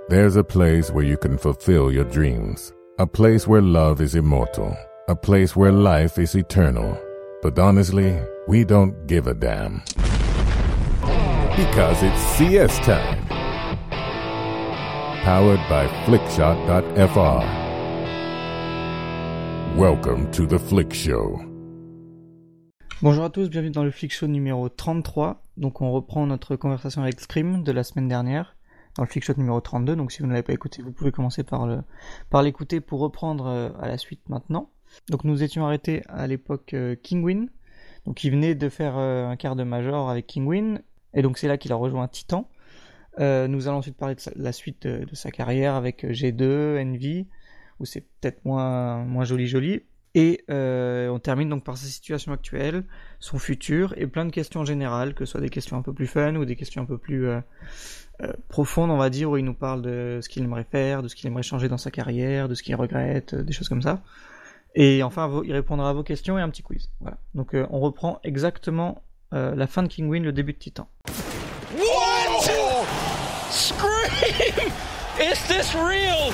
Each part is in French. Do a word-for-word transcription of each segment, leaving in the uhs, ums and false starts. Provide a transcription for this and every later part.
There's a place where you can fulfill your dreams. A place where love is immortal. A place where life is eternal. But honestly, we don't give a damn. Because it's C S time. Powered by Flickshot dot F R. Welcome to the Flick Show. Bonjour à tous, bienvenue dans le Flick Show numéro trente-trois. Donc on reprend notre conversation avec Scream de la semaine dernière, dans le Flick Show numéro trente-deux. Donc si vous ne l'avez pas écouté, vous pouvez commencer par, le, par l'écouter pour reprendre euh, à la suite maintenant. Donc nous étions arrêtés à l'époque euh, Kinguin. Donc il venait de faire euh, un quart de major avec Kinguin. Et donc c'est là qu'il a rejoint Titan. Euh, nous allons ensuite parler de, sa, de la suite de, de sa carrière avec G deux, Envy, où c'est peut-être moins, moins joli joli. Et euh, on termine donc par sa situation actuelle, son futur et plein de questions générales, que ce soit des questions un peu plus fun ou des questions un peu plus euh, euh, profondes, on va dire, où il nous parle de ce qu'il aimerait faire, de ce qu'il aimerait changer dans sa carrière, de ce qu'il regrette, des choses comme ça. Et enfin, il répondra à vos questions et un petit quiz. Voilà. Donc euh, on reprend exactement euh, la fin de Kinguin, le début de Titan. What? Scream! Is this real?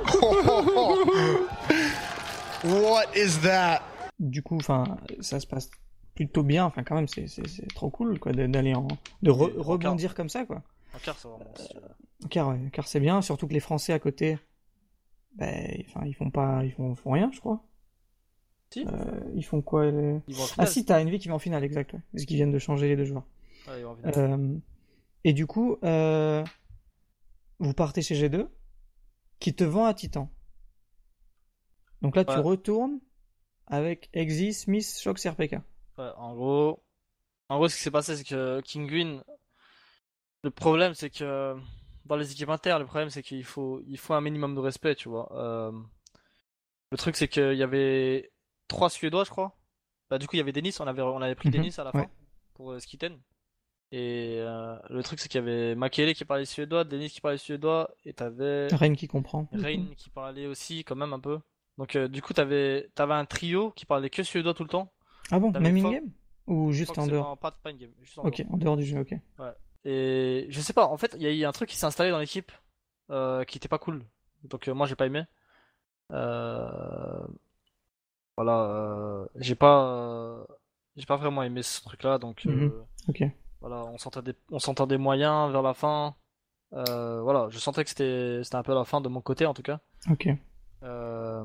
What is that? Du coup, enfin, ça se passe plutôt bien. Enfin, quand même, c'est, c'est, c'est trop cool, quoi, d'aller en, de re- rebondir comme ça, quoi. En quart, c'est vraiment. En quart, ouais, car c'est bien. Surtout que les Français à côté, ben, enfin, ils font pas, ils font, font rien, je crois. Si. Euh, ils font quoi les... Ils vont en finale. Ah si, t'as Envy qui va en finale, exact, ouais, parce qu'ils viennent de changer les deux joueurs. Ouais, ils vont en finale. Euh, et du coup, euh, vous partez chez G deux, qui te vend à Titan. Donc là, Ouais. tu retournes avec Exy, Smith, Shox, R P K. Ouais, en gros, en gros, ce qui s'est passé, c'est que Kinguin, le problème, c'est que dans les équipes inter, le problème, c'est qu'il faut, il faut un minimum de respect, tu vois. Euh, le truc, c'est qu'il y avait trois Suédois, je crois. Bah, du coup, il y avait Denis, on avait, on avait pris Mhm, Denis à la fin ouais. pour euh, Skitten. Et euh, le truc, c'est qu'il y avait Makele qui parlait suédois, Denis qui parlait suédois, et t'avais Reign qui comprend. Rain qui parlait aussi, quand même un peu. Donc, euh, du coup, t'avais, t'avais un trio qui parlait que suédois tout le temps. Ah bon, T'avais même Fo- in-game? Ou Je juste crois en que c'est dehors? pas, pas, pas une game, juste en Ok, dehors. en dehors du jeu, ok. Ouais. Et je sais pas, en fait, il y a eu un truc qui s'est installé dans l'équipe euh, qui était pas cool. Donc, euh, moi, j'ai pas aimé. Euh... Voilà, euh... j'ai pas, euh... j'ai pas vraiment aimé ce truc-là. Donc, euh... Mhm, ok. voilà, on sentait des, on sentait des moyens vers la fin. Euh... Voilà, je sentais que c'était, c'était un peu la fin de mon côté, en tout cas. Ok. Euh...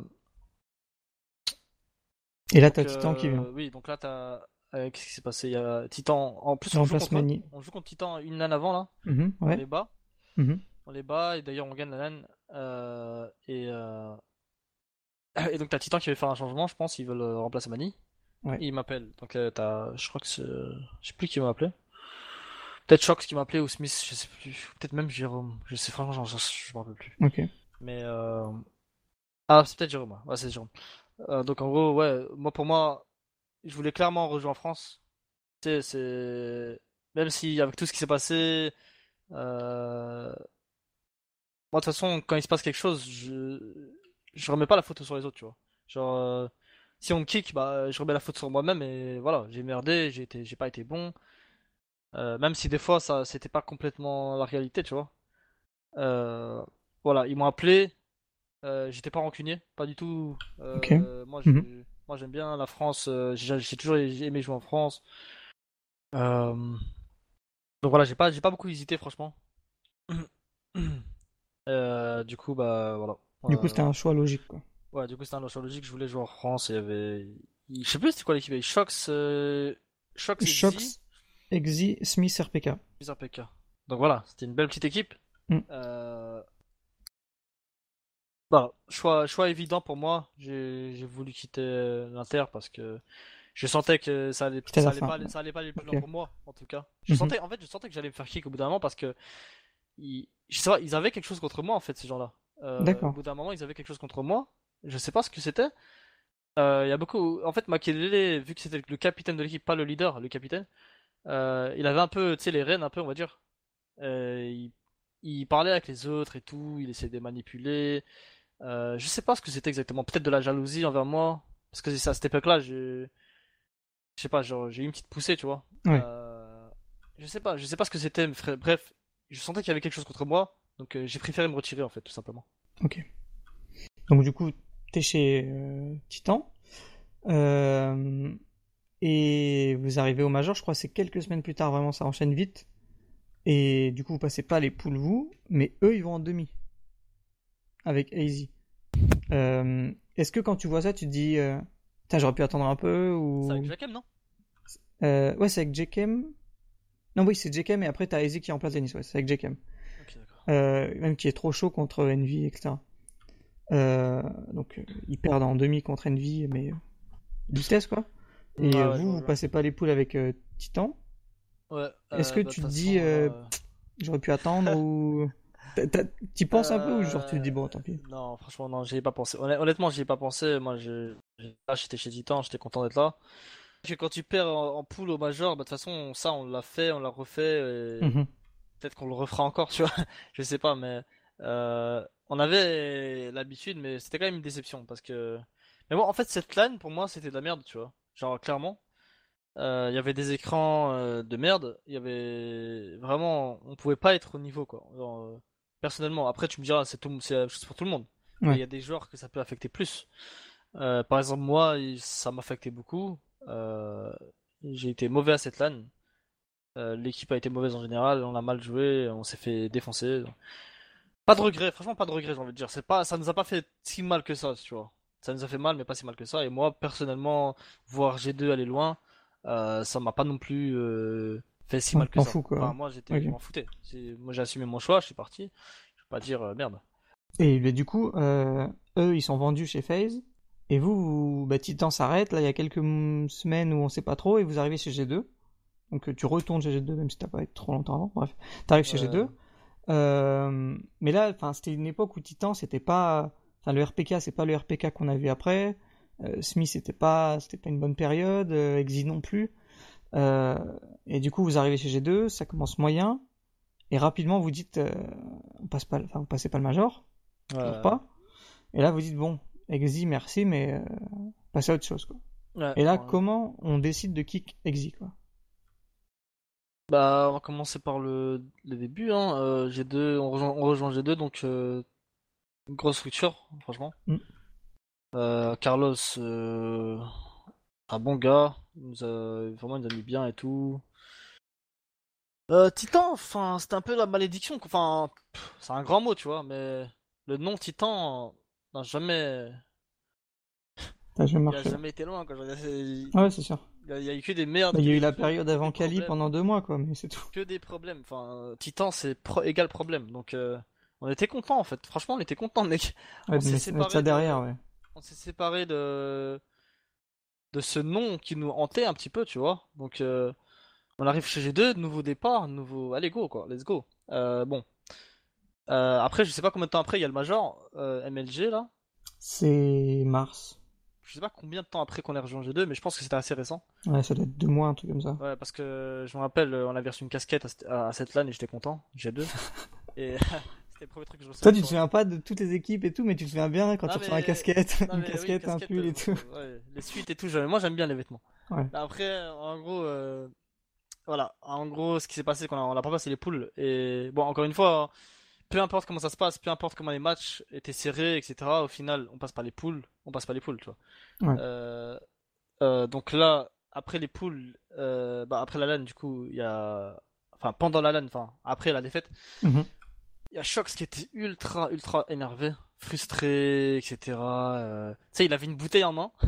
Et là, Donc, t'as Titan euh, qui vient. Oui, donc là, t'as. euh, Qu'est-ce qui s'est passé? Il y a Titan. En plus, Tu on joue, remplaces contre... Mani. on joue contre Titan une LAN avant là. Mhm, On ouais. les bat. Mhm. On les bat et d'ailleurs on gagne la LAN. Euh, et, euh... et donc t'as Titan qui veut faire un changement, je pense. Ils veulent euh, remplacer Mani. Ouais. Et il m'appelle. Donc euh, t'as. Je crois que c'est. Je sais plus qui m'a appelé. Peut-être Shox qui m'a appelé ou Smith, je sais plus. Peut-être même Jérôme. Je sais franchement, je, je m'en rappelle plus. Ok. Mais. Euh... Ah, c'est peut-être Jérôme. Ouais, c'est Jérôme. Euh, donc en gros, ouais, moi pour moi. Je voulais clairement rejoindre France. Tu sais, c'est. Même si, avec tout ce qui s'est passé. Euh... Moi, de toute façon, quand il se passe quelque chose, je. Je remets pas la faute sur les autres, tu vois. Genre. euh, Si on me kick, bah, je remets la faute sur moi-même et voilà, j'ai merdé, j'ai été... j'ai pas été bon. Euh, même si des fois, ça, c'était pas complètement la réalité, tu vois. Euh... Voilà, ils m'ont appelé. Euh, j'étais pas rancunier, pas du tout. Ok. Euh, moi, je... Mhm. moi, j'aime bien la France. euh, J'ai j'ai toujours aimé jouer en France. Euh, Donc voilà, j'ai pas, j'ai pas beaucoup hésité franchement. Euh, du coup, bah voilà. Du coup, c'était Euh, un choix logique, quoi. ouais, du coup, c'était un choix logique. Je voulais jouer en France et il y avait. il- Je sais plus c'était quoi l'équipe. Il y avait Shox, euh... Shox et Xi, Shox, Exy, Smith, R P K. Bizarre P K. Donc voilà, c'était une belle petite équipe. Mm. Euh... Voilà, choix, choix évident pour moi. J'ai, j'ai voulu quitter euh, l'Inter parce que je sentais que ça allait, C'était ça la allait fin. pas, aller- ça allait pas aller plus Ok. loin pour moi, en tout cas. Je Mhm. sentais, en fait, je sentais que j'allais me faire kick au bout d'un moment parce que ils, je sais pas, ils avaient quelque chose contre moi en fait, ces gens-là. Euh, au D'accord. bout d'un moment, ils avaient quelque chose contre moi. Je sais pas ce que c'était. Euh, Il y a beaucoup. En fait, Makelele, vu que c'était le capitaine de l'équipe, pas le leader, le capitaine, euh, il avait un peu, tu sais, les rênes, un peu, on va dire. Euh, il, il parlait avec les autres et tout, il essayait de les manipuler. Euh, je sais pas ce que c'était exactement. Peut-être de la jalousie envers moi. Parce que c'est à cette époque-là, j'ai. Je sais pas, genre, j'ai eu une petite poussée, tu vois. Ouais. Euh, Je sais pas, je sais pas ce que c'était, mais frère- bref, je sentais qu'il y avait quelque chose contre moi. Donc euh, j'ai préféré me retirer en fait, tout simplement. Ok. Donc du coup, t'es chez euh, Titan. Euh, et vous arrivez au Major, je crois que c'est quelques semaines plus tard, vraiment ça enchaîne vite. Et du coup, vous passez pas les poules vous, mais eux ils vont en demi. Avec A Z. Euh, est-ce que quand tu vois ça, tu te dis, euh, putain, j'aurais pu attendre un peu ou... C'est avec Jackem, non? Euh, ouais, c'est avec Jackem. Non, oui, c'est Jackem et après t'as A Z qui remplace Dennis, ouais, c'est avec Jackem. Ok, d'accord. Euh, même qui est trop chaud contre Envy, et cetera. Euh, donc euh, ils perdent en demi contre Envy, mais euh, vitesse quoi. Et Ouais, euh, ouais, je vous, vois, vous je vois. passez pas les poules avec euh, Titan. Ouais, Est-ce euh, que bah, de tu toute te façon, dis, euh, là, j'aurais pu attendre ou T'as- t'as- t'y penses un peu ou genre tu te dis euh, bon, tant pis. non, franchement, non, j'y ai pas pensé. Honn- Honnêtement, j'y ai pas pensé. Moi, j'ai- j'ai- là, j'étais chez Titan, j'étais content d'être là. Parce que quand tu perds en, en poule au Major, bah, de toute façon, ça, on l'a fait, on l'a refait, et Mhm. peut-être qu'on le refera encore, tu vois. Je sais pas, mais euh, on avait l'habitude, mais c'était quand même une déception parce que. Mais bon, en fait, cette LAN, pour moi, c'était de la merde, tu vois. Genre, clairement. Euh, Il y avait des écrans euh, de merde, il y avait vraiment, on pouvait pas être au niveau quoi. Genre, euh, personnellement, après tu me diras, c'est tout, c'est la même chose pour tout le monde, mais il y Ouais. a des joueurs que ça peut affecter plus. Euh, par exemple moi, il- ça m'affectait beaucoup. Euh, j'ai été mauvais à cette LAN. Euh, l'équipe a été mauvaise en général, on a mal joué, on s'est fait défoncer. Pas de regret, franchement pas de regret, j'ai envie de dire. C'est pas, ça nous a pas fait si mal que ça, tu vois. Ça nous a fait mal, mais pas si mal que ça. Et moi, personnellement, voir G deux aller loin, euh, ça m'a pas non plus euh, fait si Ouais, mal tu que t'en ça. fous quoi. Enfin, moi, j'étais, Ok. je m'en foutais. C'est- Moi, j'ai assumé mon choix, je suis parti. Je vais pas dire euh, merde. Et bah, du coup, euh, eux ils sont vendus chez FaZe. Et vous, vous- bah, Titan s'arrête. Là, il y a quelques mm, semaines où on sait pas trop. Et vous arrivez chez G deux. Donc euh, tu retournes chez G deux, même si t'as pas été trop longtemps avant. Bref, t'arrives chez Euh, G deux. Euh, mais là, enfin, c'était une époque où Titan, c'était pas, enfin, le R P K, c'est pas le R P K qu'on a vu après. Euh, Smith, c'était pas, c'était pas une bonne période. Euh, Exi non plus. Euh, et du coup, vous arrivez chez G deux, ça commence moyen, et rapidement vous dites, euh, on passe pas, enfin, vous passez pas le major, toujours euh, pas. Et là, vous dites bon, Exi, merci, mais euh, passez à autre chose, quoi. ouais, Et là, ouais. comment on décide de kick Exi, quoi? Bah, on va commencer par le, le début. Hein. Euh, G deux, on rejoint, on rejoint G deux, donc euh, une grosse structure, franchement. Hmm. Euh, Carlos, euh, un bon gars, il nous a, vraiment il nous a mis bien et tout. Euh, Titan, enfin, c'était un peu la malédiction, quoi. Enfin, pff, c'est un grand mot, tu vois, mais le nom Titan n'a jamais, Ça a jamais il a marché, ouais. jamais été loin, quoi. Je veux dire, c'est- Il Ouais, c'est sûr. y a, il y a eu que des merdes, Bah, il que y a eu des la trucs, période que des avant Kali problèmes, pendant deux mois, quoi, mais c'est tout. que des problèmes. Enfin, euh, Titan, c'est pro égal problème. Donc, euh, on était content en fait. Franchement, on était content, mec. Ouais, On de s'est mettre mettre ça séparé derrière, de, ouais. on s'est séparé de, de ce nom qui nous hantait un petit peu, tu vois. Donc, euh, on arrive chez G deux, nouveau départ, nouveau, allez go, quoi, let's go. Euh, bon. Euh, après, je sais pas combien de temps après, il y a le Major, euh, M L G là. C'est mars. Je sais pas combien de temps après qu'on est rejoint G deux, mais je pense que c'était assez récent. Ouais, ça doit être deux mois, un truc comme ça. Ouais, parce que je me rappelle, euh, on avait reçu une casquette à, cette- à cette LAN et j'étais content, G deux. Et c'était le premier truc que je Toi, recevais tu te sur. souviens pas de toutes les équipes et tout, mais tu te souviens bien quand Non tu reçois un mais, casquette, non une mais oui, une casquette, un casquette, pull et euh, tout. ouais, les suites et tout. j'aime- Moi j'aime bien les vêtements. Ouais. Après, en gros, euh, voilà, en gros, ce qui s'est passé, c'est qu'on a, on a pas passé les poules. Et bon, encore une fois, peu importe comment ça se passe, peu importe comment les matchs étaient serrés, et cetera. Au final, on passe pas les poules, on passe pas les poules, tu vois. Ouais. Euh, euh, donc là, après les poules, euh, bah après la LAN, du coup, il y a, enfin pendant la LAN, enfin après la défaite, Mhm. il y a Shox qui était ultra, ultra énervé, frustré, et cetera. Euh, Tu sais, il avait une bouteille en main.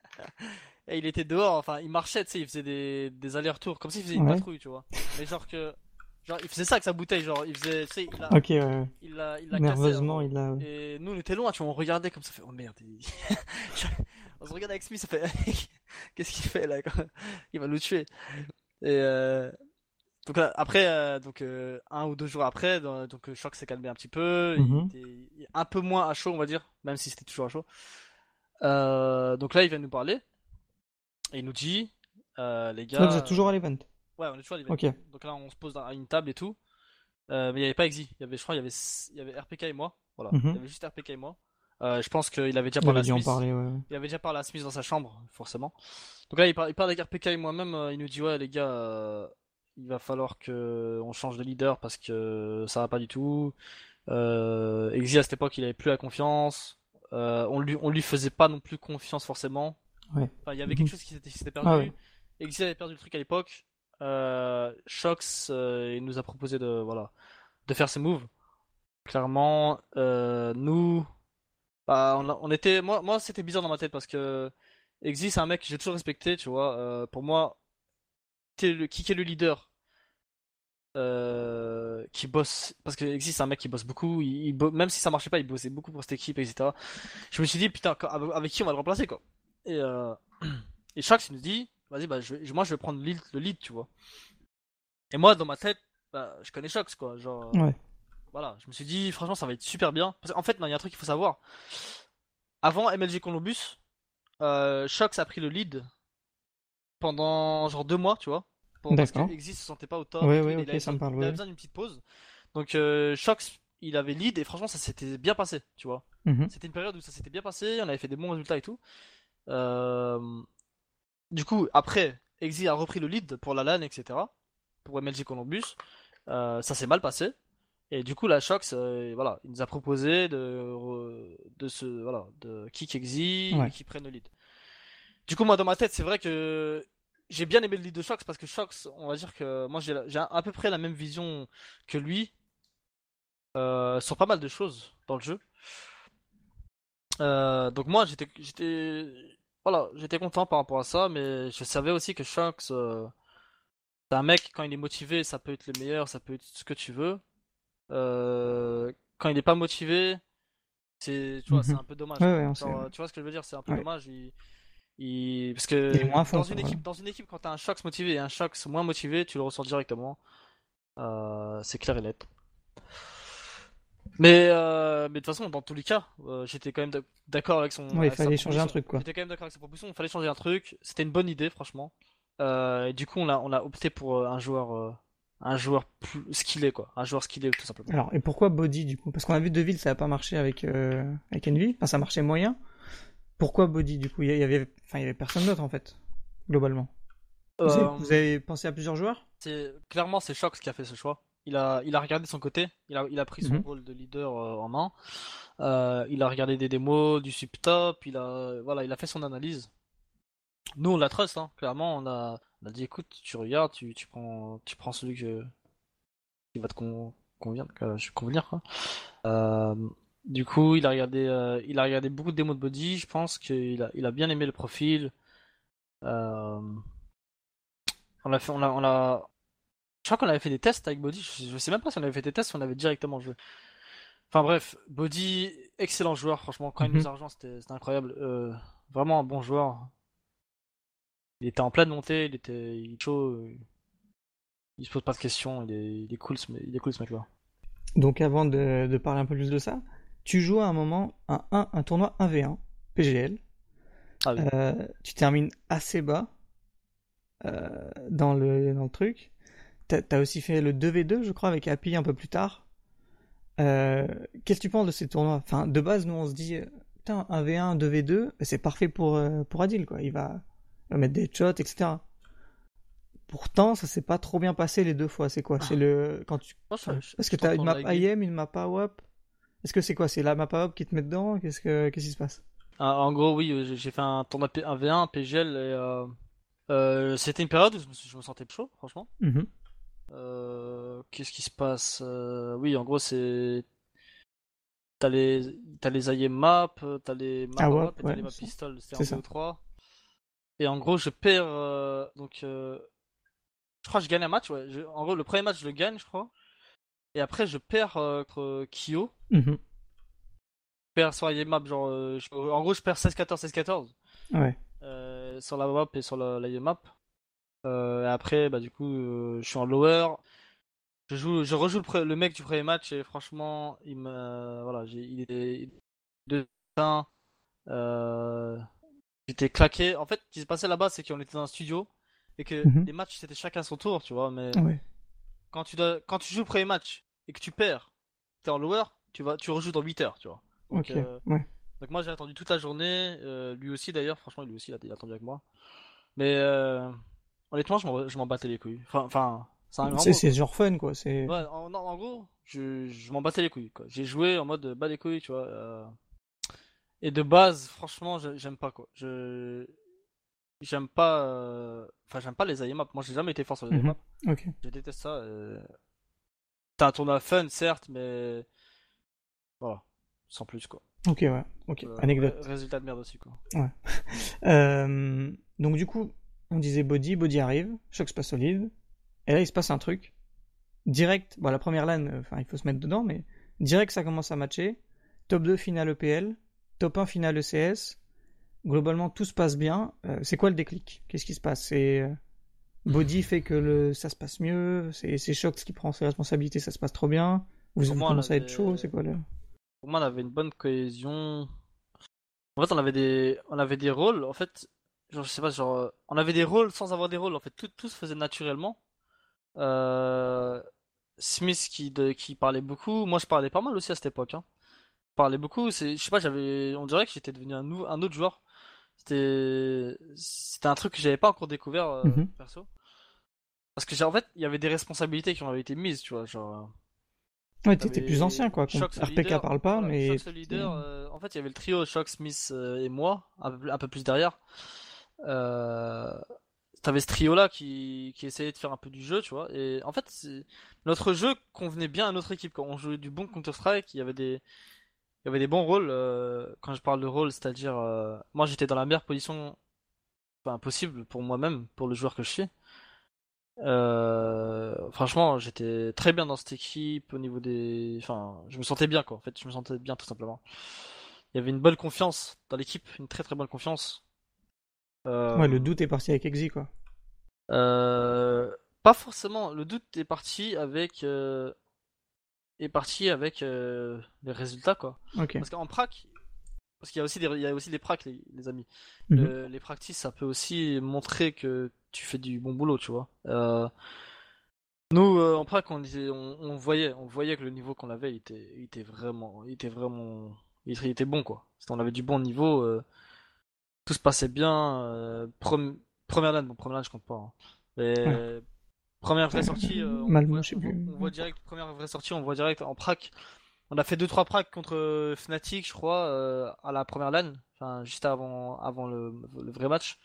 Et il était dehors, enfin, il marchait, tu sais, il faisait des, des allers-retours, comme s'il faisait une Ouais. patrouille, tu vois. Mais genre que, genre, il faisait ça avec sa bouteille, genre, il faisait, tu sais, il l'a, Ok, ouais, ouais. il l'a, il l'a cassé, en Nerveusement, gros. il a. Et nous, on était loin, tu vois, on regardait comme ça, fait, oh merde, il- on se regarde avec Smith, ça fait, qu'est-ce qu'il fait là, quoi. Il va nous tuer. Et euh, donc là, après, euh, donc euh, un ou deux jours après, dans- donc euh, Shock s'est calmé un petit peu, il Mhm. était il- un peu moins à chaud, on va dire, même si c'était toujours à chaud. Euh, donc là, il vient nous parler. Et il nous dit, euh, les Là, vous gars, êtes toujours à l'event. ouais, on est toujours à l'event. Ok. Donc là, on se pose à une table et tout. Euh, mais il n'y avait pas Exi. Il y avait, je crois, il y avait, il y avait R P K et moi. Voilà. Il y Mhm. avait juste R P K et moi. Euh, je pense qu'il avait déjà Vous parlé avez à dû en Smith. parler, ouais. Ouais. Il avait déjà parlé à Smith dans sa chambre, forcément. Donc là, il parle, il parle avec R P K et moi-même. euh, il nous dit, ouais, les gars, euh, il va falloir que on change de leader parce que ça va pas du tout. Euh, Exi à cette époque, il avait plus la confiance. Euh, on lui, on lui faisait pas non plus confiance forcément. Ouais. Enfin, il y avait Mhm. quelque chose qui s'était, qui s'était perdu. Ah ouais. Exi avait perdu le truc à l'époque. Euh, Shox, euh, il nous a proposé de, voilà, de faire ses moves. Clairement, euh, nous, bah, on, a- on était, moi, moi, c'était bizarre dans ma tête parce que Exi, c'est un mec que j'ai toujours respecté, tu vois. Euh, pour moi, t'es le, qui est le leader, euh, qui bosse, parce que Exi, c'est un mec qui bosse beaucoup. Il, il bo- même si ça marchait pas, il bossait beaucoup pour cette équipe, et cetera. Je me suis dit, putain, quand- avec, avec qui on va le remplacer, quoi. Et, euh, et Shax, il nous dit, vas-y, bah, je, vais- moi, je vais prendre le lead, le lead, tu vois. Et moi, dans ma tête, bah, je connais Shax, quoi. Genre, euh, Ouais. voilà, je me suis dit, franchement, ça va être super bien. Parce qu'en fait, non, il y a un truc qu'il faut savoir. Avant M L G Columbus, euh, Shox a pris le lead pendant genre deux mois, tu vois. Pour, parce que D'accord. Exis se sentait pas au top et Ouais, tout, ouais, il, il ok, avait ça besoin, me parle, il avait ouais. besoin d'une petite pause. Donc euh, Shox, il avait lead et franchement, ça s'était bien passé, tu vois. Mhm. C'était une période où ça s'était bien passé, on avait fait des bons résultats et tout. Euh, Du coup, après, Exi a repris le lead pour la LAN, et cetera. Pour M L G Columbus. Euh, ça s'est mal passé. Et du coup, la Shox, euh, voilà, il nous a proposé de, de se, voilà, de kick Exi et Ouais. qu'il prenne le lead. Du coup, moi, dans ma tête, c'est vrai que j'ai bien aimé le lead de Shox parce que Shox, on va dire que moi, j'ai j'ai à peu près la même vision que lui euh, sur pas mal de choses dans le jeu. Euh, donc moi, j'étais, j'étais, voilà, j'étais content par rapport à ça, mais je savais aussi que Shox, euh, c'est un mec, quand il est motivé, ça peut être le meilleur, ça peut être ce que tu veux. Euh, Quand il est pas motivé, c'est, tu vois, c'est Mhm. un peu dommage, Ouais, quoi. ouais, on sait, Genre, ouais. euh, tu vois ce que je veux dire, c'est un peu Ouais. dommage. Il, il- parce Il est que moins à dans fond, quoi, une voilà. équipe, dans une équipe, quand t'as un Shox motivé et un Shox moins motivé, tu le ressens directement. Euh, c'est clair et net. Mais, euh, mais de toute façon, dans tous les cas, euh, j'étais quand même d'ac- d'accord avec son, Ouais, il avec sa fallait changer un proposition. truc, quoi. J'étais quand même d'accord avec sa proposition. Il fallait changer un truc. C'était une bonne idée, franchement. Euh, et du coup, on a, on a opté pour euh, un joueur, euh, un joueur plus skillé, quoi. Un joueur skillé, tout simplement. Alors, et pourquoi Body, du coup? Parce qu'on a vu Deville, ça a pas marché avec, euh, avec Envy. Enfin, ça marchait moyen. Pourquoi Body, du coup? Il y avait, enfin, il y avait personne d'autre, en fait, globalement. Vous avez, vous Euh, avez pensé à plusieurs joueurs? c'est clairement c'est Shox qui a fait ce choix. Il a, il a regardé son côté. Il a, il a pris son Mhm. rôle de leader euh, en main. Euh, il a regardé des démos, du subtop. Il a, voilà, il a fait son analyse. Nous, on la trust, hein. Clairement, on a, on a dit, écoute, tu regardes, tu, tu prends, tu prends celui que, qui va te con, convenir, que je convenir, quoi. Euh, du coup, il a regardé, euh, il a regardé beaucoup de démos de body. Je pense qu'il a, il a bien aimé le profil. Euh, on a fait, on a, on a, je crois qu'on avait fait des tests avec body. Je, je sais même pas si on avait fait des tests ou on avait directement joué. Enfin bref, body, excellent joueur, franchement. Quand il Mhm. nous a rejoint, c'était, c'était incroyable. Euh, vraiment un bon joueur. Il était en pleine montée, il était, il est chaud. euh, Il se pose pas de questions, il est, il est cool, ce, il est cool ce mec-là. Donc, avant de, de parler un peu plus de ça, tu joues à un moment un, un, un tournoi un v un, P G L. Ah oui. Euh, tu termines assez bas euh, dans, le, dans le truc. T'as, t'as aussi fait le deux v deux, je crois, avec Happy un peu plus tard. Euh, Qu'est-ce que tu penses de ces tournois? Enfin, de base, nous, on se dit, euh, putain, un v un, deux v deux, c'est parfait pour, euh, pour Adil, quoi. Il va, il va mettre des shots, et cetera. Pourtant, ça s'est pas trop bien passé les deux fois. C'est quoi? C'est le. Quand tu... Moi, je, je, Est-ce que je pense t'as une qu'on map l'a I gagné. M, une map A W A P? Est-ce que c'est quoi? C'est la map A W A P qui te met dedans? Qu'est-ce que qu'est-ce qui se passe? Ah, en gros, oui, euh, j'ai j'ai fait un tournoi P- un v un, P G L, et euh, euh, c'était une période où je me, suis- je me sentais chaud, franchement. Mhm. Euh, qu'est-ce qui se passe? Euh, Oui, en gros, c'est. T'as les, t'as les I M maps, euh, t'as les maps A W A P A W A P, et t'as ouais, les maps c'est pistol, c'était c'est en ça. B O trois. Et en gros, je perds. euh, donc, euh, je crois que je gagne un match, ouais. Je- en gros, le premier match, je le gagne, je crois. Et après, je perds euh, contre Kyo. Mhm. Je perds sur la map, genre. euh, je- en gros, je perds seize quatorze, seize quatorze. Ouais. Euh, sur la map et sur la, la map. Euh, et après, bah, du coup, euh, je suis en lower. Je joue, je rejoue le, pre- le mec du premier match et franchement, il me. Voilà, j'ai, il était. deux un. Euh, J'étais claqué. En fait, ce qui s'est passé là-bas, c'est qu'on était dans un studio et que Mhm. les matchs c'était chacun son tour, tu vois. Mais Ouais. quand tu dois, quand tu joues le premier match et que tu perds, t'es en lower, tu vas, tu rejoues dans huit heures, tu vois. Donc, Ok. euh, Ouais. donc moi j'ai attendu toute la journée. Euh, lui aussi d'ailleurs, franchement, lui aussi il a, il a attendu avec moi. Mais euh, honnêtement, je m'en, je m'en battais les couilles. Enfin, enfin, c'est un grand C'est mot c'est quoi. genre fun, quoi. C'est. Ouais, en, non, en gros, je, je m'en battais les couilles, quoi. J'ai joué en mode bas les couilles, tu vois. euh. Et de base, franchement, j'ai- j'aime pas, quoi. Je j'aime pas, euh, enfin j'aime pas les I M A P. Moi, j'ai jamais été fort sur les Mhm. I M A P. Ok. Je déteste ça. euh. T'as un tournoi fun, certes, mais voilà, sans plus, quoi. Ok, ouais. Ok. Euh, Anecdote. ré- résultat de merde aussi, quoi. Euh, donc du coup, on disait body, body arrive, choc pas solide, et là il se passe un truc. Direct, bon la première LAN, euh, enfin il faut se mettre dedans, mais direct ça commence à matcher. Top deux finale E P L, top un finale E C S. Globalement tout se passe bien. Euh, c'est quoi le déclic? Qu'est-ce qui se passe? C'est euh, body fait que le, ça se passe mieux, c'est, c'est Shox qui prend ses responsabilités, ça se passe trop bien. Vous, Pour vous moi, on commencez à être avait- chaud, c'est quoi le... Pour moi, on avait une bonne cohésion. En fait, on avait des, on avait des rôles. En fait, genre, je sais pas, genre, euh, on avait des rôles sans avoir des rôles. En fait, tout, tout se faisait naturellement. Euh, Smith qui, de, qui parlait beaucoup. Moi, je parlais pas mal aussi à cette époque. Hein. Je parlais beaucoup. C'est, je sais pas, j'avais, on dirait que j'étais devenu un, nou- un autre joueur. C'était, c'était un truc que j'avais pas encore découvert euh, Mhm. perso. Parce que, j'ai- en fait, il y avait des responsabilités qui ont été mises, tu vois, genre. Ouais, Il y t'étais avait plus ancien quoi. Shox le R P K leader, parle pas, voilà, mais... Shox le leader, euh, en fait il y avait le trio Shox, Smith euh, et moi, un peu, un peu plus derrière. Euh, T'avais ce trio là qui, qui essayait de faire un peu du jeu, tu vois. Et en fait, c'est- notre jeu convenait bien à notre équipe. Quand on jouait du bon Counter-Strike, il y avait des, il y avait des bons rôles. euh, quand je parle de rôle, c'est-à-dire, euh, moi j'étais dans la meilleure position enfin, possible pour moi-même, pour le joueur que je suis. Euh, franchement, j'étais très bien dans cette équipe au niveau des, enfin, je me sentais bien quoi. En fait, je me sentais bien tout simplement. Il y avait une bonne confiance dans l'équipe, une très très bonne confiance. Euh, Ouais, le doute est parti avec Exi quoi. euh, Pas forcément. Le doute est parti avec, euh, est parti avec euh, les résultats quoi. Ok. Parce qu'en prac, parce qu'il y a aussi des, il y a aussi des pracs les, les amis. Mhm. Le- les practices, ça peut aussi montrer que tu fais du bon boulot, tu vois. Euh, Nous, euh, en prac, on, disait- on, on voyait, on voyait que le niveau qu'on avait, il était, il était vraiment, il était vraiment, il était, il était bon quoi. C'était- On avait du bon niveau, euh, tout se passait bien. Euh, prom- première LAN, bon première LAN je compte pas. Hein. Ouais. Mais première vraie sortie, euh, on, Malmo, voit, je sais on, voit, plus. on voit direct première vraie sortie, on voit direct en prac. On a fait deux trois pracs contre euh, Fnatic, je crois, euh, à la première LAN, enfin juste avant, avant le, le vrai match.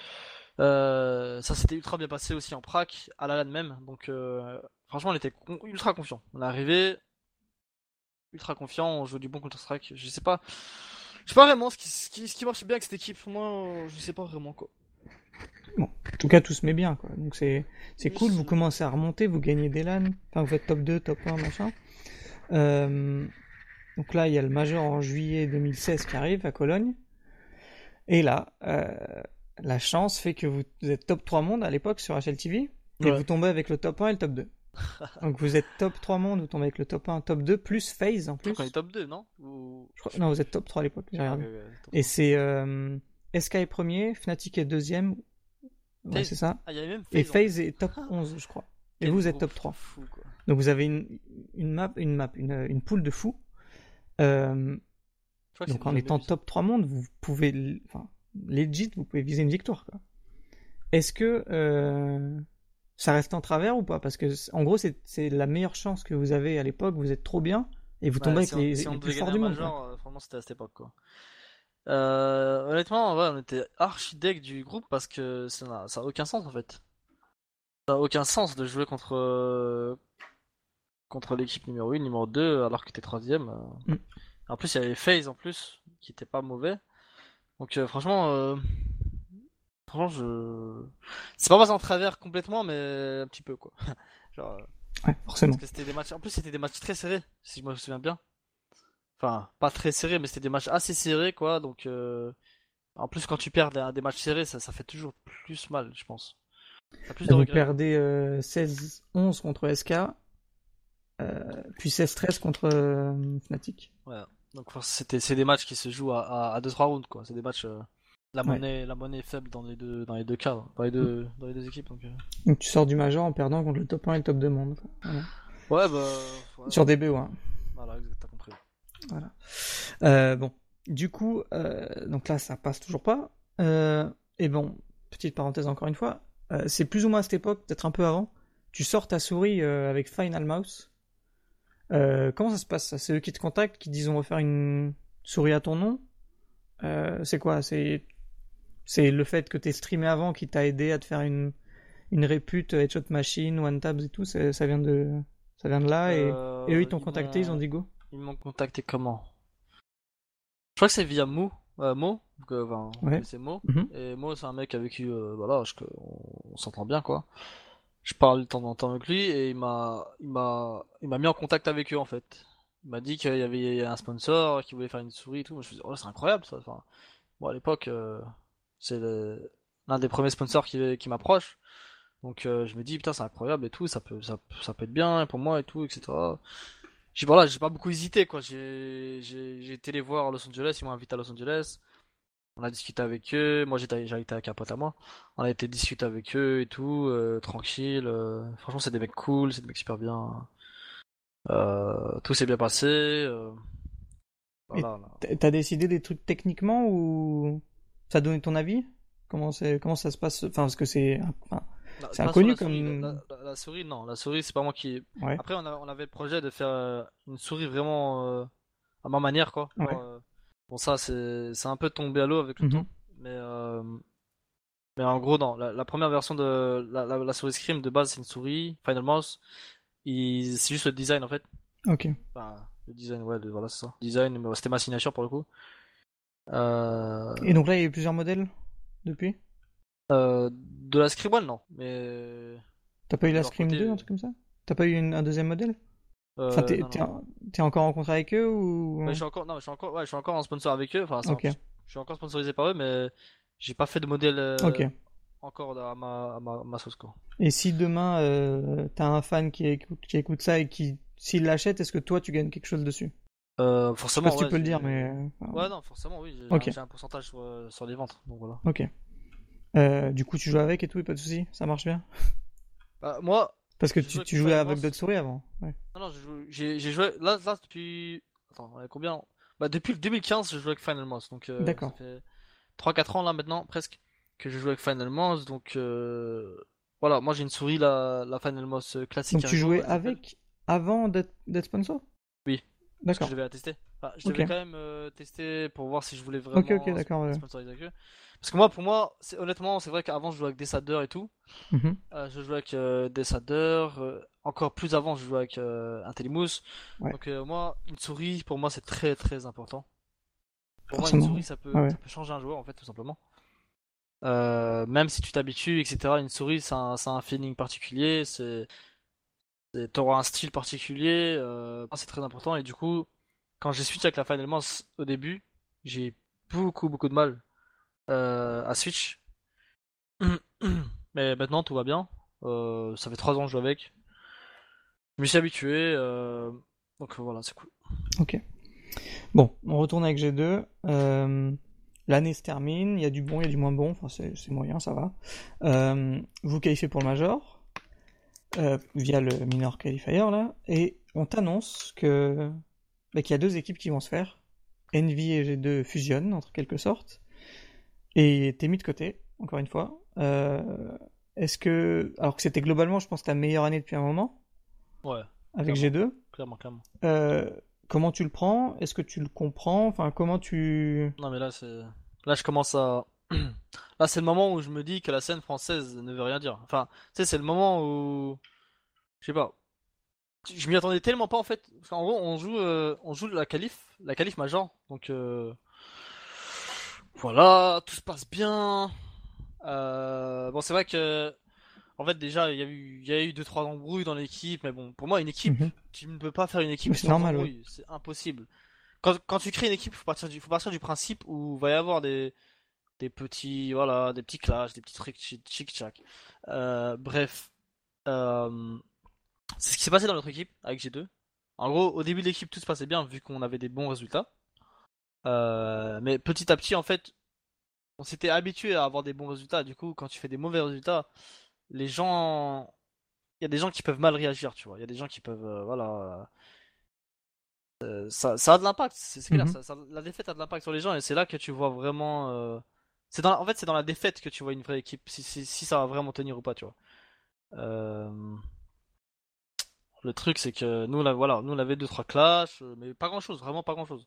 Euh, ça s'était ultra bien passé aussi en prac, à la LAN même. Donc euh, franchement, on était con- ultra confiant. On est arrivé ultra confiant, on joue du bon Counter-Strike. Je sais pas, je sais pas vraiment ce qui, ce qui, ce qui marche bien avec cette équipe. Moi, je sais pas vraiment quoi. Bon, en tout cas, tout se met bien, quoi. Donc c'est, c'est Oui, cool, c'est- vous commencez à remonter, vous gagnez des LAN, enfin vous faites top deux, top un, machin. Euh, donc là, il y a le Major en juillet deux mille seize qui arrive à Cologne. Et là, euh, la chance fait que vous, vous êtes top trois mondes à l'époque sur H L T V, et Ouais. vous tombez avec le top un et le top deux. Donc vous êtes top trois mondes, vous tombez avec le top un, top deux, plus FaZe en Je plus. crois qu'on est top deux, non Ou... Je crois- non, vous êtes top trois à l'époque, j'ai Ah, regardé. ouais, ouais, top Et trois. c'est euh, S K est premier, Fnatic est deuxième. Ouais, FaZe. c'est ça. Ah, il y avait même Et FaZe. en FaZe plus. est top onze, je crois. Et Quel vous êtes groupe top de trois. fou, quoi. Donc vous avez une, une map, une map, une, une poule de fous. Euh, Je crois que donc c'est en du étant jamais vu, top trois mondes, vous pouvez, l- enfin, legit, vous pouvez viser une victoire, quoi. Est-ce que euh, ça reste en travers ou pas? Parce que c- en gros, c'est, c'est la meilleure chance que vous avez à l'époque. Vous êtes trop bien et vous ça. tombez Ouais, avec si on, les, si on les plus devait forts gagner du un monde, quoi. major, euh, vraiment c'était à cette époque quoi. Euh, honnêtement, ouais, on était archi deck du groupe parce que ça n'a ça a aucun sens en fait. Ça a aucun sens de jouer contre euh, contre l'équipe numéro un, numéro deux alors que t'es troisième. euh. Mm. En plus, il y avait FaZe en plus qui était pas mauvais. Donc euh, franchement, euh, franchement, je c'est pas passé en travers complètement, mais un petit peu quoi. Genre, euh, Ouais, forcément. parce que c'était des matchs. En plus, c'était des matchs très serrés, si je me souviens bien. Enfin, pas très serrés, mais c'était des matchs assez serrés, quoi. Donc, euh, en plus, quand tu perds des, des matchs serrés, ça, ça fait toujours plus mal, je pense. T'as plus de Vous regrets. perdez euh, seize onze contre S K, euh, puis seize treize contre euh, Fnatic. Ouais. Donc, enfin, c'était, c'est des matchs qui se jouent à, à, deux trois rounds, quoi. C'est des matchs. euh, la Ouais. monnaie, la monnaie est faible dans les deux, dans les deux cas, dans les deux, dans les deux équipes. Donc, euh. Donc tu sors du Major en perdant contre le top un et le top deux monde, quoi. Voilà. Ouais, bah. Ouais, Sur D B O, hein. voilà, exact, t'as compris. Voilà. Euh, bon, du coup, euh, donc là, ça passe toujours pas. Euh, et bon, petite parenthèse encore une fois, euh, c'est plus ou moins à cette époque, peut-être un peu avant, tu sors ta souris euh, avec Final Mouse. Euh, comment ça se passe ça? C'est eux qui te contactent, qui disent on va faire une souris à ton nom? Euh, c'est quoi? C'est c'est le fait que t'aies streamé avant qui t'a aidé à te faire une une répute Headshot Machine, One Tabs et tout, ça, ça vient de ça vient de là et, Euh, et eux ils t'ont ils contacté, ils ont m'ont- dit go. Ils m'ont contacté comment? Je crois que c'est via Mo. Euh, Mo, donc, euh, enfin, Ouais. c'est Mo. Mhm. Et Mo, c'est un mec avec qui, euh, voilà, je- on, on s'entend bien, quoi. Je parle de temps en temps avec lui et il m'a, il m'a, il m'a mis en contact avec eux, en fait. Il m'a dit qu'il y avait un sponsor qui voulait faire une souris et tout. Moi, je me suis dit, oh, c'est incroyable, ça. Enfin, bon, à l'époque, euh, c'est le- l'un des premiers sponsors qui, qui m'approche. Donc, euh, je me dis, putain, c'est incroyable et tout, ça peut, ça, ça peut être bien pour moi et tout, et cetera. J'ai voilà, j'ai pas beaucoup hésité quoi. J'ai j'ai j'ai été les voir à Los Angeles, ils m'ont invité à Los Angeles. On a discuté avec eux. Moi j'étais j'ai été avec un pote à moi. On a été discuter avec eux et tout, euh, tranquille. euh. Franchement c'est des mecs cool, c'est des mecs super bien. Euh, tout s'est bien passé. euh. Et Voilà. Là. t- t'as décidé des trucs techniquement ou t'as donné ton avis? Comment c'est comment ça se passe? Enfin parce que c'est enfin, Non, c'est pas sur inconnu la souris. La, comme la- la souris non, la souris c'est pas moi qui. ouais Après on a, on avait le projet de faire euh, une souris vraiment euh, à ma manière quoi. Genre, ouais. euh, Bon ça c'est c'est un peu tombé à l'eau avec le Mhm. temps, mais euh, Mais en gros, non. La, la première version de la, la, la souris Scream de base, c'est une souris. Final Mouse, il- c'est juste le design en fait. Ok. Enfin, le design, ouais, le- voilà, c'est ça. Design, mais c'était ma signature pour le coup. Euh, Et donc là il y a eu plusieurs modèles depuis? euh, de la Scream One, non. Mais T'as pas eu de la leur Scream côté, deux, un truc comme ça? T'as pas eu une- un deuxième modèle? Enfin, euh, t'es, non, t'es, non, non. t'es encore en contrat avec eux ou... Mais je suis encore, non, je suis encore, ouais, je suis encore en sponsor avec eux. Enfin, c'est en- Ok, je suis encore sponsorisé par eux, mais j'ai pas fait de modèle ok. euh, encore à ma, à ma, à ma sauce quoi. Et si demain euh, t'as un fan qui écoute, qui écoute ça et qui, s'il l'achète, est-ce que toi tu gagnes quelque chose dessus? Euh, Je sais pas forcément, si tu ouais. peux le j'ai- dire, mais... euh, enfin, Ouais, non, forcément, oui. J'ai ok, un, j'ai un pourcentage sur, euh, sur les ventes, donc voilà. ok. Euh, du coup, tu joues avec et tout, et pas de soucis, ça marche bien? Bah, moi, Parce que j'ai tu, joué avec tu le jouais Final avec Mouse. d'autres souris avant. Ouais. Non, non, j'ai joué, j'ai, j'ai joué là, là depuis. Attends, on est combien? Bah, depuis le deux mille quinze, je joue avec Final Mouse. Donc, euh, ça D'accord. fait trois quatre ans là maintenant, presque, que je joue avec Final Mouse. Donc, euh, voilà, moi j'ai une souris, la, la Final Mouse euh, classique Donc tu Ergo, jouais elle s'appelle. avec avant d'être, d'être sponsor? Oui, parce que je D'accord. devais la tester. Enfin, je Ok. devais quand même euh, tester pour voir si je voulais Ok, ok, vraiment d'accord. sp- Ouais. sponsoriser avec eux. Parce que moi, pour moi, c'est, honnêtement, c'est vrai qu'avant je jouais avec des shaders et tout. Mhm. Euh, je jouais avec euh, des shaders. euh, encore plus avant, je jouais avec euh, un Tellimousse. Ouais. Donc euh, moi, une souris, pour moi, c'est très très important. Pour moi, une Forcément. souris, Ouais. ça peut, Ouais, ouais. ça peut changer un joueur, en fait, tout simplement. Euh, même si tu t'habitues, et cetera. Une souris, ça a, ça a un feeling particulier. C'est, c'est- t'auras un style particulier. Euh, c'est très important. Et du coup, quand j'ai switch avec la Final Mouse au début, j'ai beaucoup beaucoup de mal euh, à switch. Mais maintenant, tout va bien. Euh, ça fait trois ans que je joue avec. Je me suis habitué, euh, donc euh, voilà, c'est cool. Ok. Bon, on retourne avec G deux. Euh, l'année se termine, il y a du bon, il y a du moins bon, enfin c'est, c'est moyen, ça va. Euh, vous qualifiez pour le Major, euh, via le Minor Qualifier là, et on t'annonce que bah, qu'il y a deux équipes qui vont se faire. Envy et G deux fusionnent, entre quelque sorte, et t'es mis de côté, encore une fois. Euh, est-ce que... Alors que c'était globalement, je pense, ta meilleure année depuis un moment, Ouais, avec clairement, G deux. clairement, clairement. Euh, comment tu le prends? Est-ce que tu le comprends? Enfin, comment tu... Non mais là c'est, là je commence à, là c'est le moment où je me dis que la scène française ne veut rien dire. Enfin, tu sais, c'est le moment où, je sais pas, je m'y attendais tellement pas en fait. Parce qu'en gros, on joue, euh, on joue la qualif, la qualif major, donc euh, voilà, tout se passe bien. Euh, bon, c'est vrai que en fait, déjà, il y a eu, il y a eu deux trois embrouilles dans l'équipe, mais bon, pour moi, une équipe, Mhm. tu ne peux pas faire une équipe Mais c'est sans normal, ouais. embrouille, c'est impossible. Quand, quand tu crées une équipe, faut partir du, faut partir du principe où il va y avoir des, des petits, voilà, des petits clashs, des petits trucs chic-chac. Euh, bref, euh, c'est ce qui s'est passé dans notre équipe avec G deux. En gros, au début de l'équipe, tout se passait bien vu qu'on avait des bons résultats. Euh, mais petit à petit, en fait, on s'était habitué à avoir des bons résultats. Du coup, quand tu fais des mauvais résultats, les gens, il y a des gens qui peuvent mal réagir, tu vois. Il y a des gens qui peuvent, euh, voilà, euh, ça, ça a de l'impact, c'est c'est clair. Mhm. Ça, ça- la défaite a de l'impact sur les gens et c'est là que tu vois vraiment. euh, C'est dans, en fait, c'est dans la défaite que tu vois une vraie équipe, si, si, si ça va vraiment tenir ou pas, tu vois. Euh, le truc c'est que nous, là, voilà, nous on avait deux trois clashs, euh, mais pas grand chose, vraiment pas grand chose.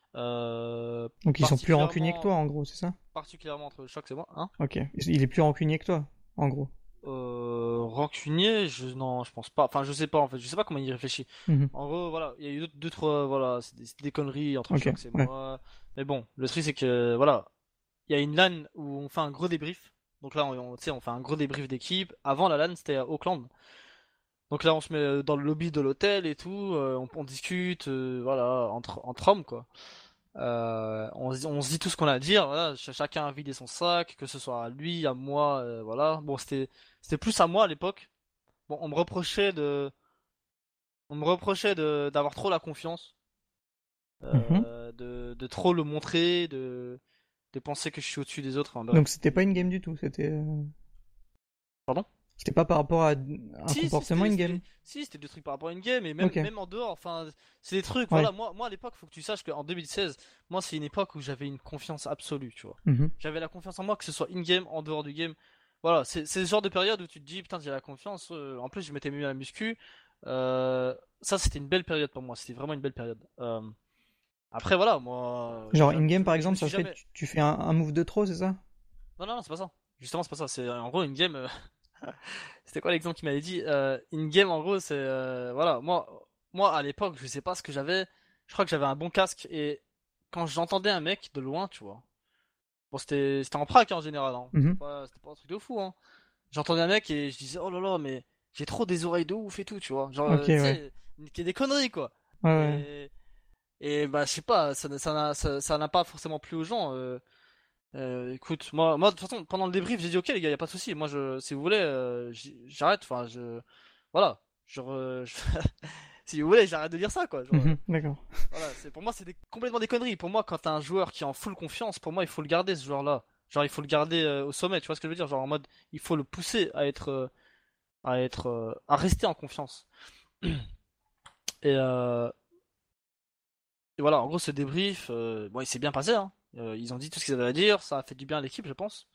Euh, Donc ils sont plus rancuniers que particulièrement, toi, en gros, c'est ça? particulièrement entre Shox et moi, hein. Ok. Il est plus rancunier que toi, en gros. Euh, rancunier, je non, je pense pas. Enfin, je sais pas en fait, je sais pas comment il y réfléchit. Mhm. En gros, voilà, il y a eu deux, deux trois, voilà, c'est des, c'est des conneries entre Ok, Shox et ouais. moi. Mais bon, le truc c'est que voilà, il y a une LAN où on fait un gros débrief. Donc là, on, on- tu sais, on fait un gros débrief d'équipe. Avant la LAN, c'était à Auckland. Donc là, on se met dans le lobby de l'hôtel et tout, euh, on, on discute, euh, voilà, entre entre hommes quoi. Euh, on, se dit- on se dit tout ce qu'on a à dire, voilà, ch- chacun a vidé son sac, que ce soit à lui, à moi, euh, voilà. Bon, c'était c'était plus à moi à l'époque. Bon, on me reprochait de on me reprochait de d'avoir trop la confiance, Mhm. euh, de de trop le montrer, de de penser que je suis au-dessus des autres. Enfin Donc bref. c'était pas une game du tout, c'était... euh, Pardon? C'était pas par rapport à un Si, si, comportement c'était in-game. c'était- si, c'était des trucs par rapport à une game, et même, Ok, même en dehors, enfin, c'est des trucs, ouais. voilà, moi, moi à l'époque, faut que tu saches qu'en deux mille seize, moi, c'est une époque où j'avais une confiance absolue, tu vois. Mhm. J'avais la confiance en moi, que ce soit in-game, en dehors du game. Voilà, c'est c'est ce genre de période où tu te dis, putain, j'ai la confiance, euh, en plus, je m'étais mis à la muscu. Euh, ça, c'était une belle période pour moi, c'était vraiment une belle période. Euh, après, voilà, moi, Genre je, in-game je par me, je me exemple, ça suis serait jamais. tu, tu fais un, un move de trop, c'est ça? Non, non, non, c'est pas ça. Justement, c'est pas ça. C'est en gros une game. euh, C'était quoi l'exemple qu'il m'avait dit? Euh, in game, en gros, c'est euh, voilà. Moi, moi, à l'époque, je sais pas ce que j'avais. Je crois que j'avais un bon casque et quand j'entendais un mec de loin, tu vois. Bon, c'était c'était en prac hein, en général. Hein. C'était Mhm. pas c'était pas un truc de fou. Hein. J'entendais un mec et je disais oh là là, mais j'ai trop des oreilles de ouf et tout, tu vois. Genre, Ok, euh, tu ouais. sais, qu'il y a des conneries quoi. Ouais, ouais. Et et bah je sais pas, ça n'a ça n'a ça, ça n'a pas forcément plu aux gens. euh, euh, écoute, moi, moi, de toute façon, pendant le débrief, j'ai dit ok les gars, y a pas de souci. Moi, je, si vous voulez, euh, j- j'arrête. Enfin, je, voilà. Je, re- je- si vous voulez, j'arrête de dire ça, quoi. Genre, euh, Mhm. D'accord. voilà, c'est pour moi, c'est des- complètement des conneries. Pour moi, quand t'as un joueur qui est en full confiance, pour moi, il faut le garder ce joueur-là. Genre, il faut le garder euh, au sommet. Tu vois ce que je veux dire? Genre en mode, il faut le pousser à être, euh, à être, euh, à rester en confiance. Et, euh, et voilà, en gros, ce débrief, euh, bon, il s'est bien passé. Hein. Euh, ils ont dit tout ce qu'ils avaient à dire. Ça a fait du bien à l'équipe, je pense.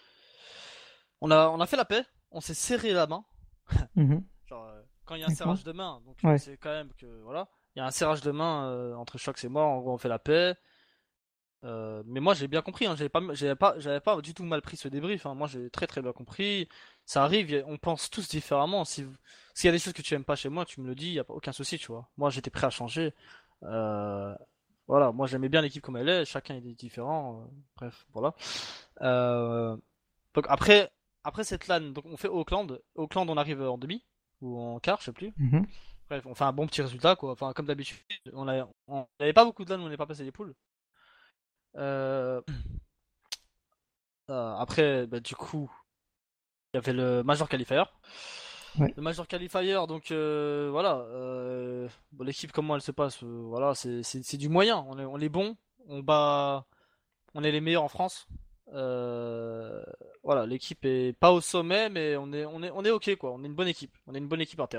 On a, on a fait la paix, on s'est serré la main. Mhm. Genre, euh, quand il y a un D'accord. serrage de main, donc euh, Ouais. c'est quand même que voilà, il y a un serrage de main euh, entre Shox et moi. En gros, on fait la paix. Euh, mais moi, j'ai bien compris. Hein, j'avais pas, j'avais pas, j'avais pas du tout mal pris ce débrief. Hein. Moi, j'ai très très bien compris. Ça arrive, y a- on pense tous différemment. Si, s'il y a des choses que tu aimes pas chez moi, tu me le dis, y a pas aucun souci, tu vois. Moi, j'étais prêt à changer. Euh, voilà, moi, j'aimais bien l'équipe comme elle est. Chacun est différent. euh, bref, voilà. Euh, donc après, après cette LAN, donc on fait Auckland. Auckland, on arrive en demi ou en quart, je sais plus. Mhm. Bref, on fait un bon petit résultat quoi. Enfin, comme d'habitude, on a, on avait pas beaucoup de LAN, où on n'est pas passé les poules. Euh, euh, après, bah, du coup, il y avait le Major Qualifier. Ouais. Le Major Qualifier, donc euh, voilà. Euh, bon, l'équipe comment elle se passe, euh, voilà, c'est c'est c'est du moyen. On est on est bon, on bat, on est les meilleurs en France. Euh, voilà, l'équipe est pas au sommet, mais on est, on est, on est ok quoi. On est une bonne équipe. On est une bonne équipe inter.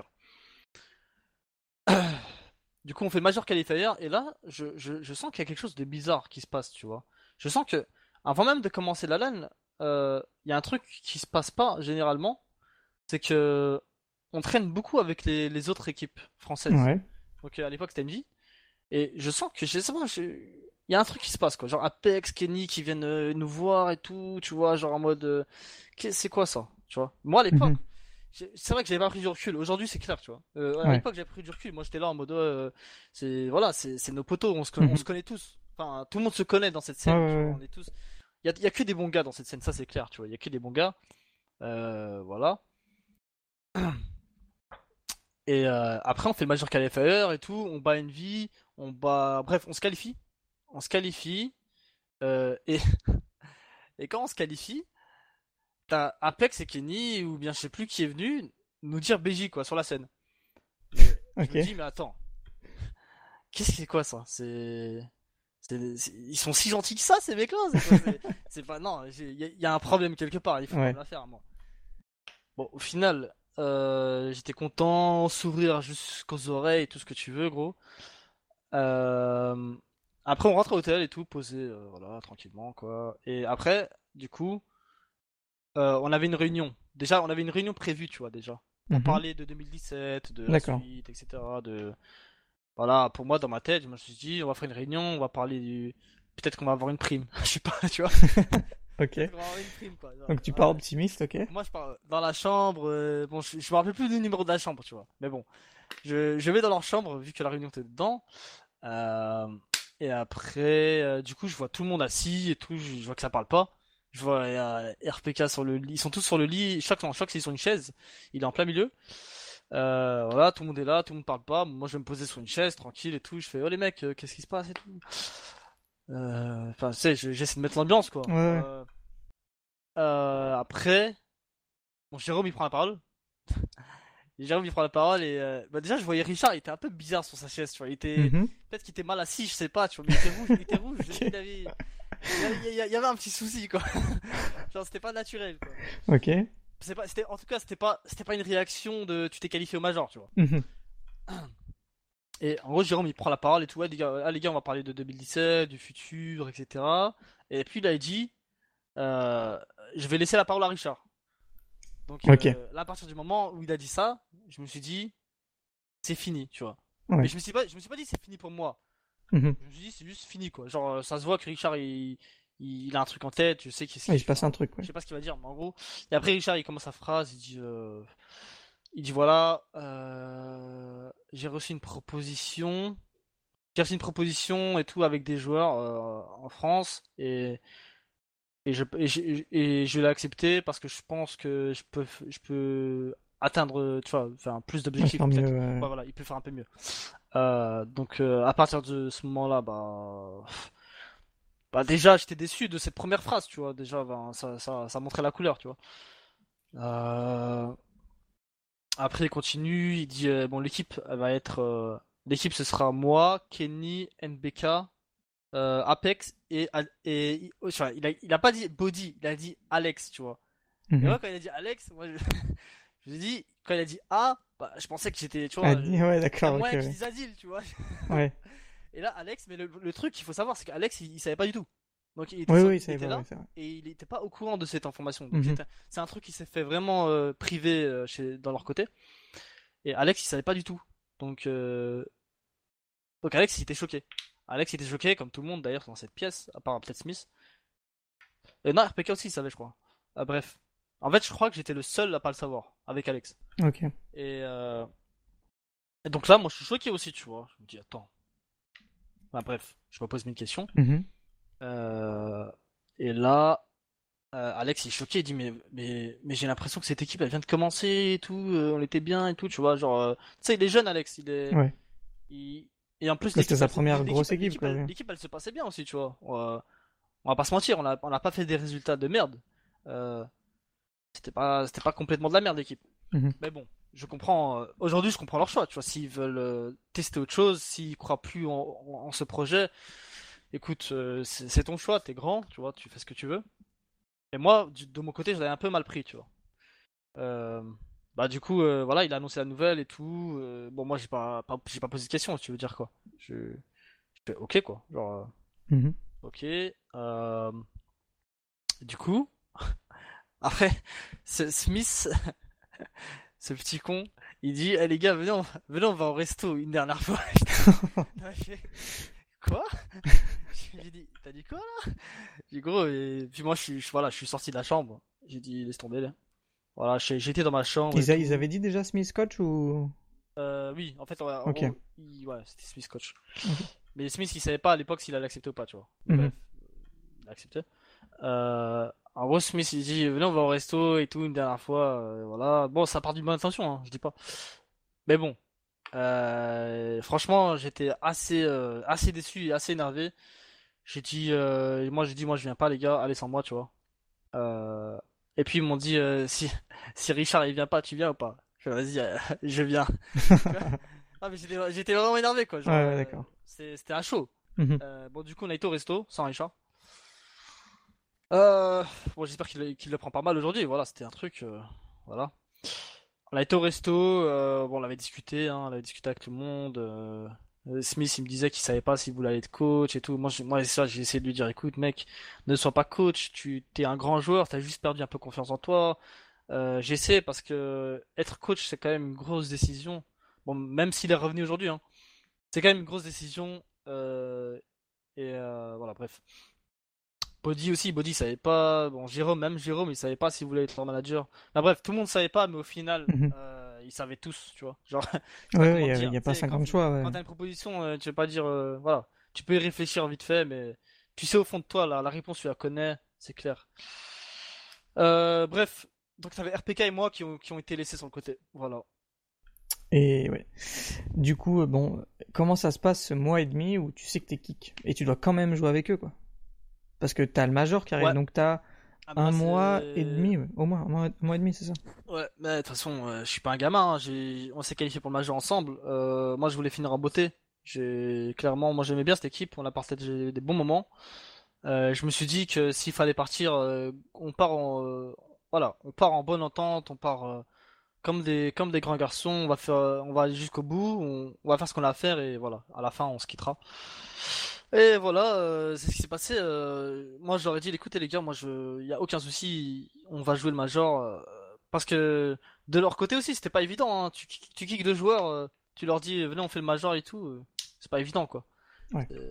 Du coup, on fait le Major Qualifier et là, je, je, je sens qu'il y a quelque chose de bizarre qui se passe, tu vois. Je sens que, avant même de commencer la LAN, euh, il y a un truc qui se passe pas généralement, c'est que on traîne beaucoup avec les, les autres équipes françaises. Ouais. Donc euh, à l'époque c'était M J et je sens que je sais pas, je- il y a un truc qui se passe quoi. Genre Apex, Kenny qui viennent euh, nous voir et tout, tu vois, genre en mode, euh, qu'est- c'est quoi ça, tu vois. Moi à l'époque, Mhm. j'ai- c'est vrai que j'avais pas pris du recul. Aujourd'hui, c'est clair, tu vois. Euh, à Ouais. l'époque, j'avais pris du recul. Moi, j'étais là en mode, euh, c'est voilà, c'est c'est nos potos. On se con- on Mhm. se connaît tous. Enfin, tout le monde se connaît dans cette Ouais, scène. Tu vois. ouais, On est tous. Il y a, il y a que des bons gars dans cette scène. Ça, c'est clair, tu vois. Il y a que des bons gars. Euh, voilà. Et euh, après, on fait le Major Qualifier et tout. On bat Envy. On bat. Bref, on se qualifie. On se qualifie. Euh, et et quand on se qualifie, t'as Apex et Kenny ou bien je sais plus qui est venu nous dire B J quoi sur la scène. Mais ouais. je me Ok. dis mais attends. Qu'est-ce que c'est quoi ça? C'est... c'est- c'est- Ils sont si gentils que ça, ces mecs-là? C'est quoi? C'est c'est pas... Non, il y, a- y a un problème quelque part, il faut pas Ouais. me la faire, moi. Bon, au final, euh, j'étais content, s'ouvrir jusqu'aux oreilles, tout ce que tu veux, gros. Euh, Après, on rentre à l'hôtel et tout, posé, euh, voilà, tranquillement, quoi. Et après, du coup, euh, on avait une réunion. Déjà, on avait une réunion prévue, tu vois, déjà. pour Mhm. parler de deux mille dix-sept, de la D'accord. suite, et cetera. De... Voilà, pour moi, dans ma tête, je me suis dit, on va faire une réunion, on va parler du... Peut-être qu'on va avoir une prime. Je sais pas, tu vois. Ok. Peut-être qu'on va avoir une prime, quoi. Genre, Donc tu ouais. pars optimiste, ok. Moi, je pars dans la chambre. euh, Bon, je, je me rappelle plus du numéro de la chambre, tu vois. Mais bon, je, je vais dans leur chambre, vu que la réunion était dedans. Euh, Et après, euh, du coup, je vois tout le monde assis et tout. Je, je vois que ça parle pas. Je vois euh, R P K sur le lit. Ils sont tous sur le lit. Chaque, non, chaque, c'est sur une chaise. Il est en plein milieu. Euh, voilà, tout le monde est là, tout le monde parle pas. Moi, je vais me poser sur une chaise, tranquille et tout. Je fais, oh les mecs, euh, qu'est-ce qui se passe et tout. Euh, Enfin, tu sais, je- j'essaie de mettre l'ambiance, quoi. Ouais, ouais. Euh, euh, après, bon, Jérôme, il prend la parole. Jérôme, il prend la parole et euh, bah déjà, je voyais Richard, il était un peu bizarre sur sa chaise, tu vois. Il était, Mhm. peut-être qu'il était mal assis, je sais pas, tu vois. Mais il était rouge, il était rouge. Ok. Il avait, il y avait, il y avait- il y avait un petit souci, quoi. Genre, c'était pas naturel, quoi. Ok. C'est pas, c'était, en tout cas, c'était pas, c'était pas une réaction de, tu t'es qualifié au major, tu vois. Mhm. Et en gros, Jérôme, il prend la parole et tout. Ouais, les gars, ah, les gars, on va parler de deux mille dix-sept, du futur, et cetera. Et puis, il a dit, euh, je vais laisser la parole à Richard. Donc, Ok. euh, là, à partir du moment où il a dit ça, je me suis dit, c'est fini, tu vois. Ouais. Mais je me suis pas, je me suis pas dit, c'est fini pour moi. Mhm. Je me suis dit, c'est juste fini, quoi. Genre, euh, ça se voit que Richard, il, il, il a un truc en tête, je sais qu'il Ouais, il se passe un truc, je ouais. sais pas ce qu'il va dire, mais en gros. Et après, Richard, il commence sa phrase, il dit, euh, il dit voilà, euh, j'ai reçu une proposition. J'ai reçu une proposition et tout avec des joueurs euh, en France et, et, je, et, je, et je l'ai accepté parce que je pense que je peux, je peux atteindre, tu vois, enfin, plus Ouais, d'objectifs. faire Peut-être. mieux. euh, Ouais, voilà, il peut faire un peu mieux. Euh, donc euh, à partir de ce moment-là, bah, bah déjà j'étais déçu de cette première phrase, tu vois. Déjà, ben, ça, ça, ça montrait la couleur, tu vois. Euh, Après, il continue, il dit euh, bon, l'équipe elle va être, euh, l'équipe ce sera moi, Kenny, N B K. euh, Apex et, et enfin, il a, il a pas dit Body, il a dit Alex, tu vois. Et mhm. moi, quand il a dit Alex, moi, je, je lui ai dit, quand il a dit A, bah, je pensais que j'étais, tu Ah, vois, di- euh, ouais, il y a d'accord, ok, moyen qu'il ouais. dise Adil, tu vois. Ouais. Et là, Alex, mais le, le truc qu'il faut savoir, c'est qu'Alex, il, il savait pas du tout. Donc, il était, Oui, sur- oui, il ça était va, là ouais, c'est vrai. et il était pas au courant de cette information. Donc, Mhm. c'était- c'est un truc qui s'est fait vraiment euh, privé euh, chez, dans leur côté. Et Alex, il savait pas du tout. Donc, euh, donc Alex, il était choqué. Alex, il était choqué, comme tout le monde d'ailleurs, dans cette pièce, à part peut-être Smith. Et non, R P K aussi, il savait, je crois. Ah, bref. En fait, je crois que j'étais le seul à pas le savoir, avec Alex. Ok. Et, euh... et donc là, moi, je suis choqué aussi, tu vois. Je me dis, attends. Bah, bref, je me pose mille questions. Mhm. Euh... Et là, euh, Alex il est choqué, il dit, mais, mais, mais j'ai l'impression que cette équipe, elle vient de commencer et tout, euh, on était bien et tout, tu vois. Genre, euh... tu sais, il est jeune, Alex. Il est. Ouais. Il... Et en plus, Bah, c'était l'équipe, sa elle, se- première l'équipe, grosse équipe, l'équipe, quoi. elle, Ouais. l'équipe, elle se passait bien aussi, tu vois. Euh, On va pas se mentir, on a, on a pas fait des résultats de merde. Euh... C'était pas, c'était pas complètement de la merde, l'équipe. Mhm. Mais bon, je comprends. euh, Aujourd'hui, je comprends leur choix. Tu vois, s'ils veulent euh, tester autre chose, s'ils croient plus en, en- en ce projet, écoute, euh, c'est c'est ton choix. T'es grand, tu vois, tu fais ce que tu veux. Et moi, du- de mon côté, je l'avais un peu mal pris, tu vois. Euh, Bah du coup, euh, voilà, il a annoncé la nouvelle et tout. euh, Bon, moi, j'ai pas, pas- j'ai pas posé de questions. Tu veux dire quoi? Je, je fais OK quoi. Genre, euh, Mhm. OK. Euh, Du coup, après, ce- Smith, ce petit con, il dit, eh les gars, venez, on, va- venez, on va au resto une dernière fois. Non, je fais, quoi? J'ai dit, t'as dit quoi là? J'ai dit, gros, et puis moi je suis, je- voilà, je suis sorti de la chambre. J'ai dit, laisse tomber là. Voilà, j'ai- j'étais dans ma chambre et Ils, a- tout. ils avaient dit déjà Smith coach ou. Euh, oui, en fait, en, en Ok. gros, il- ouais, c'était Smith coach. Ok. Mais Smith, il savait pas à l'époque s'il allait accepter ou pas, tu vois. Mais Mhm. bref, il a accepté. Euh, En gros, Smith, il dit, venez, on va au resto et tout une dernière fois. euh, voilà. Bon, ça part d'une bonne intention, hein, je dis pas. Mais bon, euh, franchement, j'étais assez, euh, assez déçu et assez énervé. J'ai dit, euh, moi j'ai dit, moi je viens pas les gars, allez sans moi, tu vois. Euh, et puis ils m'ont dit, euh, si, si Richard il vient pas, tu viens ou pas? Je fais, vas-y, euh, je viens. Ah mais j'étais, j'étais vraiment énervé quoi, genre, Ouais, ouais, euh, d'accord. c'est- c'était un show. Mhm. Euh, bon du coup on a été au resto sans Richard. Euh, bon j'espère qu'il qu'il le prend pas mal aujourd'hui, voilà, c'était un truc, euh, voilà. On a été au resto, euh, bon on avait discuté, hein, on avait discuté avec tout le monde. euh, euh, Smith il me disait qu'il savait pas s'il voulait être coach et tout. Moi, j'ai- moi ça j'ai essayé de lui dire, écoute mec, ne sois pas coach, tu t'es un grand joueur, t'as juste perdu un peu confiance en toi. Euh, j'ai essayé parce que être coach, c'est quand même une grosse décision. Bon, même s'il est revenu aujourd'hui, hein, c'est quand même une grosse décision. Euh, et euh, voilà, bref. Body aussi, Body savait pas. Bon, Jérôme, même Jérôme, il savait pas s'il voulait être leur manager. Enfin, bref, tout le monde savait pas, mais au final, Mhm. euh, ils savaient tous, tu vois. Genre, je sais pas Ouais, ouais, comment il y te a, dire. y a Tu pas sais, quand, cinquante choix, ouais. quand t'as une proposition, euh, tu veux pas dire, euh, voilà. Tu peux y réfléchir vite fait, mais tu sais au fond de toi, la, la réponse, tu la connais, c'est clair. Euh, bref, donc t'avais R P K et moi qui ont, qui ont été laissés sur le côté. Voilà. Et ouais. Du coup, euh, bon, comment ça se passe ce mois et demi où tu sais que t'es kick et tu dois quand même jouer avec eux, quoi. Parce que t'as le major qui arrive, Ouais. donc t'as Ah, mais un là, mois et c'est. demi, ouais. Au moins, un mois, un mois et demi, c'est ça. Ouais, mais de toute façon, euh, je suis pas un gamin. Hein. J'ai... On s'est qualifié pour le major ensemble. Euh, moi, je voulais finir en beauté. J'ai clairement, moi, j'aimais bien cette équipe. On a partagé des bons moments. Euh, je me suis dit que s'il fallait partir, euh, on part en, euh, voilà, on part en bonne entente. On part euh, comme des, comme des grands garçons. On va faire, on va aller jusqu'au bout. On, on va faire ce qu'on a à faire et voilà. À la fin, on se quittera. Et voilà, euh, c'est ce qui s'est passé. Euh, moi, j'aurais dit, écoutez les gars, moi, je, y a aucun souci, on va jouer le major, euh, parce que de leur côté aussi, c'était pas évident. Hein. Tu, tu kicks deux joueurs, euh, tu leur dis, venez, on fait le major et tout, euh, c'est pas évident, quoi. Ouais. Euh,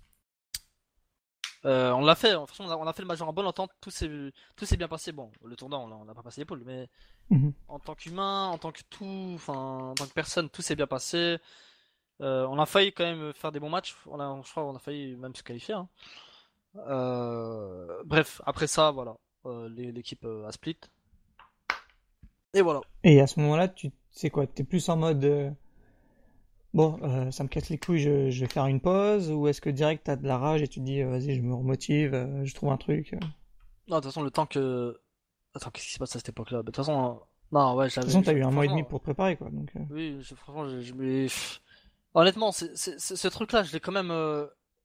euh, on l'a fait. De toute façon, on a, on a fait le major en bonne entente. Tout s'est, tout s'est bien passé. Bon, le tournoi, on l'a on n'a pas passé l'épaule, mais Mhm. en tant qu'humain, en tant que tout, enfin, en tant que personne, tout s'est bien passé. Euh, on a failli quand même faire des bons matchs. On a, je crois, on a failli même se qualifier. Hein. Euh, bref, après ça, voilà, euh, l'é- l'équipe euh, a split. Et voilà. Et à ce moment-là, tu sais quoi, t'es plus en mode, euh, bon, euh, ça me casse les couilles, je, je vais faire une pause, ou est-ce que direct t'as de la rage et tu te dis, euh, vas-y, je me remotive, euh, je trouve un truc. euh. De Non, de toute façon, le temps que. Attends, qu'est-ce qui se passe à cette époque-là? Bah, de toute façon, euh, non, ouais, toute façon, j'avais. t'as je- eu un mois et demi Franchement, pour te préparer, quoi. Donc, euh, oui, je- franchement, je, je me. pff, Honnêtement, c'est, c'est- c'est- ce truc-là, je l'ai quand même. euh,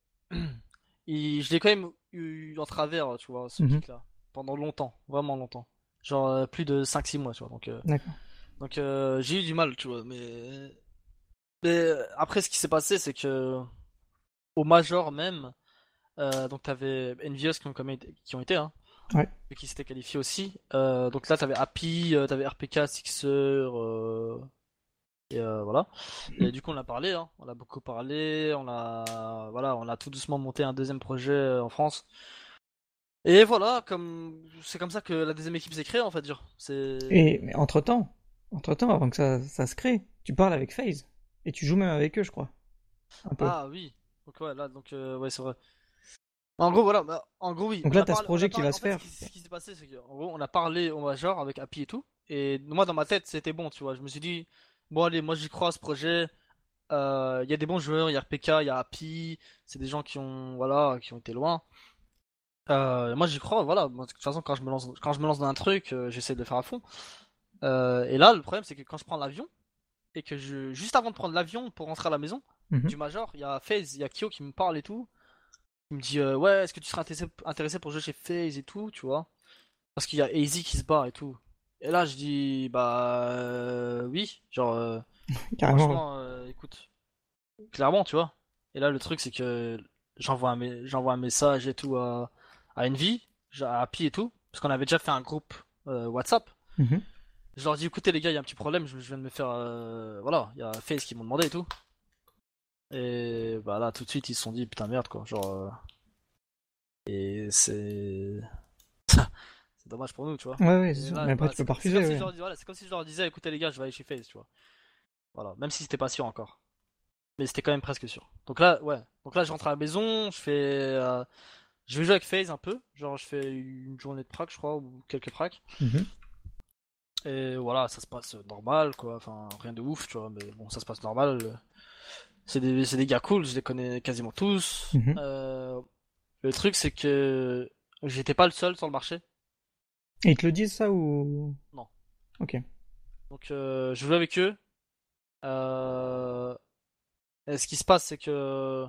il- je l'ai quand même eu en travers, tu vois, ce mhm. kick-là. Pendant longtemps, vraiment longtemps. Genre euh, plus de cinq six mois, tu vois. Donc, euh, D'accord. donc euh, j'ai eu du mal, tu vois. Mais. Mais euh, après, ce qui s'est passé, c'est que. Au Major même. Euh, donc t'avais Envious qui ont, quand même été- qui ont été, hein, Ouais. et qui s'étaient qualifiés aussi. Euh, donc là t'avais Happy, euh, t'avais R P K, Sixer, euh, et euh, voilà. Et du coup on a parlé, hein, on a beaucoup parlé, on a, voilà, on a tout doucement monté un deuxième projet euh, en France. Et voilà, comme c'est comme ça que la deuxième équipe s'est créée, en fait, genre. C'est Et, mais entre-temps, entre-temps, avant que ça, ça se crée, tu parles avec FaZe. Et tu joues même avec eux, je crois. Un peu. ah oui, donc ouais là donc euh, ouais c'est vrai. En gros, voilà, bah, en gros, oui, Donc on là, a t'as ce parlé, on a projet qui parlé, va en se fait, ce faire. qui, ce qui s'est passé, c'est qu'en gros, on a parlé au Major avec Happy et tout, et moi, dans ma tête, c'était bon, tu vois, je me suis dit, bon, allez, moi, j'y crois à ce projet, euh, il y a des bons joueurs, il y a R P K, il y a Happy, c'est des gens qui ont, voilà, qui ont été loin, euh, moi, j'y crois, voilà, moi, de toute façon, quand je me lance, quand je me lance dans un truc, euh, j'essaie de le faire à fond, euh, et là, le problème, c'est que quand je prends l'avion, et que je, juste avant de prendre l'avion pour rentrer à la maison, Mhm. du Major, il y a FaZe, il y a Kyo qui me parle et tout, il me dit euh, ouais, est-ce que tu serais intéressé, intéressé pour jouer chez FaZe et tout, tu vois? Parce qu'il y a Easy qui se bat et tout. Et là, je dis bah euh, oui, genre euh, Carrément, ouais. franchement, euh, écoute, clairement, tu vois. Et là, le truc c'est que j'envoie un, me- j'envoie un message et tout à, à Envy, à Happy et tout, parce qu'on avait déjà fait un groupe euh, WhatsApp. Mhm. Je leur dis écoutez les gars, il y a un petit problème, je, je viens de me faire, euh, voilà, il y a FaZe qui m'ont demandé et tout. Et bah là, tout de suite, ils se sont dit putain merde quoi, genre. euh, Et c'est c'est dommage pour nous, tu vois. Ouais, ouais, c'est Et sûr. là, Mais après, bah, tu peux c'est pas comme, c'est refuser, comme si je ouais. leur dis, voilà, c'est comme si je leur disais, écoutez les gars, je vais aller chez FaZe, tu vois. Voilà, même si c'était pas sûr encore. Mais c'était quand même presque sûr. Donc là, ouais. Donc là, je rentre à la maison, je fais, euh, je vais jouer avec FaZe un peu. Genre, je fais une journée de prac, je crois, ou quelques pracs. Mhm. Et voilà, ça se passe normal, quoi. Enfin, rien de ouf, tu vois. Mais bon, ça se passe normal. C'est des, c'est des gars cool, je les connais quasiment tous. Mhm. Euh, le truc, c'est que j'étais pas le seul sur le marché. Et ils te le disent, ça, ou... Non. Ok. Donc, euh, je joue avec eux. Euh, et ce qui se passe, c'est que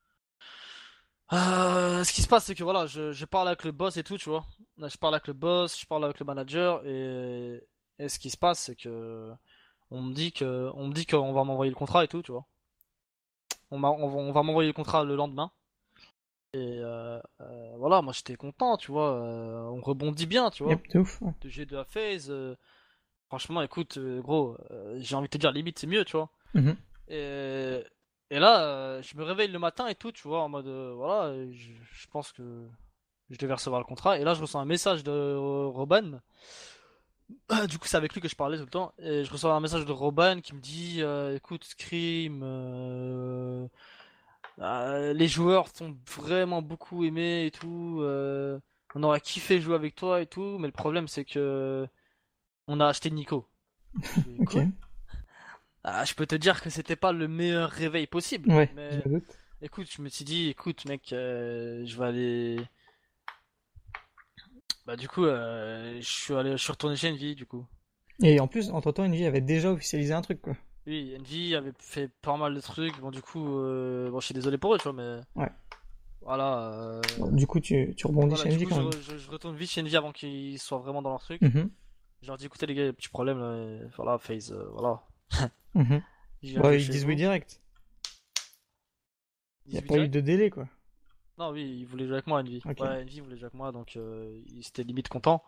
Euh, ce qui se passe, c'est que voilà, je, je parle avec le boss et tout, tu vois. Là, je parle avec le boss, je parle avec le manager et, et ce qui se passe, c'est que on me dit que on me dit qu'on va m'envoyer le contrat et tout, tu vois. On m'a, on va, on va m'envoyer le contrat le lendemain. Et euh, euh, voilà, moi j'étais content, tu vois. euh, on rebondit bien, tu vois. Yep, de ouf. Ouais. De G deux à FaZe, euh, franchement, écoute, euh, gros, euh, j'ai envie de te dire, limite, c'est mieux, tu vois. Mhm. Et, et là, euh, je me réveille le matin et tout, tu vois, en mode, euh, voilà, euh, je, je pense que je devais recevoir le contrat. Et là, je reçois un message de euh, Robin. Ah, du coup, c'est avec lui que je parlais tout le temps. Et je reçois un message de Robin qui me dit, euh, écoute, Scream, euh, euh, les joueurs t'ont vraiment beaucoup aimé et tout. euh, on aurait kiffé jouer avec toi et tout. Mais le problème, c'est que on a acheté Nico. Je fais, Ok. quoi? Ah, je peux te dire que c'était pas le meilleur réveil possible. Ouais, je Mais me doute. écoute, je me suis dit, écoute, mec, euh, je vais aller. Bah, du coup, euh, je suis allé, je suis retourné chez Envy, du coup. Et en plus, entre-temps, Envy avait déjà officialisé un truc, quoi. Oui, Envy avait fait pas mal de trucs. Bon, du coup, euh, bon, je suis désolé pour eux, tu vois, mais Ouais. voilà. euh, Bon, du coup, tu, tu rebondis Voilà, chez du Envy coup, quand je, même. re- je- je retourne vite chez Envy avant qu'ils soient vraiment dans leur truc. Mhm. Je leur dis, écoutez, les gars, il y a des petits problèmes, là, et voilà, FaZe, euh, voilà. Mhm. Je viens Bah, jouer ils chez disent oui vous. direct. Il n'y a dix-huit pas eu direct? de délai, quoi. Non, oui, ils voulaient jouer avec moi, Envy. Ok. Ouais, Envy voulait jouer avec moi, donc euh, ils étaient limite contents.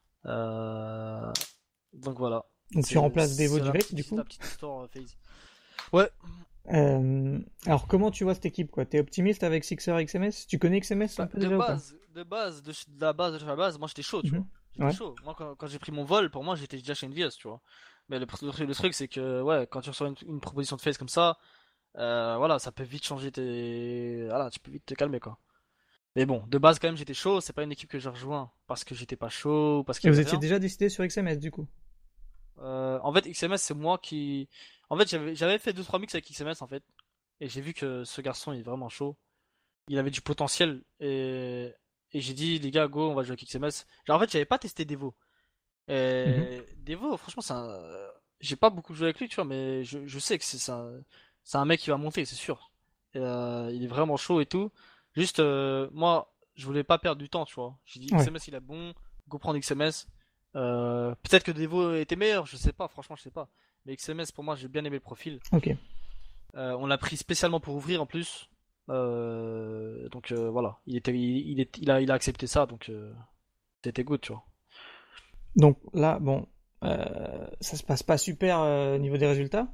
Euh, Donc voilà. Donc tu C'est remplaces Devo c'est la direct, petite, du c'est coup. la petite histoire euh, FaZe. Ouais. Euh, alors, comment tu vois cette équipe, quoi? T'es optimiste avec Sixer X M S? Tu connais X M S un Bah, peu de déjà ou pas? base, de base, de, ch- de la base, de la base, moi j'étais chaud, tu Mhm. vois. J'étais Ouais. chaud. Moi, quand, quand j'ai pris mon vol, pour moi, j'étais déjà chez Envious, tu vois. Mais le, le truc, le truc, c'est que, ouais, quand tu reçois une, une proposition de FaZe comme ça, euh, voilà, ça peut vite changer tes. Voilà, tu peux vite te calmer, quoi. Mais bon, de base, quand même, j'étais chaud. C'est pas une équipe que j'ai rejoint parce que j'étais pas chaud, parce Et qu'il y vous avait étiez rien. déjà décidé sur X M S, du coup? Euh, en fait, X M S, c'est moi qui. En fait, j'avais j'avais fait deux trois mix avec X M S, en fait. Et j'ai vu que ce garçon, il est vraiment chaud. Il avait du potentiel. Et, et j'ai dit, les gars, go, on va jouer avec X M S. Genre, en fait, j'avais pas testé Devo. Mhm. Et Devo, franchement, c'est un. J'ai pas beaucoup joué avec lui, tu vois, mais je, je sais que c'est c'est un... c'est un mec qui va monter, c'est sûr. Et, euh, il est vraiment chaud et tout. Juste, euh, moi, je voulais pas perdre du temps, tu vois. J'ai dit Ouais. X M S, il est bon, go prendre X M S. Euh, peut-être que Devo était meilleur, je sais pas, franchement, je sais pas. Mais X M S, pour moi, j'ai bien aimé le profil. Ok. Euh, on l'a pris spécialement pour ouvrir en plus. Euh, donc euh, voilà, il était, il, il est, il a, il a accepté ça, donc euh, c'était good, tu vois. Donc là, bon, euh, ça se passe pas super euh, au niveau des résultats.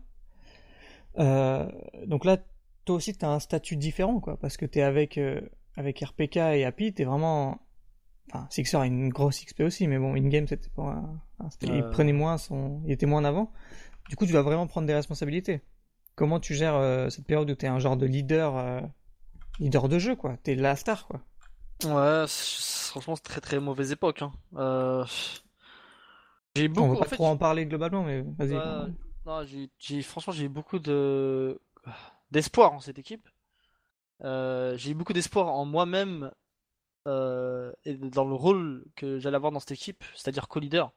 Euh, donc là, toi aussi, t'as un statut différent, quoi, parce que t'es avec, euh, avec R P K et Happy, t'es vraiment. Enfin, Sixer a une grosse X P aussi, mais bon, in-game, c'était pas. un- enfin, c'était- il Euh, prenait moins son. Il était moins en avant. Du coup, tu dois vraiment prendre des responsabilités. Comment tu gères euh, cette période où t'es un genre de leader, euh, leader de jeu, quoi? T'es la star, quoi. Ouais, c'est- franchement, c'est très très mauvaise époque. Hein. Euh, j'ai On va beaucoup, en pas fait, trop en j'ai- parler globalement, mais vas-y. euh, Enfin, non, j'ai, j'ai- franchement, j'ai eu beaucoup de d'espoir en cette équipe. Euh, j'ai eu beaucoup d'espoir en moi-même euh, et dans le rôle que j'allais avoir dans cette équipe, c'est-à-dire co-leader.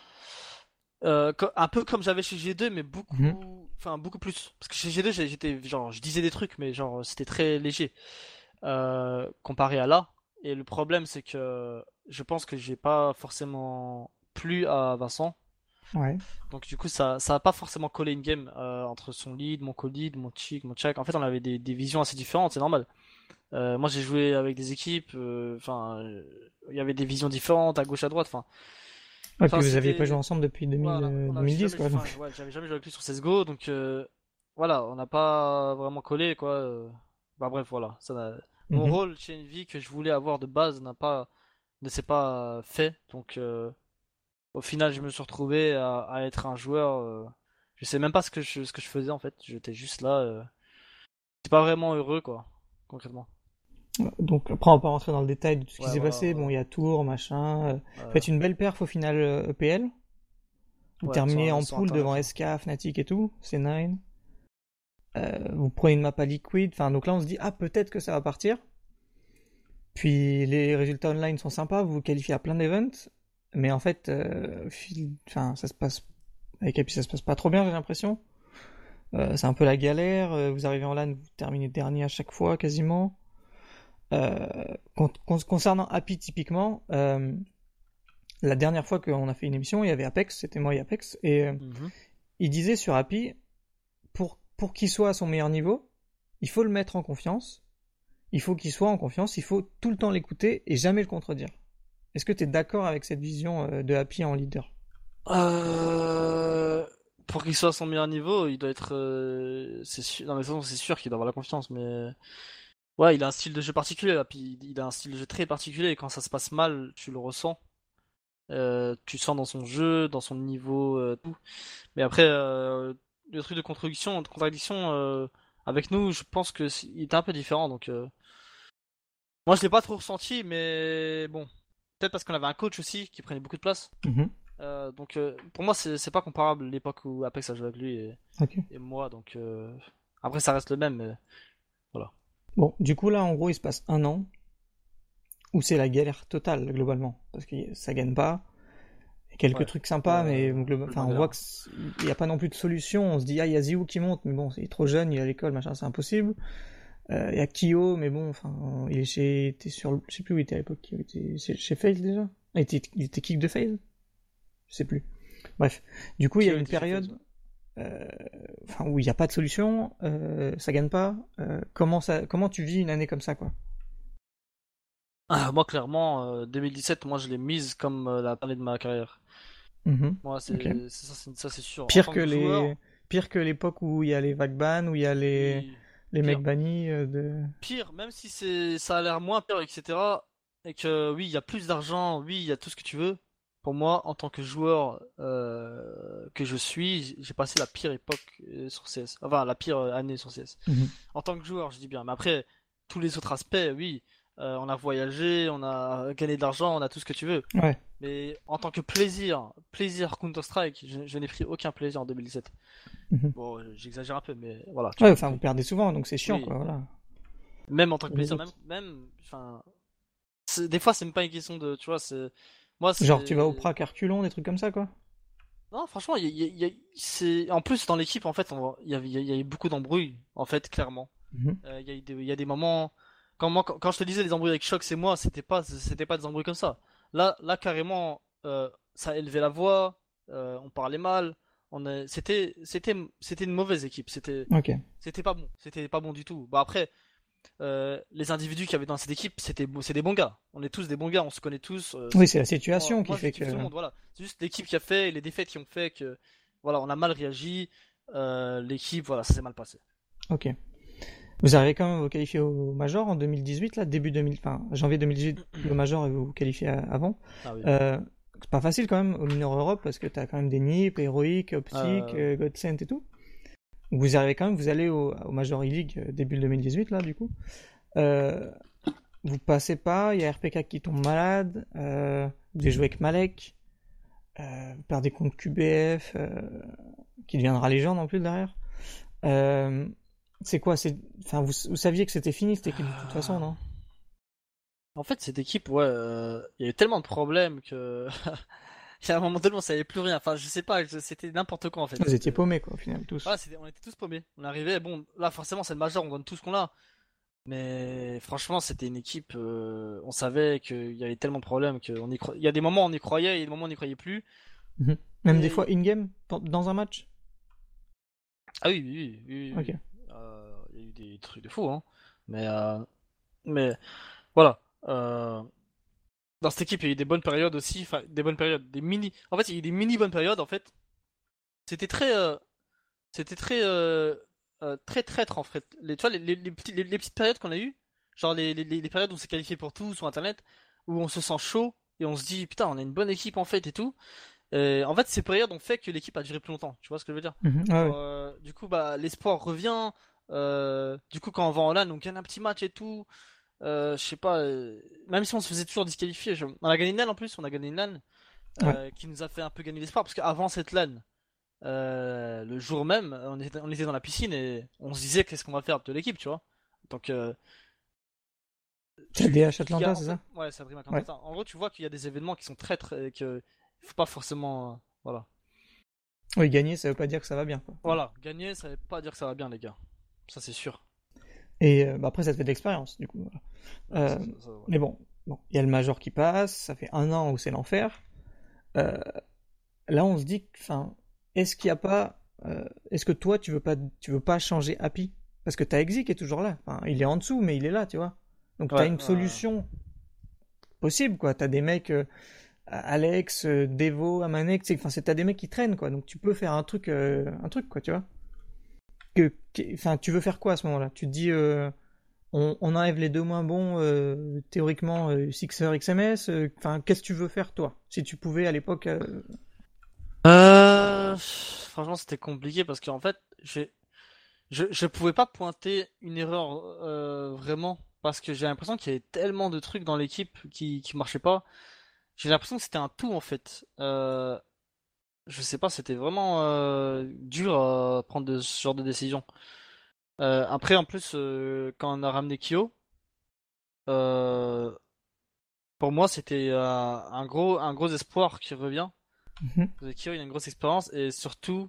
Euh, co- un peu comme j'avais chez G deux, mais mhm. beaucoup, enfin beaucoup plus. Parce que chez G deux, j'ai- j'étais genre, je disais des trucs, mais genre c'était très léger euh, comparé à là. Et le problème, c'est que je pense que j'ai pas forcément plu à Vincent. Ouais. Donc du coup, ça, ça a pas forcément collé une game euh, entre son lead, mon co-lead, mon chick, mon check. En fait, on avait des, des visions assez différentes, c'est normal. Euh, moi, j'ai joué avec des équipes, euh, enfin, euh, il y avait des visions différentes à gauche, à droite. Enfin, Ouais, enfin, puis vous aviez pas joué c'était, ensemble depuis deux mille, voilà, euh, on a, j'ai deux mille dix, jamais, quoi. enfin, Donc. ouais, j'avais jamais joué avec lui sur C S G O, donc euh, voilà, on n'a pas vraiment collé, quoi. euh. Bah bref, voilà, ça n'a- mon Mhm. rôle chez Envy que je voulais avoir de base n'a pas, ne s'est pas fait, donc euh, au final, je me suis retrouvé à, à être un joueur. euh, Je sais même pas ce que je, ce que je faisais en fait. J'étais juste là. Euh... J'étais pas vraiment heureux, quoi, concrètement. Donc après, on va pas rentrer dans le détail de tout ce qui Ouais, s'est voilà, passé. Bon, voilà. il y a Tours, machin. euh, Euh, Faites une belle perf au final euh, E P L. Vous Ouais, terminez sur, en sur poule devant internet. S K, Fnatic et tout. C neuf. Euh, vous prenez une map à Liquid. Enfin, donc là, on se dit, ah, peut-être que ça va partir. Puis les résultats online sont sympas. Vous vous qualifiez à plein d'events. Mais en fait, euh, fil- enfin, ça se passe. Avec Happy, ça se passe pas trop bien, j'ai l'impression. Euh, c'est un peu la galère. euh, Vous arrivez en LAN, vous terminez dernier à chaque fois, quasiment. Euh, con- con- concernant Happy, typiquement, euh, la dernière fois qu'on a fait une émission, il y avait Apex, c'était moi et Apex, et euh, Mhm. il disait sur Happy, pour, pour qu'il soit à son meilleur niveau, il faut le mettre en confiance, il faut qu'il soit en confiance, il faut tout le temps l'écouter et jamais le contredire. Est-ce que tu es d'accord avec cette vision euh, de Happy en leader? Euh... Pour qu'il soit à son meilleur niveau, il doit être. Euh... C'est sûr... Non, mais de toute façon, c'est sûr qu'il doit avoir la confiance, mais. Ouais, il a un style de jeu particulier, là, puis il a un style de jeu très particulier, et quand ça se passe mal, tu le ressens. Euh, tu sens dans son jeu, dans son niveau, euh, tout. Mais après, euh, le truc de contradiction, de contradiction euh, avec nous, je pense que c'est- il était un peu différent, donc. Euh... Moi, je l'ai pas trop ressenti, mais bon. Peut-être parce qu'on avait un coach aussi qui prenait beaucoup de place. Mhm. Euh, donc, euh, pour moi, c'est c'est pas comparable l'époque où Apex a joué avec lui et, Ok. et moi, donc. Euh... Après, ça reste le même, mais voilà. Bon, du coup là, en gros, il se passe un an où c'est la galère totale globalement, parce que ça gagne pas. Il y a quelques Ouais. trucs sympas, Euh, mais globa- le enfin, on galère. voit qu'il n'y a pas non plus de solution. On se dit, ah, il y a Ziou qui monte, mais bon, il est trop jeune, il est à l'école, machin, c'est impossible. Euh, Il y a Kyo, mais bon, enfin, il est chez, il était sur, le- je sais plus où il était à l'époque, il était chez, chez FaZe déjà. Il était, il était kick de FaZe, je sais plus. Bref, du coup, il y a Kyo une était chez période, euh, enfin, où il n'y a pas de solution, euh, ça gagne pas. Euh, comment ça, comment tu vis une année comme ça, quoi? Ah, moi, clairement, euh, deux mille dix-sept, moi, je l'ai mise comme euh, la année de ma carrière. Mhm. Moi, c'est Ok. c'est ça, c'est ça, c'est sûr. En Pire tant que que joueur, les, pire que l'époque où il y a les vagues ban, où il y a les, oui, les pire. mecs bannis euh, de. Pire, même si c'est, ça a l'air moins pire, et cetera. Et que oui, il y a plus d'argent, oui, il y a tout ce que tu veux. Pour moi, en tant que joueur euh, que je suis, j'ai passé la pire époque euh, sur C S. Enfin, la pire euh, année sur C S. Mhm. En tant que joueur, je dis bien. Mais après, tous les autres aspects, oui. Euh, on a voyagé, on a gagné de l'argent, on a tout ce que tu veux. Ouais. Mais en tant que plaisir, plaisir Counter-Strike, je, je n'ai pris aucun plaisir en deux mille dix-sept. Mhm. Bon, euh, j'exagère un peu, mais voilà. tu Ouais, vois. enfin, vous perdez souvent, donc c'est chiant, Oui. quoi, voilà. Même en tant que Pour les plaisir, même, autres. même, enfin, c'est- des fois, c'est même pas une question de, tu vois, c'est, moi, c'est, Genre, tu vas au Prac Arculon, des trucs comme ça, quoi. non, franchement, il y a, il y a- il y a- c'est, en plus, dans l'équipe, en fait, on- il y avait, il y a il y a eu beaucoup d'embrouilles, en fait, clairement. Mhm. Euh, Il y a eu des, il y a des moments, quand moi, quand, quand je te disais les embrouilles avec Shox et moi, c'était pas, c'était pas des embrouilles comme ça. Là, là, carrément, euh, ça a élevé la voix, euh, on parlait mal, on a, c'était, c'était, c'était une mauvaise équipe, c'était, Ok. c'était pas bon, c'était pas bon du tout. Bah après, euh, les individus qu'il y avait dans cette équipe, c'était, bo- c'est des bons gars. On est tous des bons gars, on se connaît tous. euh, Oui, c'est- c'est la situation moi, qui moi, je fait kiffe que. tout le monde, voilà. C'est juste l'équipe qui a fait, et les défaites qui ont fait que, voilà, on a mal réagi. euh, l'équipe, voilà, ça s'est mal passé. Ok. Vous arrivez quand même à vous qualifier au Major en deux mille dix-huit, là, début deux mille, enfin, janvier deux mille dix-huit, le Major, et vous vous qualifiez à- avant. Ah oui. Euh, c'est pas facile quand même au mineur Europe parce que t'as quand même des N I P, Heroic, Optic, Euh. euh, Godsend et tout. Vous arrivez quand même, vous allez au, au Major E-League euh, début deux mille dix-huit, là, du coup. Euh, vous passez pas, il y a R P K qui tombe malade, euh, vous devez jouer avec Malek, euh, vous perdez contre Q B F, euh, qui deviendra légende en plus derrière. Euh, c'est quoi c'est... Enfin, vous, vous saviez que c'était fini cette équipe de toute façon, non? En fait, cette équipe, ouais, euh, il y a eu tellement de problèmes que. Il y a un moment donné, on savait plus rien. Enfin, je sais pas, je- c'était n'importe quoi en fait. Vous étiez C'était- paumés, quoi, au final, tous. Ouais, c'était- on était tous paumés. On arrivait, bon, là, forcément, c'est le major, on donne tout ce qu'on a. Mais franchement, c'était une équipe. euh, on savait qu'il y avait tellement de problèmes qu'on y cro- il y a des moments où on y croyait, il y a des moments où on n'y croyait plus. Mhm. Même Et- des fois in-game, pen- dans un match? Ah oui, oui, oui, oui, oui, Ok. oui. Euh, il y a eu des trucs de fou, hein. Mais, euh, mais voilà. Euh, dans cette équipe, il y a eu des bonnes périodes aussi. Enfin, des bonnes périodes, des mini. En fait, il y a eu des mini bonnes périodes. En fait, c'était très, euh, c'était très, euh, euh, très traître en fait. Les, tu vois, les, les, les petits- les- les petites périodes qu'on a eues, genre les, les, les périodes où on s'est qualifié pour tout sur Internet, où on se sent chaud et on se dit putain, on a une bonne équipe en fait et tout. Et en fait, ces périodes ont fait que l'équipe a duré plus longtemps. Tu vois ce que je veux dire? Mhm. Ouais, Genre, ouais. euh, du coup, bah, l'espoir revient. Euh, du coup, quand on va en LAN, on gagne un petit match et tout. Euh, je sais pas, euh, même si on se faisait toujours disqualifier, je- on a gagné une LAN en plus, on a gagné une LAN euh, qui nous a fait un peu gagner l'espoir parce qu'avant cette LAN, euh, le jour même, on était, on était dans la piscine et on se disait qu'est-ce qu'on va faire de l'équipe, tu vois. Donc, euh, C'est tu- D H il y a- Atlanta, en c'est fait- ça? Ouais, c'est Dream Atlanta. En gros, tu vois qu'il y a des événements qui sont très très. Que il faut pas forcément. euh, voilà. Oui, gagner, ça veut pas dire que ça va bien, quoi. Voilà, gagner, ça veut pas dire que ça va bien, les gars. Ça, c'est sûr. Et euh, bah, après, ça te fait de l'expérience, du coup. Voilà. Ouais, Euh, ça- ça- ça, ouais. Mais bon, bon, il y a le Major qui passe, ça fait un an où c'est l'enfer. Euh, là, on se dit, que, enfin, est-ce qu'il y a pas, euh, est-ce que toi, tu veux pas, tu veux pas changer Happy? Parce que t'as Exi qui est toujours là. Enfin, il est en dessous, mais il est là, tu vois. Donc Ouais, t'as une ouais. solution possible, quoi. T'as des mecs, euh, Alex, euh, Devo, Amanek, c'est, enfin, c'est, t'as des mecs qui traînent, quoi. Donc tu peux faire un truc, euh, un truc, quoi, tu vois. Que, que- enfin, tu veux faire quoi à ce moment-là? Tu te dis, euh, on, on enlève les deux moins bons, euh, théoriquement, euh, Sixer, X M S. euh, Enfin, qu'est-ce que tu veux faire, toi? Si tu pouvais, à l'époque, euh, Euh, franchement, c'était compliqué parce qu'en fait, j'ai, je, je pouvais pas pointer une erreur euh, vraiment parce que j'ai l'impression qu'il y avait tellement de trucs dans l'équipe qui qui marchaient pas. J'ai l'impression que c'était un tout en fait. Euh, je sais pas, c'était vraiment euh, dur à prendre de, ce genre de décision. Euh, après, en plus, euh, quand on a ramené Kyo, euh, pour moi, c'était euh, un gros un gros espoir qui revient. mhm. Parce que Kyo, il a une grosse expérience et surtout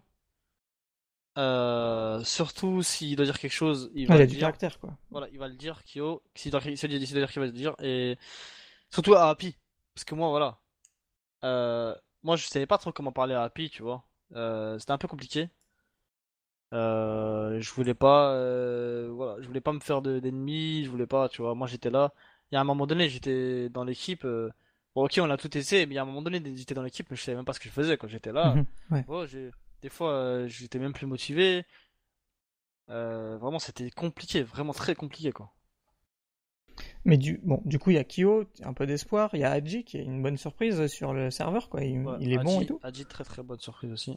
euh, surtout s'il doit dire quelque chose, il Ouais, va il a le du dire. caractère, quoi. Voilà, il va le dire, Kyo. S'il doit, s'il doit dire qu'il va le dire. Et surtout à Happy. Parce que moi, voilà. Euh, moi, je savais pas trop comment parler à Happy, tu vois. Euh, c'était un peu compliqué. Euh, je voulais pas, euh, voilà, je voulais pas me faire de- d'ennemis, je voulais pas, tu vois. Moi, j'étais là. Il y a un moment donné, j'étais dans l'équipe. euh, Bon, ok, on a tout essayé, mais il y a un moment donné, j'étais dans l'équipe, mais je savais même pas ce que je faisais quand j'étais là. Mhm. Ouais. Bon, j'ai, des fois, euh, j'étais même plus motivé. Euh, vraiment, c'était compliqué, vraiment très compliqué, quoi. Mais du, bon, du coup, il y a Kyo, un peu d'espoir. Il y a Hadji qui est une bonne surprise sur le serveur, quoi. Il, Ouais, il est bon et Hadji, tout. Hadji, très très bonne surprise aussi.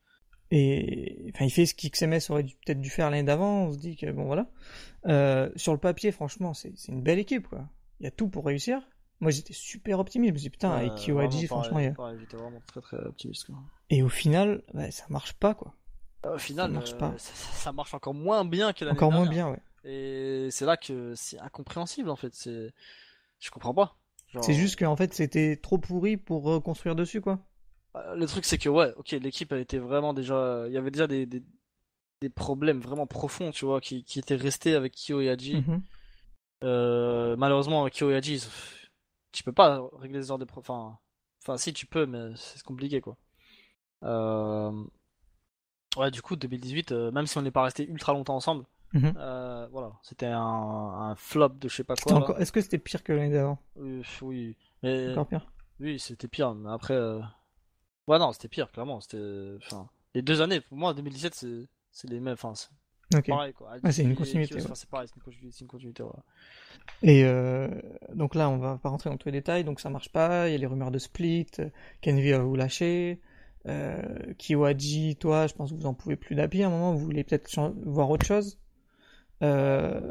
Et enfin, il fait ce qu'X M S aurait dû- peut-être dû faire l'année d'avant. On se dit que bon, voilà. Euh, sur le papier, franchement, c'est c'est une belle équipe, quoi. Il y a tout pour réussir. Moi, j'étais super optimiste. Je me suis dit, putain, avec Euh, Kyo vraiment Hadji, franchement, pareil, il y a... pareil, j'étais vraiment très très optimiste, quoi. Et au final, bah, ça marche pas, quoi. Au Ça final, marche pas. euh, ça, ça marche encore moins bien que l'année Encore moins dernière. bien, ouais. Et c'est là que c'est incompréhensible en fait. C'est, je comprends pas. C'est Genre, juste qu'en fait, c'était trop pourri pour reconstruire dessus, quoi. euh, le truc c'est que ouais, ok, l'équipe a été vraiment déjà, il y avait déjà des, des, des problèmes vraiment profonds, tu vois, qui, qui étaient restés avec Kyo et Haji. Mhm. Euh, malheureusement, avec Kyo et Haji, pff, tu peux pas régler ce genre de pro... Enfin, enfin, si tu peux, mais c'est compliqué quoi. Euh... Ouais, du coup, deux mille dix-huit, euh, même si on n'est pas resté ultra longtemps ensemble, Mhm. euh, voilà, c'était un, un flop de je sais pas C'était quoi là. encore... Est-ce que c'était pire que l'année d'avant? Oui, oui, mais Encore pire? oui, c'était pire. Mais après, euh... ouais, non, c'était pire, clairement. C'était, enfin, les deux années, pour moi, deux mille dix-sept, c'est, c'est les mêmes. Enfin, c'est Ok. pareil, quoi. Ah, c'est une Haji et Kyo, continuité, c'est ouais. enfin, c'est pareil, c'est une continuité, c'est une continuité, voilà. Et euh, donc là, on va pas rentrer dans tous les détails, donc ça marche pas, il y a les rumeurs de split, euh, Kenvi va vous lâcher, euh, Kiyohaji, toi, je pense que vous en pouvez plus d'Api à un moment, vous voulez peut-être chan- voir autre chose. Euh,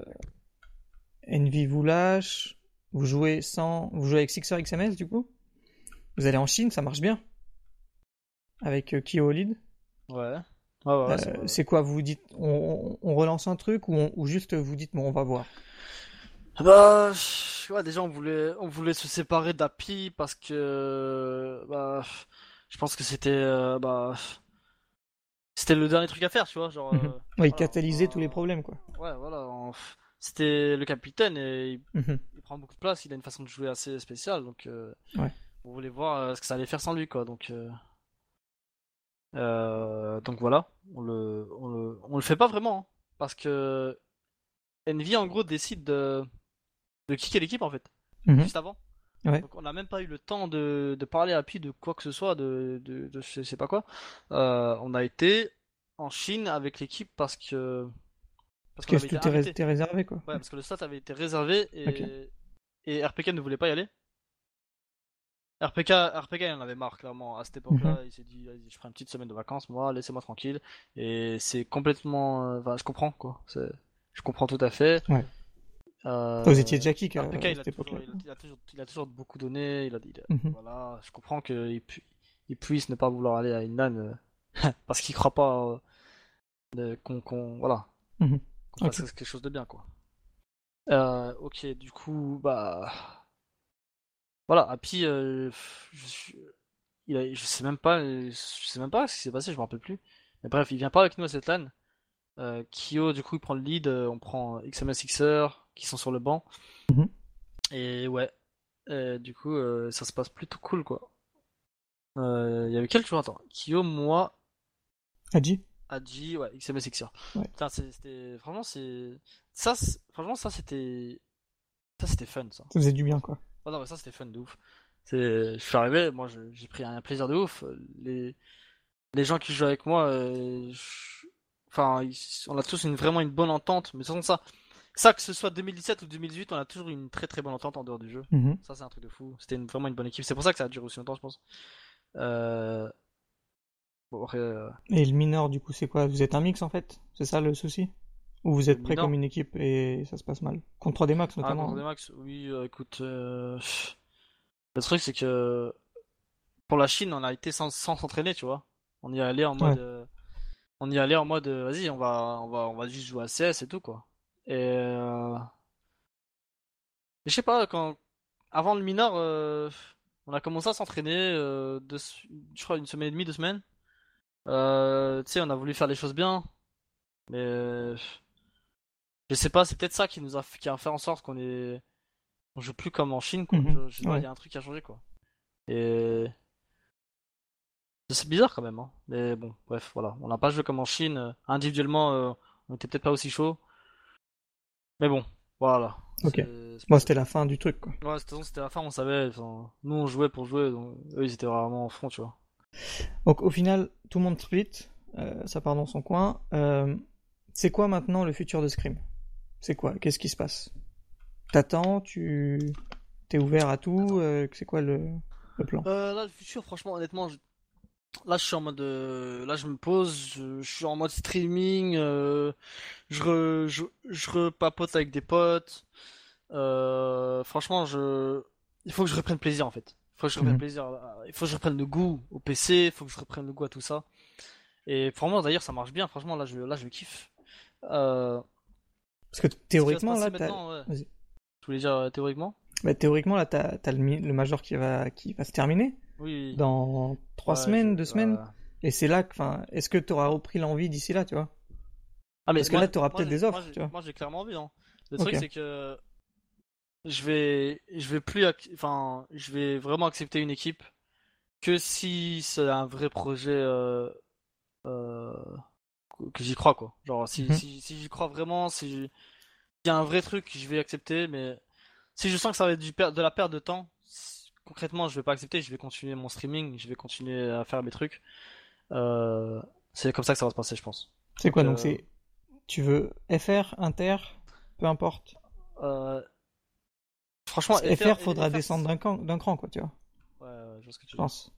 Envy vous lâche, vous jouez sans, vous jouez avec Sixer X M S du coup, vous allez en Chine, ça marche bien, avec euh, Kyo au lead. Ouais, ouais, ouais, ouais, c'est Euh, vrai. c'est quoi, vous vous dites, on, on- on relance un truc ou, on- ou juste vous dites, bon, on va voir. Bah, je- ouais, déjà, on voulait, on voulait se séparer d'Happy parce que, bah, je pense que c'était, euh, bah, c'était le dernier truc à faire, tu vois, genre, Mhm. euh, Ouais, voilà, catalyser tous les enfin, problèmes, quoi. ouais, voilà, on- c'était le capitaine et il, Mhm. il prend beaucoup de place, il a une façon de jouer assez spéciale, donc. euh, Ouais. On voulait voir euh, ce que ça allait faire sans lui, quoi. Donc, euh, euh, donc voilà, on le, on le, on le fait pas vraiment, hein, parce que Envy en gros décide de, de kicker l'équipe en fait, Mhm. juste avant. Ouais. Donc on n'a même pas eu le temps de, de parler à Pi de quoi que ce soit, de, de, de je sais pas quoi. Euh, on a été en Chine avec l'équipe parce que parce Parce qu'on que avait été tout est, rés- invité. t'es réservé, quoi. Ouais, Ouais. parce que le stade avait été réservé Ok. et et R P K ne voulait pas y aller. R P K, R P K, il en avait marre, clairement. À cette Mhm. époque-là, il s'est dit, vas-y, je ferai une petite semaine de vacances, moi, laissez-moi tranquille. Et c'est complètement, euh, enfin, je comprends, quoi. C'est, je comprends tout à fait. Ouais. Vous étiez Euh, déjà kick à, R P K, à il a cette époque-là, toujours, il a, quoi. il a toujours, il a toujours beaucoup donné. Il a, il a- Mhm. voilà, je comprends qu'il pu, il puisse ne pas vouloir aller à une LAN euh, parce qu'il croit pas euh, qu'on, qu'on, voilà, Mhm. qu'on Ok. fasse quelque chose de bien, quoi. Euh, ok, du coup, bah, voilà. Happy, euh, je, il a, je sais même pas, je sais même pas ce qui s'est passé, je me rappelle plus. Mais bref, il vient pas avec nous à cette LAN. Euh, Kyo, du coup, il prend le lead. euh, on prend X M S Xer qui sont sur le banc. Mhm. Et ouais, euh, du coup, euh, ça se passe plutôt cool, quoi. Euh, Il y avait quel joueur? Attends, Kyo, moi, Hadji? Hadji, ouais, X M S Xer. Ouais. Putain, c'est- c'était, franchement, c'est, ça, c'est- franchement, ça, c'était, Ça, c'était fun, ça. Ça faisait du bien, quoi. Oh non, mais ça, c'était fun de ouf. C'est... Je suis arrivé, moi, je- j'ai pris un plaisir de ouf. Les, les gens qui jouent avec moi, euh, je- enfin, ils- on a tous une... vraiment une bonne entente. Mais de toute façon, ça, ça, que ce soit deux mille dix-sept ou deux mille dix-huit, on a toujours une très très bonne entente en dehors du jeu. Mhm. Ça, c'est un truc de fou. C'était une- vraiment une bonne équipe. C'est pour ça que ça a duré aussi longtemps, je pense. Euh... Bon, après, euh, Et le mineur, du coup, c'est quoi? Vous êtes un mix, en fait? C'est ça, le souci? Ou vous êtes Le prêt mineur? comme une équipe et ça se passe mal? Contre trois D Max, Ah, notamment. contre des hein. Max, oui, euh, écoute, euh, le truc c'est que pour la Chine, on a été sans sans s'entraîner, tu vois. On y allait en mode, Ouais. euh, on y allait en mode, euh, vas-y, on va, on va, on va juste jouer à C S et tout quoi. Et euh, je sais pas, quand avant le mineur, euh, on a commencé à s'entraîner, euh, deux- je crois une semaine et demie, deux semaines. Euh, tu sais, on a voulu faire les choses bien, mais euh, je sais pas, c'est peut-être ça qui nous a, qui a fait en sorte qu'on est, on joue plus comme en Chine quoi. Mhm. Je, je sais pas, il Ouais. y a un truc qui a changé quoi. Et c'est bizarre quand même, hein. Mais bon, bref, voilà. On n'a pas joué comme en Chine. euh, Individuellement, euh, on était peut-être pas aussi chaud. Mais bon, voilà. Ok. C'est c'est Bon, pas c'était ça. la fin du truc, quoi. Ouais, de toute façon, c'était la fin, on savait. Enfin, nous, on jouait pour jouer. Donc, eux, ils étaient vraiment en fond, tu vois. Donc, au final, tout le monde split. Euh, ça part dans son coin. Euh, c'est quoi maintenant le futur de Scream? C'est quoi? Qu'est-ce qui se passe? T'attends? Tu... T'es ouvert à tout? Euh, c'est quoi le, le plan? Euh, là, le futur, franchement, honnêtement, je- là, je suis en mode. euh, Là, je me pose. Je, je suis en mode streaming. euh, Je, re... je... je repapote avec des potes. Euh, franchement, je, il faut que je reprenne plaisir en fait. Il faut que je reprenne Mhm. plaisir. à- Il faut que je reprenne le goût au P C. Il faut que je reprenne le goût à tout ça. Et pour moi, d'ailleurs, ça marche bien. Franchement, là, je, là, je kiffe. Euh, Parce que ce qui va se théoriquement, passer là, t'as... maintenant, ouais. Vas-y. Je voulais dire euh, théoriquement. Bah, théoriquement, là, t'as, t'as le, mi- le major qui va, qui va se terminer Oui. oui. dans trois Ouais, semaines, je- deux semaines. ouais. Et c'est là que, enfin, est-ce que t'auras repris l'envie d'ici là, tu vois? Ah mais Parce que moi, là, t'auras moi, peut-être j'ai- des moi, offres, j'ai- tu vois. moi, j'ai clairement envie. Hein. Le Ok. truc, c'est que je vais, je vais plus, ac- enfin, je vais vraiment accepter une équipe que si c'est un vrai projet. Euh, euh, que j'y crois quoi. Genre si, Mhm. si, si j'y crois vraiment, si j'y- s'il y a un vrai truc, je vais accepter, mais si je sens que ça va être du per- de la perte de temps, c- concrètement je vais pas accepter, je vais continuer mon streaming, je vais continuer à faire mes trucs. Euh, c'est comme ça que ça va se passer je pense. C'est Donc, quoi, donc euh, c'est... Tu veux F R, Inter, peu importe. euh, franchement, Parce que F R, F R, faudra F R, descendre d'un cran, d'un cran, quoi, tu vois, ouais, ouais, je vois ce que tu je veux dire. pense.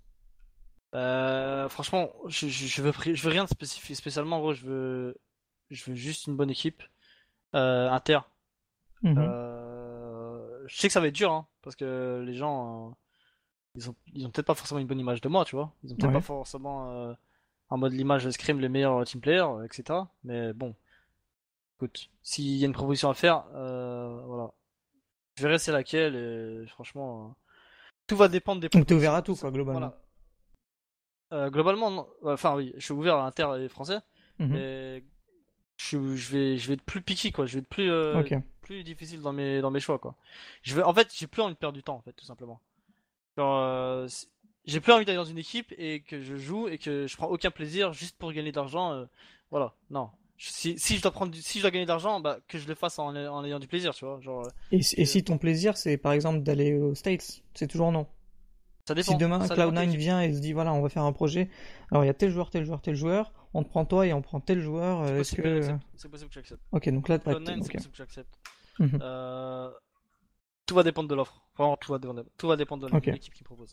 Euh, franchement, je, je, je veux, pri- je veux rien de spécifique spécialement, en gros, je veux, je veux juste une bonne équipe. Euh, Inter. Mhm. Euh, je sais que ça va être dur, hein, parce que les gens, euh, ils ont, ils ont peut-être pas forcément une bonne image de moi, tu vois. Ils ont peut-être Ouais. pas forcément euh, en mode l'image de Scream, les meilleurs team players, et cetera. Mais bon, écoute, s'il y a une proposition à faire, euh, voilà. Je verrai c'est laquelle, et franchement, euh, tout va dépendre des Donc t'es ouvert propositions. à tout, quoi, globalement. Voilà. Euh, globalement, non. Enfin, oui, je suis ouvert à Inter et français, Mhm. mais je, suis- je vais, je vais être plus picky, quoi. Je vais être plus, euh, Ok. plus difficile dans mes, dans mes choix, quoi. Je vais, en fait, j'ai plus envie de perdre du temps, en fait, tout simplement. Genre, euh, si- j'ai plus envie d'aller dans une équipe et que je joue et que je prends aucun plaisir juste pour gagner de l'argent. euh, voilà, non. Je- Si, si je dois prendre du- si je dois gagner de l'argent, bah que je le fasse en, en ayant du plaisir, tu vois. Genre, euh, Et, si- et que- si ton plaisir, c'est par exemple d'aller aux States, c'est toujours non. ça dépend. Si demain ça dépend Cloud de nine l'équipe. vient et se dit voilà, on va faire un projet, alors il y a tel joueur, tel joueur, tel joueur, on te prend toi et on prend tel joueur, euh, C'est est-ce possible que. que j'accepte. C'est possible que j'accepte. Ok, donc là, Cloud t'as- nine, c'est ok. possible que j'accepte. Mhm. Euh, tout va dépendre de l'offre. Vraiment, tout va dépendre, tout va dépendre de Ok. l'équipe qui propose.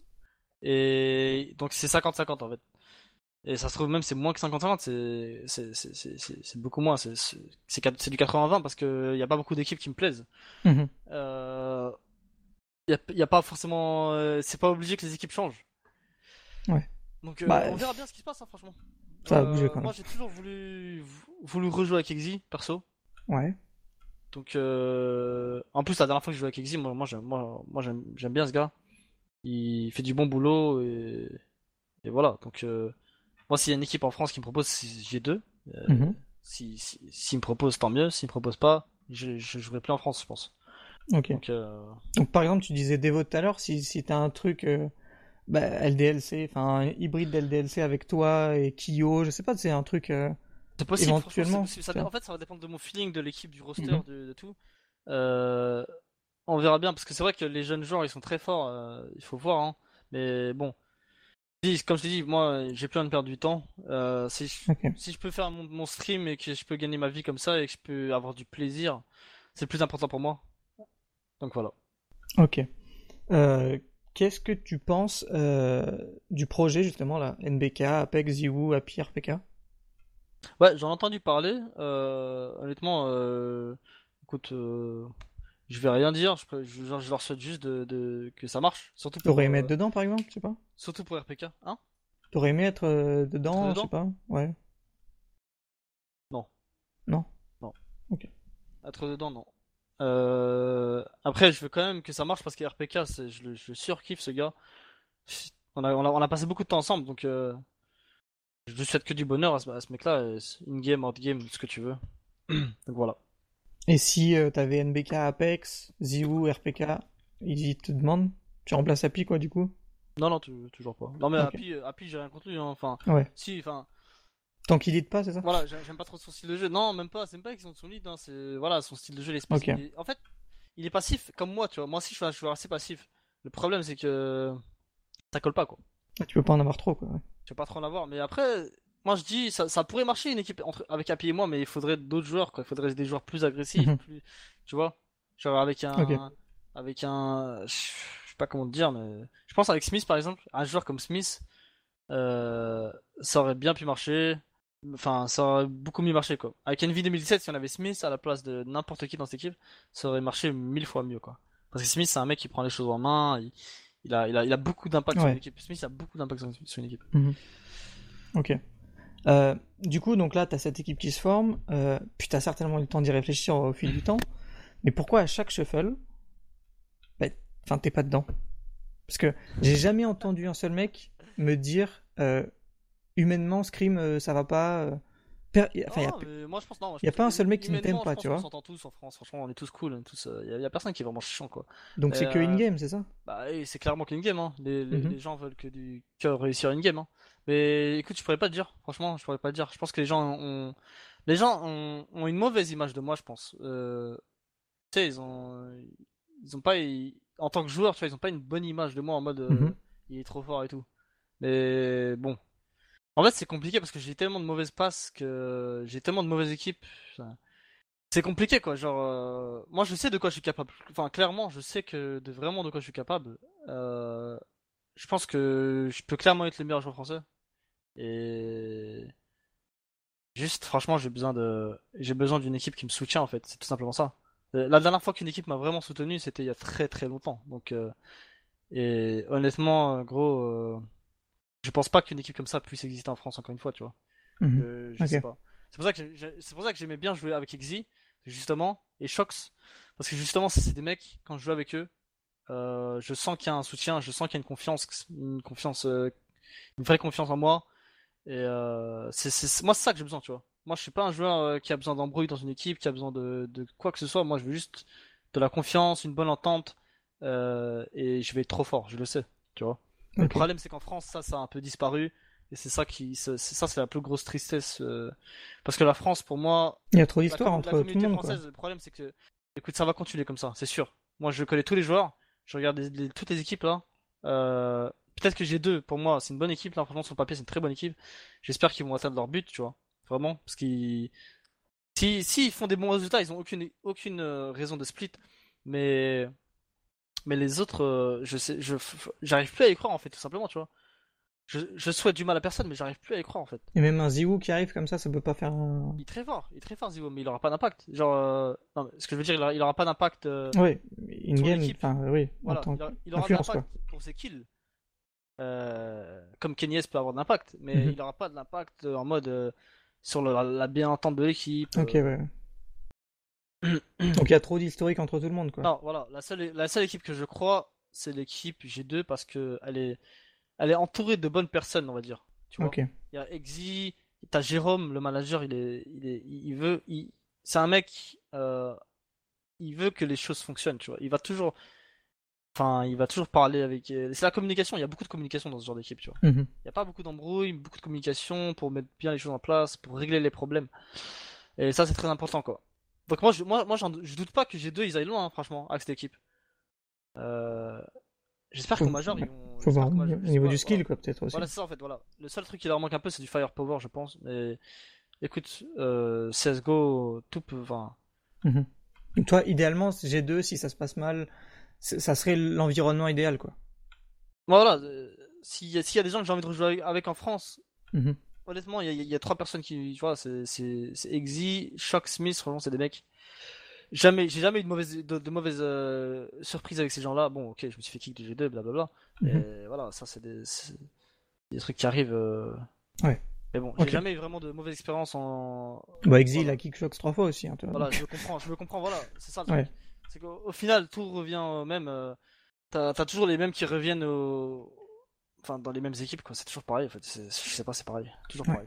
Et donc c'est cinquante cinquante en fait. Et ça se trouve même c'est moins que cinquante cinquante, c'est c'est c'est c'est c'est c'est beaucoup moins, c'est c'est c'est quat- c'est du quatre-vingts vingt parce que il y a pas beaucoup d'équipes qui me plaisent. Mhm. Euh, y a, y a pas forcément, euh, c'est pas obligé que les équipes changent. Ouais. Donc euh, Bah, on verra bien ce qui se passe, hein, franchement. ça va Euh, bouger quand moi même. j'ai toujours voulu voulu rejouer avec Exi perso. Ouais. Donc euh, en plus la dernière fois que je jouais avec Exi, moi moi j'aime moi, moi j'aime j'aime bien ce gars. Il fait du bon boulot et et voilà. Donc euh, moi s'il y a une équipe en France qui me propose, si j'ai deux. Euh, Mhm. si si s'il me propose tant mieux, s'il me propose pas, je je jouerai plus en France, je pense. Ok. Donc euh, Donc par exemple, tu disais Devo tout à l'heure, si, si t'as un truc euh, bah, L D L C, enfin un hybride d'L D L C avec toi et Kyo, je sais pas, c'est un truc euh, c'est possible, franchement, c'est éventuellement. possible. Ça, tu dé- vois. en fait, ça va dépendre de mon feeling, de l'équipe, du roster, Mhm. de, de tout. Euh, on verra bien parce que c'est vrai que les jeunes joueurs ils sont très forts, euh, il faut voir, hein. Mais bon, dis- comme je t'ai dit, moi j'ai plus envie de perdre du temps. Euh, si je, Ok. si je peux faire mon, mon stream et que je peux gagner ma vie comme ça et que je peux avoir du plaisir, c'est le plus important pour moi. Donc voilà. Ok. Euh, Qu'est-ce que tu penses euh, du projet justement là, N B K, Apex, Ziwoo, Happy, R P K? Ouais, j'en ai entendu parler. Euh, honnêtement, euh, écoute, euh, je vais rien dire. Je, peux- je, genre, je leur souhaite juste de, de- que ça marche, surtout pour, T'aurais aimé être euh, dedans par exemple, je sais pas. surtout pour R P K, hein? T'aurais aimé être euh, Être dedans, je sais dedans? pas. Ouais. Non, Non. non. Ok. Être dedans, non. Euh, Après, je veux quand même que ça marche parce que R P K, c'est, je, le- je le surkiffe ce gars. On a, on a, on a passé beaucoup de temps ensemble, donc euh, je lui souhaite que du bonheur à ce, à ce mec-là, euh, in-game, out-game, ce que tu veux. Donc voilà. Et si euh, t'avais N B K, Apex, Ziwoo, R P K, ils te demandent, tu remplaces Happy quoi du coup? Non, non, tu- toujours pas. Non mais Ok. Happy, euh, Happy, j'ai rien contre lui, hein. Enfin, Ouais. si, enfin, Tant qu'il lead pas, c'est ça? voilà, j'ai- j'aime pas trop son style de jeu. Non, même pas, c'est même pas qu'ils sont son lead, hein. C'est, voilà, son style de jeu, il est spécifique. Ok. Il est- En fait, il est passif comme moi, tu vois. Moi aussi, je suis, un joueur assez passif. Le problème, c'est que ça colle pas, quoi. Ah, tu peux pas en avoir trop quoi. Ouais. Je vais pas trop en avoir, mais après, moi je dis, ça, ça pourrait marcher une équipe entre, avec Happy et moi, mais il faudrait d'autres joueurs, quoi. Il faudrait des joueurs plus agressifs, Mhm. plus, tu vois. Genre avec Ok. un, avec un, je je sais pas comment te dire, mais je pense avec Smith par exemple, un joueur comme Smith, euh, ça aurait bien pu marcher. Enfin, ça aurait beaucoup mieux marché, quoi. Avec Envy deux mille dix-sept, si on avait Smith à la place de n'importe qui dans cette équipe, ça aurait marché mille fois mieux, quoi. Parce que Smith, c'est un mec qui prend les choses en main, il, il a, il a, il a beaucoup d'impact sur Ouais. une équipe. Smith a beaucoup d'impact sur, sur une équipe. Mhm. Ok. Euh, du coup, donc là, t'as cette équipe qui se forme, euh, puis t'as certainement eu le temps d'y réfléchir au fil du temps. Mais pourquoi à chaque shuffle, bah, enfin, t'es pas dedans? Parce que j'ai jamais entendu un seul mec me dire euh, humainement, Scream, euh, ça va pas. euh, per- y a- Enfin, y a, Non, mais moi je pense non. Je y a pense pas un que seul mec qui ne humainement, t'aime je pas, pense tu qu'on vois. s'entend tous en France. Franchement, on est tous cool, on est tous. Il y, a y a personne qui est vraiment chiant, quoi. Donc Mais, c'est que euh, in-game, c'est ça? bah, oui, c'est clairement qu'une game, hein. Les, les, Mhm. les gens veulent que du que réussir une game, hein. Mais écoute, je pourrais pas te dire. Franchement, je pourrais pas te dire. Je pense que les gens ont, les gens ont, ont une mauvaise image de moi, je pense. Euh, tu sais, ils ont, ils ont pas, ils- en tant que joueur, tu vois, ils ont pas une bonne image de moi en mode, euh, Mhm. il est trop fort et tout. Mais bon. En fait, c'est compliqué parce que j'ai tellement de mauvaises passes que j'ai tellement de mauvaises équipes. C'est compliqué quoi, genre euh, moi je sais de quoi je suis capable. Enfin clairement, je sais que de vraiment de quoi je suis capable. Euh, je pense que je peux clairement être le meilleur joueur français. Et juste franchement, j'ai besoin de j'ai besoin d'une équipe qui me soutient en fait, c'est tout simplement ça. Euh, La dernière fois qu'une équipe m'a vraiment soutenu, c'était il y a très très longtemps. Donc euh, et honnêtement, euh, gros, euh, je pense pas qu'une équipe comme ça puisse exister en France encore une fois, tu vois. Mhm. Je, je sais Ok. pas. C'est pour ça que j'ai- c'est pour ça que j'aimais bien jouer avec Exy, justement, et Shox, parce que justement, c'est des mecs quand je joue avec eux, euh, je sens qu'il y a un soutien, je sens qu'il y a une confiance, une confiance, euh, une vraie confiance en moi. Et euh, c'est, c'est, moi, c'est ça que j'ai besoin, tu vois. Moi, je suis pas un joueur euh, qui a besoin d'embrouille dans une équipe, qui a besoin de, de quoi que ce soit. Moi, je veux juste de la confiance, une bonne entente, euh, et je vais être trop fort, je le sais, tu vois. Mais le Ok. problème, c'est qu'en France, ça, ça a un peu disparu. Et c'est ça qui, c'est c'est- ça, c'est la plus grosse tristesse. euh, Parce que la France, pour moi, Il y a trop la, d'histoires com- entre la tout le communauté monde, quoi. française, le problème, c'est que, écoute, ça va continuer comme ça, c'est sûr. Moi, je connais tous les joueurs. Je regarde les- les- toutes les équipes là. Euh, Peut-être que j'ai deux. Pour moi, c'est une bonne équipe là. Franchement, sur le papier, c'est une très bonne équipe. J'espère qu'ils vont atteindre leur but, tu vois. Vraiment, parce qu'ils, si, si ils font des bons résultats, ils ont aucune, aucune euh, raison de split. Mais, mais les autres, euh, je sais, je, j'arrive plus à y croire en fait, tout simplement, tu vois. Je, je souhaite du mal à personne, mais j'arrive plus à y croire en fait. Et même un Ziwoo qui arrive comme ça, ça peut pas faire un. Il est très fort, il est très fort Zivo, mais il aura pas d'impact. Genre, euh, non, mais ce que je veux dire, il aura, il aura pas d'impact. euh, Ouais, Sur in-game, l'équipe. enfin, oui, en Voilà, tant il aura, il aura de qu'influence, quoi. l'impact pour ses kills. Euh, comme Kenny S peut avoir de l'impact, mais Mhm. il aura pas de l'impact euh, en mode euh, sur le- la, la bien-entente de l'équipe. Ok, euh. ouais. Donc il y a trop d'historique entre tout le monde, quoi. Non, voilà, la seule, la seule équipe que je crois, c'est l'équipe G deux parce que elle est, elle est entourée de bonnes personnes, on va dire. Tu vois. Ok. Il y a Exy, t'as Jérôme, le manager, il est, il est, il veut, il, c'est un mec, euh, il veut que les choses fonctionnent, tu vois. Il va toujours, enfin, il va toujours parler avec. euh, C'est la communication. Il y a beaucoup de communication dans ce genre d'équipe, tu vois. Mhm. Il y a pas beaucoup d'embrouilles, beaucoup de communication pour mettre bien les choses en place, pour régler les problèmes. Et ça, c'est très important, quoi. Donc moi, je, moi, moi, j'en- je doute pas que G deux ils aillent loin, hein, franchement, avec cette équipe. Euh, J'espère Faut, qu'au major, ils vont. faut j'espère voir qu'au au major- niveau voilà, du skill, voilà. quoi, peut-être aussi. Voilà, c'est ça en fait, voilà. Le seul truc qui leur manque un peu, c'est du firepower, je pense. Mais écoute, euh, C S G O, tout peut. Enfin, Mhm. Donc, toi, idéalement, G deux, si ça se passe mal, c'est- ça serait l'environnement idéal, quoi. voilà. euh, S'il y, a- s'il y a des gens que j'ai envie de rejouer avec, avec en France, Mhm. honnêtement, il y, a- il y a trois personnes qui. Tu vois, c'est c'est c'est Exy, Shock, Smith, franchement, c'est des mecs. Jamais, j'ai jamais eu de mauvaise, de, de mauvaises euh, surprises avec ces gens-là. Bon, ok, je me suis fait kick de G deux, blablabla. Mhm. Et voilà, ça, c'est des, c'est des trucs qui arrivent. euh, Ouais. Mais bon, j'ai Ok. jamais eu vraiment de mauvaise expérience en. Bah, Exil, Voilà. il a Kickshox trois fois aussi, hein, tu vois. Voilà, donc. je me comprends, je me comprends, voilà, c'est ça le Ouais. truc. C'est qu'au au final, tout revient au même. euh, T'as t'as toujours les mêmes qui reviennent au. Enfin, dans les mêmes équipes, quoi. C'est toujours pareil, en fait. C'est- Je sais pas, c'est pareil. Toujours Ouais. pareil.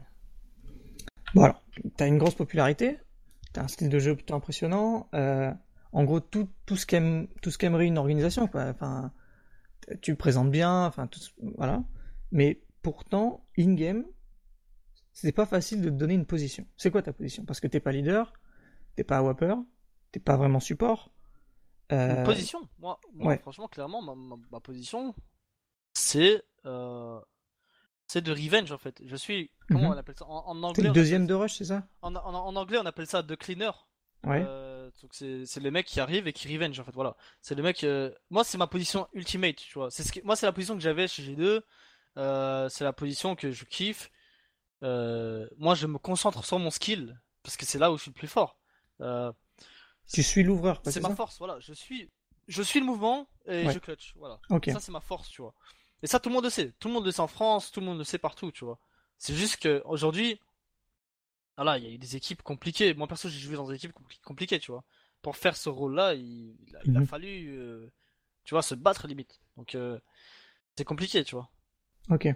Bon, alors, t'as une grosse popularité, t'as un style de jeu plutôt impressionnant. euh, en gros, tout, tout ce qu'aime, tout ce qu'aimerait une organisation, quoi. Enfin, tu le présentes bien, enfin, tout, ce- voilà. Mais pourtant, in-game, c'est pas facile de te donner une position. C'est quoi ta position? Parce que t'es pas leader, t'es pas whopper, t'es pas vraiment support. Une Euh, position, moi, moi ouais. franchement, clairement, ma, ma, ma position, c'est. euh, C'est de revenge, en fait. Je suis. Comment Mhm. on appelle ça? En, en T'es anglais, le on appelle deuxième de rush, c'est ça? En, en, en anglais, on appelle ça the cleaner. Ouais. Euh, donc c'est c'est les mecs qui arrivent et qui revenge en fait. Voilà. C'est le mec. euh, Moi, c'est ma position ultimate. Tu vois. C'est ce que... Moi, c'est la position que j'avais chez G deux. Euh, c'est la position que je kiffe. Euh, Moi, je me concentre sur mon skill parce que c'est là où je suis le plus fort. Euh, Tu suis l'ouvreur, quoi, C'est c'est ma ça? force. Voilà. Je suis. Je suis le mouvement et Ouais. je clutch. Voilà. Ok. Ça, c'est ma force. Tu vois. Et ça, tout le monde le sait. Tout le monde le sait en France. Tout le monde le sait partout. Tu vois. C'est juste que aujourd'hui. Voilà, il y a eu des équipes compliquées. Moi, perso, j'ai joué dans des équipes compli- compliquées, tu vois. Pour faire ce rôle-là, il, il a, il a Mhm. fallu, euh, tu vois, se battre limite. Donc, euh, c'est compliqué, tu vois. Ok.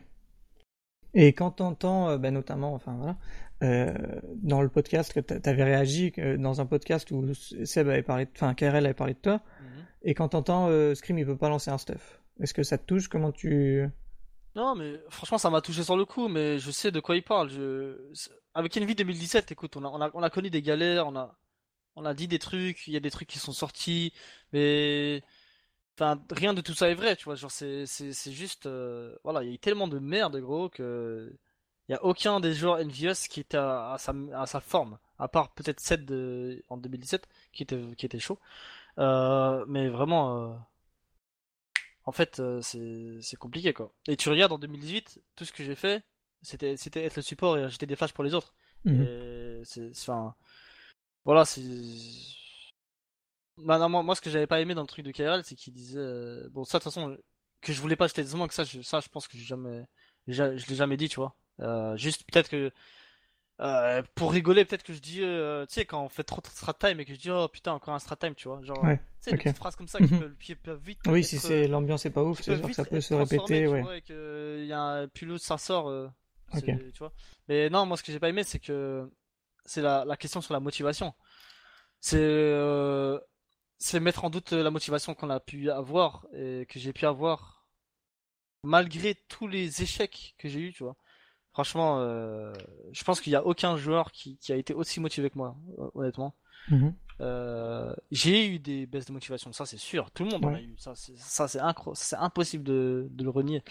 Et quand t'entends, euh, ben, notamment, enfin voilà, euh, dans le podcast que t'a- t'avais réagi, que, dans un podcast où Seb avait parlé, de- enfin K R L avait parlé de toi, Mhm. et quand t'entends euh, Scream il peut pas lancer un stuff, est-ce que ça te touche? Comment tu... Non, mais franchement, ça m'a touché sur le coup, mais je sais de quoi il parle. Je... c'est- Avec Envy deux mille dix-sept, écoute, on a, on a, on a connu des galères, on a, on a dit des trucs, il y a des trucs qui sont sortis, mais enfin, rien de tout ça est vrai, tu vois. Genre, c'est, c'est, c'est juste, euh, voilà, il y a eu tellement de merde, gros, que il y a aucun des joueurs Envious qui était à, à sa, à sa forme, à part peut-être Seth de, en deux mille dix-sept, qui était, qui était chaud. Euh, mais vraiment, euh, en fait, euh, c'est, c'est compliqué, quoi. Et tu regardes en deux mille dix-huit, tout ce que j'ai fait, c'était, c'était être le support et ajouter des flashs pour les autres. Mhm. Et c'est, enfin, voilà, c'est. Bah, non, moi, moi, ce que j'avais pas aimé dans le truc de K R L, c'est qu'il disait, euh, bon, ça, de toute façon, que je voulais pas jeter des hommes, que ça, je, ça, je pense que j'ai jamais, ja- je l'ai jamais dit, tu vois. Euh, juste peut-être que, euh, pour rigoler, peut-être que je dis, euh, tu sais, quand on fait trop de strat time et que je dis, oh putain, encore un strat time, tu vois. Genre, Ouais, tu sais, des ok. petites phrases comme ça qui Mhm. peuvent, qui peuvent vite Oui, si être, c'est l'ambiance est pas ouf, qui c'est peuvent sûr que vite ça peut être se transformées, répéter, tu ouais. vois, et que y a un pilot, ça sort, euh, Ok. c'est- tu vois. Mais non, moi, ce que j'ai pas aimé, c'est que, c'est la, la question sur la motivation. C'est, euh, c'est mettre en doute la motivation qu'on a pu avoir et que j'ai pu avoir malgré tous les échecs que j'ai eu, tu vois. Franchement, euh, je pense qu'il y a aucun joueur qui, qui a été aussi motivé que moi, honnêtement. Mhm. Euh, j'ai eu des baisses de motivation, ça c'est sûr. Tout le monde en a Ouais. eu. Ça, c'est, ça c'est incro- c'est impossible de, de le renier.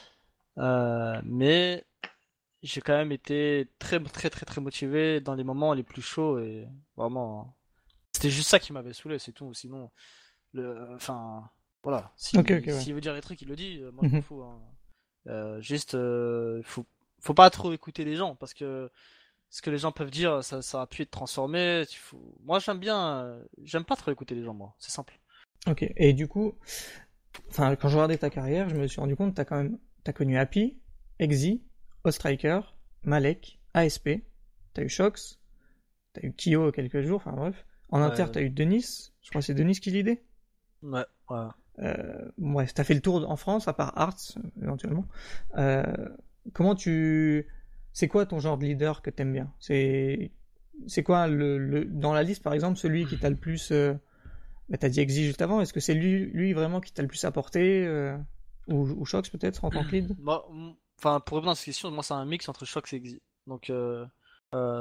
Euh, mais j'ai quand même été très très très très motivé dans les moments les plus chauds et vraiment, c'était juste ça qui m'avait saoulé, c'est tout. Sinon, le, enfin, voilà. Si, Ok, ok, ouais. s'il veut dire des trucs, il le dit. euh, Moi, je m'en Mhm. fous. Hein. Euh, juste, euh, faut, faut pas trop écouter les gens parce que ce que les gens peuvent dire, ça, ça a pu être transformé. Il faut- Moi, j'aime bien, euh, j'aime pas trop écouter les gens, moi. C'est simple. Ok. Et du coup, enfin, quand je regardais ta carrière, je me suis rendu compte que t'as quand même, t'as connu Happy, Exy, Ostriker, Malek, A S P, t'as eu Shox, t'as eu Kyo quelques jours, enfin bref. En Ouais, inter, ouais. t'as eu Denis, je crois que c'est Denis qui l'idée. Ouais, ouais. Euh, bref, t'as fait le tour en France, à part Arts, euh, éventuellement. Euh, comment tu... C'est quoi ton genre de leader que t'aimes bien? C'est... C'est quoi le, le... Dans la liste, par exemple, celui qui t'a le plus... euh, Bah, t'as dit Exy juste avant, est-ce que c'est lui, lui vraiment qui t'a le plus apporté euh, ou, ou Shox peut-être en tant que lead? Moi, m- enfin, pour revenir à cette question, moi, c'est un mix entre Shox et Exy. Donc, euh,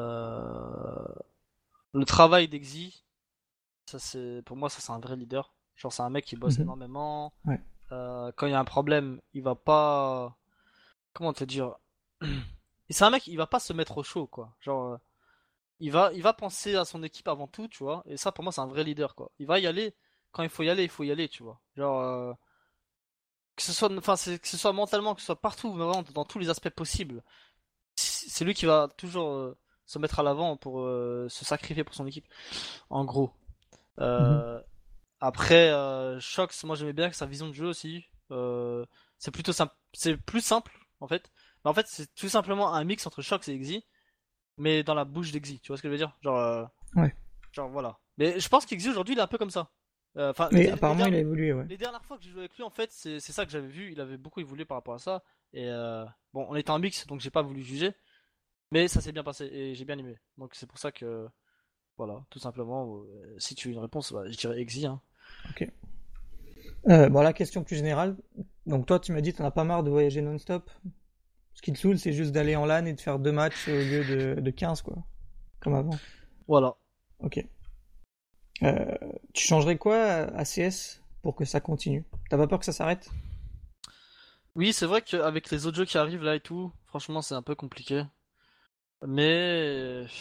euh, le travail d'Exy, ça c'est, pour moi, ça c'est un vrai leader. Genre, c'est un mec qui bosse Mhm. énormément. Ouais. Euh, quand il y a un problème, il va pas. Comment te dire? Et c'est un mec, il va pas se mettre au chaud, quoi. Genre, euh, il va, il va penser à son équipe avant tout, tu vois. Et ça, pour moi, c'est un vrai leader, quoi. Il va y aller quand il faut y aller, il faut y aller, tu vois. Genre, euh, que ce soit, enfin, c'est- que ce soit mentalement, que ce soit partout, mais vraiment dans tous les aspects possibles. C'est c'est lui qui va toujours euh, se mettre à l'avant pour euh, se sacrifier pour son équipe, en gros. Mhm. Euh, Après, euh, Shox, moi j'aimais bien sa vision de jeu aussi. Euh, c'est plutôt simple, c'est plus simple en fait. Mais en fait, c'est tout simplement un mix entre Shox et Exi, mais dans la bouche d'Exi. Tu vois ce que je veux dire? Genre, euh, Ouais. genre voilà. Mais je pense qu'Exi aujourd'hui il est un peu comme ça. Euh, Enfin, Mais les, les, apparemment, il a derni- évolué, ouais. les dernières fois que j'ai joué avec lui, en fait, c'est c'est ça que j'avais vu. Il avait beaucoup évolué par rapport à ça. Et euh, bon, on était en mix, donc j'ai pas voulu juger. Mais ça s'est bien passé et j'ai bien aimé. Donc c'est pour ça que, voilà, tout simplement, euh, si tu veux une réponse, bah, je dirais Exi, hein. Ok. Euh, bon, la question plus générale. Donc, toi, tu m'as dit que t'en as pas marre de voyager non-stop. Ce qui te saoule, c'est juste d'aller en LAN et de faire deux matchs au lieu de, de quinze, quoi. Comme avant. Voilà. Ok. Euh, tu changerais quoi à C S pour que ça continue? T'as pas peur que ça s'arrête? Oui, c'est vrai qu'avec les autres jeux qui arrivent là et tout, franchement, c'est un peu compliqué. Mais euh,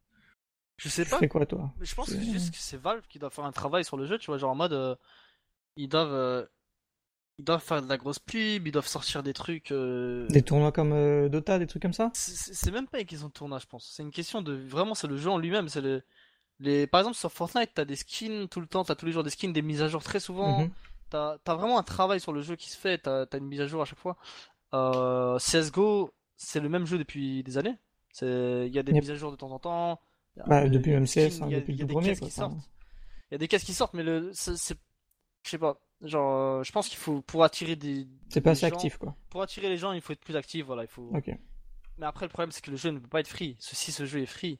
je sais Tu pas. ferais quoi, toi? Mais je pense C'est- que juste que c'est Valve qui doit faire un travail sur le jeu, tu vois, genre en mode euh, ils doivent euh, ils doivent faire de la grosse pub, ils doivent sortir des trucs. Des euh, tournois comme euh, Dota, des trucs comme ça? C'est c'est- c'est même pas une question de tournage, je pense. C'est une question de vraiment, c'est le jeu en lui-même. C'est le les par exemple sur Fortnite, t'as des skins tout le temps, t'as tous les jours des skins, des mises à jour très souvent. Mhm. T'as t'as vraiment un travail sur le jeu qui se fait. T'as t'as une mise à jour à chaque fois. Euh, C S G O, c'est le même jeu depuis des années. C'est, il y a des Yep. mises à jour de temps en temps. Il y a, Bah, le- il depuis y a même des C S, skins, hein, il y a, depuis il le y a tout des premier, caisses quoi. qui Enfin, sortent. Il y a des caisses qui sortent, mais le, c'est, c'est- je sais pas. Genre, euh, je pense qu'il faut, pour attirer des, c'est pas les assez gens, actif, quoi. pour attirer les gens, il faut être plus actif. Voilà, il faut. Ok. Mais après, le problème, c'est que le jeu ne peut pas être free. Si ce jeu est free,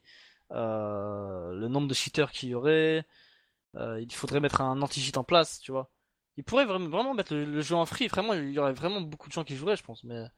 euh, le nombre de cheaters qu'il y aurait, euh, il faudrait mettre un anti-cheat en place, tu vois. Il pourrait vraiment, vraiment mettre le, le jeu en free. Vraiment, il y aurait vraiment beaucoup de gens qui joueraient, je pense. Mais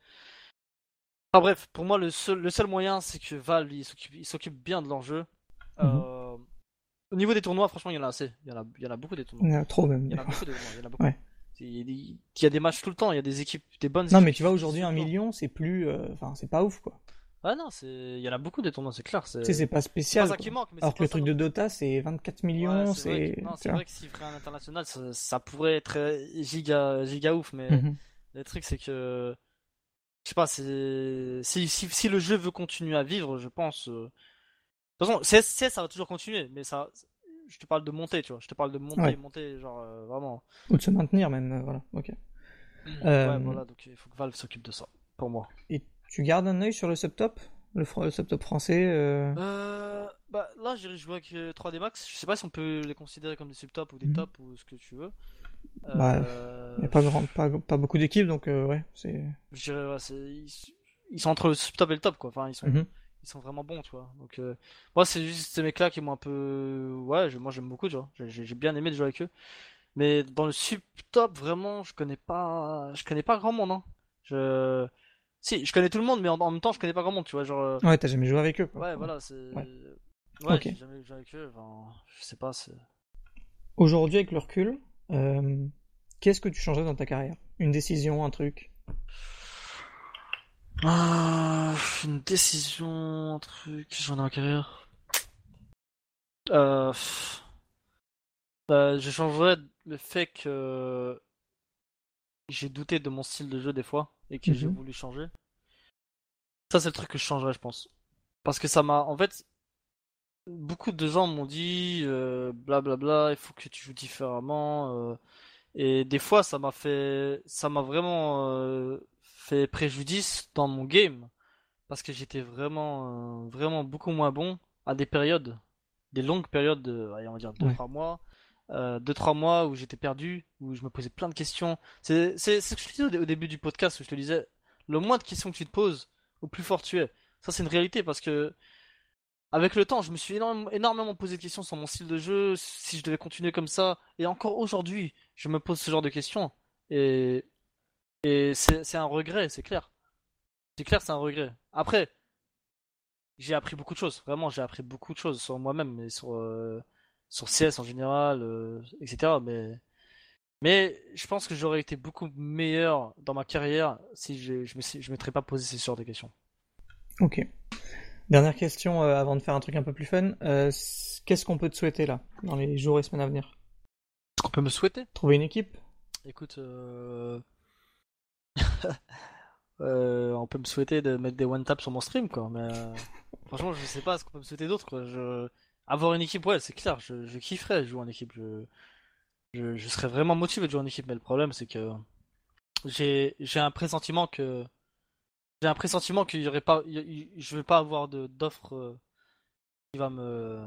enfin bref, pour moi, le seul, le seul moyen, c'est que Valve, il s'occupe, il s'occupe bien de l'enjeu. Mhm. Euh, Au niveau des tournois, franchement, il y en a assez. Il y en a, il y en a beaucoup des tournois. Il y en a trop, même, Il y des en a fois. beaucoup des tournois, il y en a beaucoup. Ouais. Il y a des- il y a des matchs tout le temps, il y a des équipes, des bonnes Non, équipes mais qui tu vois, font aujourd'hui, dix-huit un jours. million, c'est plus. euh, Enfin, c'est pas ouf, quoi. Ah non, c'est, il y en a beaucoup des tournois, c'est clair. Tu sais, C'est c'est pas c'est pas spécial, ça quoi. qui manque, mais Alors c'est que pas le ça truc non de plus. Dota, c'est vingt-quatre Ouais, millions, c'est vrai que, c'est. non, Tu c'est vois. vrai que s'il ferait un international, ça, ça pourrait être euh, giga, giga ouf, mais Mhm. le truc, c'est que, je sais pas, c'est, si, si, si le jeu veut continuer à vivre, je pense, euh, de toute façon, C S, C S, ça va toujours continuer, mais ça, je te parle de monter, tu vois. Je te parle de monter, Ouais. monter, genre, euh, vraiment. Ou de se maintenir, même. euh, voilà. Ok. Ouais, Euh, voilà, donc il faut que Valve s'occupe de ça, pour moi. et tu gardes un œil sur le subtop? Le, fr- le subtop français euh, Euh, bah, là, j'ai joué avec euh, trois D Max. Je sais pas si on peut les considérer comme des subtops ou des mhm. tops ou ce que tu veux. Bah, il y a Euh, pas, grand, pas, pas beaucoup d'équipes, donc euh, ouais, c'est. je dirais, ouais, c'est, ils, ils sont entre le subtop et le top, quoi. Enfin, ils sont, Mhm. ils sont vraiment bons, tu vois. Donc, euh, moi, c'est juste ces mecs-là qui m'ont un peu, ouais, je- moi, j'aime beaucoup, tu vois. J'ai j'ai bien aimé de jouer avec eux. Mais dans le subtop, vraiment, je connais pas, je connais pas grand monde, hein. Je, si, je connais tout le monde, mais en, en même temps, je connais pas grand monde, tu vois. Genre, euh, Ouais, t'as jamais joué avec eux, quoi. ouais, Enfin, voilà, c'est, ouais. ouais, Ok. j'ai jamais joué avec eux. Enfin, je sais pas, c'est. Aujourd'hui, avec le recul, euh, qu'est-ce que tu changerais dans ta carrière? Une décision, un truc? Ah, une décision, un truc, j'en ai en carrière. Euh, pff, bah, je changerais le fait que j'ai douté de mon style de jeu des fois et que j'ai Mhm. voulu changer. Ça, c'est le truc que je changerais, je pense. Parce que ça m'a, en fait, beaucoup de gens m'ont dit, euh, blablabla, il faut que tu joues différemment. euh, et des fois, ça m'a fait, ça m'a vraiment euh, fait préjudice dans mon game. Parce que j'étais vraiment, euh, vraiment beaucoup moins bon à des périodes, des longues périodes de, allez, on va dire deux Ouais. trois mois. Euh, deux trois mois où j'étais perdu, où je me posais plein de questions. C'est c'est c'est ce que je te disais au dé- au début du podcast, où je te disais, le moins de questions que tu te poses, au plus fort tu es. Ça, c'est une réalité parce que avec le temps, je me suis énorme- énormément posé de questions sur mon style de jeu, si je devais continuer comme ça. Et encore aujourd'hui, je me pose ce genre de questions. Et, et c'est c'est un regret, c'est clair. C'est clair, c'est un regret. Après, j'ai appris beaucoup de choses. Vraiment, j'ai appris beaucoup de choses sur moi-même et sur, euh, sur C S en général, euh, et cetera. Mais Mais je pense que j'aurais été beaucoup meilleur dans ma carrière si je je me suis- je m'étais pas posé ces sortes de questions. Ok. Dernière question euh, avant de faire un truc un peu plus fun. Euh, c- qu'est-ce qu'on peut te souhaiter là, dans les jours et semaines à venir? Est-ce qu'on peut me souhaiter? Trouver une équipe? Écoute, euh... euh, on peut me souhaiter de mettre des one tap sur mon stream, quoi. Mais euh, franchement, je sais pas ce qu'on peut me souhaiter d'autre, quoi. Je... Avoir une équipe, ouais, c'est clair. Je, je kifferais jouer en équipe. Je... Je... je serais vraiment motivé de jouer en équipe. Mais le problème, c'est que j'ai j'ai un pressentiment que j'ai un pressentiment qu'il y aurait pas, il- il- je vais pas avoir de d'offre euh, qui va me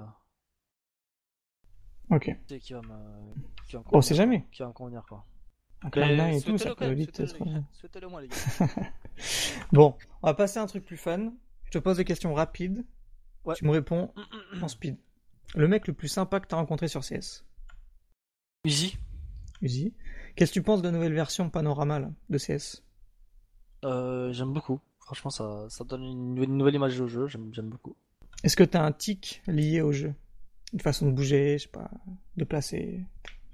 Ok. qui va me qui va me On sait convenir, quoi. jamais. Qui va me convenir, quoi. Un Cloud nine Mais et tout, ça souhaitez-le quand peut même, vite souhaitez-le, être. les euh, gars. Souhaitez-le moi, les gars. Bon, on va passer à un truc plus fun. Je te pose des questions rapides. Ouais. Tu me réponds en speed. Le mec le plus sympa que t'as rencontré sur C S? Easy. Uzi. Qu'est-ce que tu penses de la nouvelle version Panorama là, de C S? Euh, j'aime beaucoup. Franchement, ça, ça donne une, une nouvelle image au jeu. J'aime, j'aime beaucoup. Est-ce que t'as un tic lié au jeu? Une façon de bouger, je sais pas, de placer.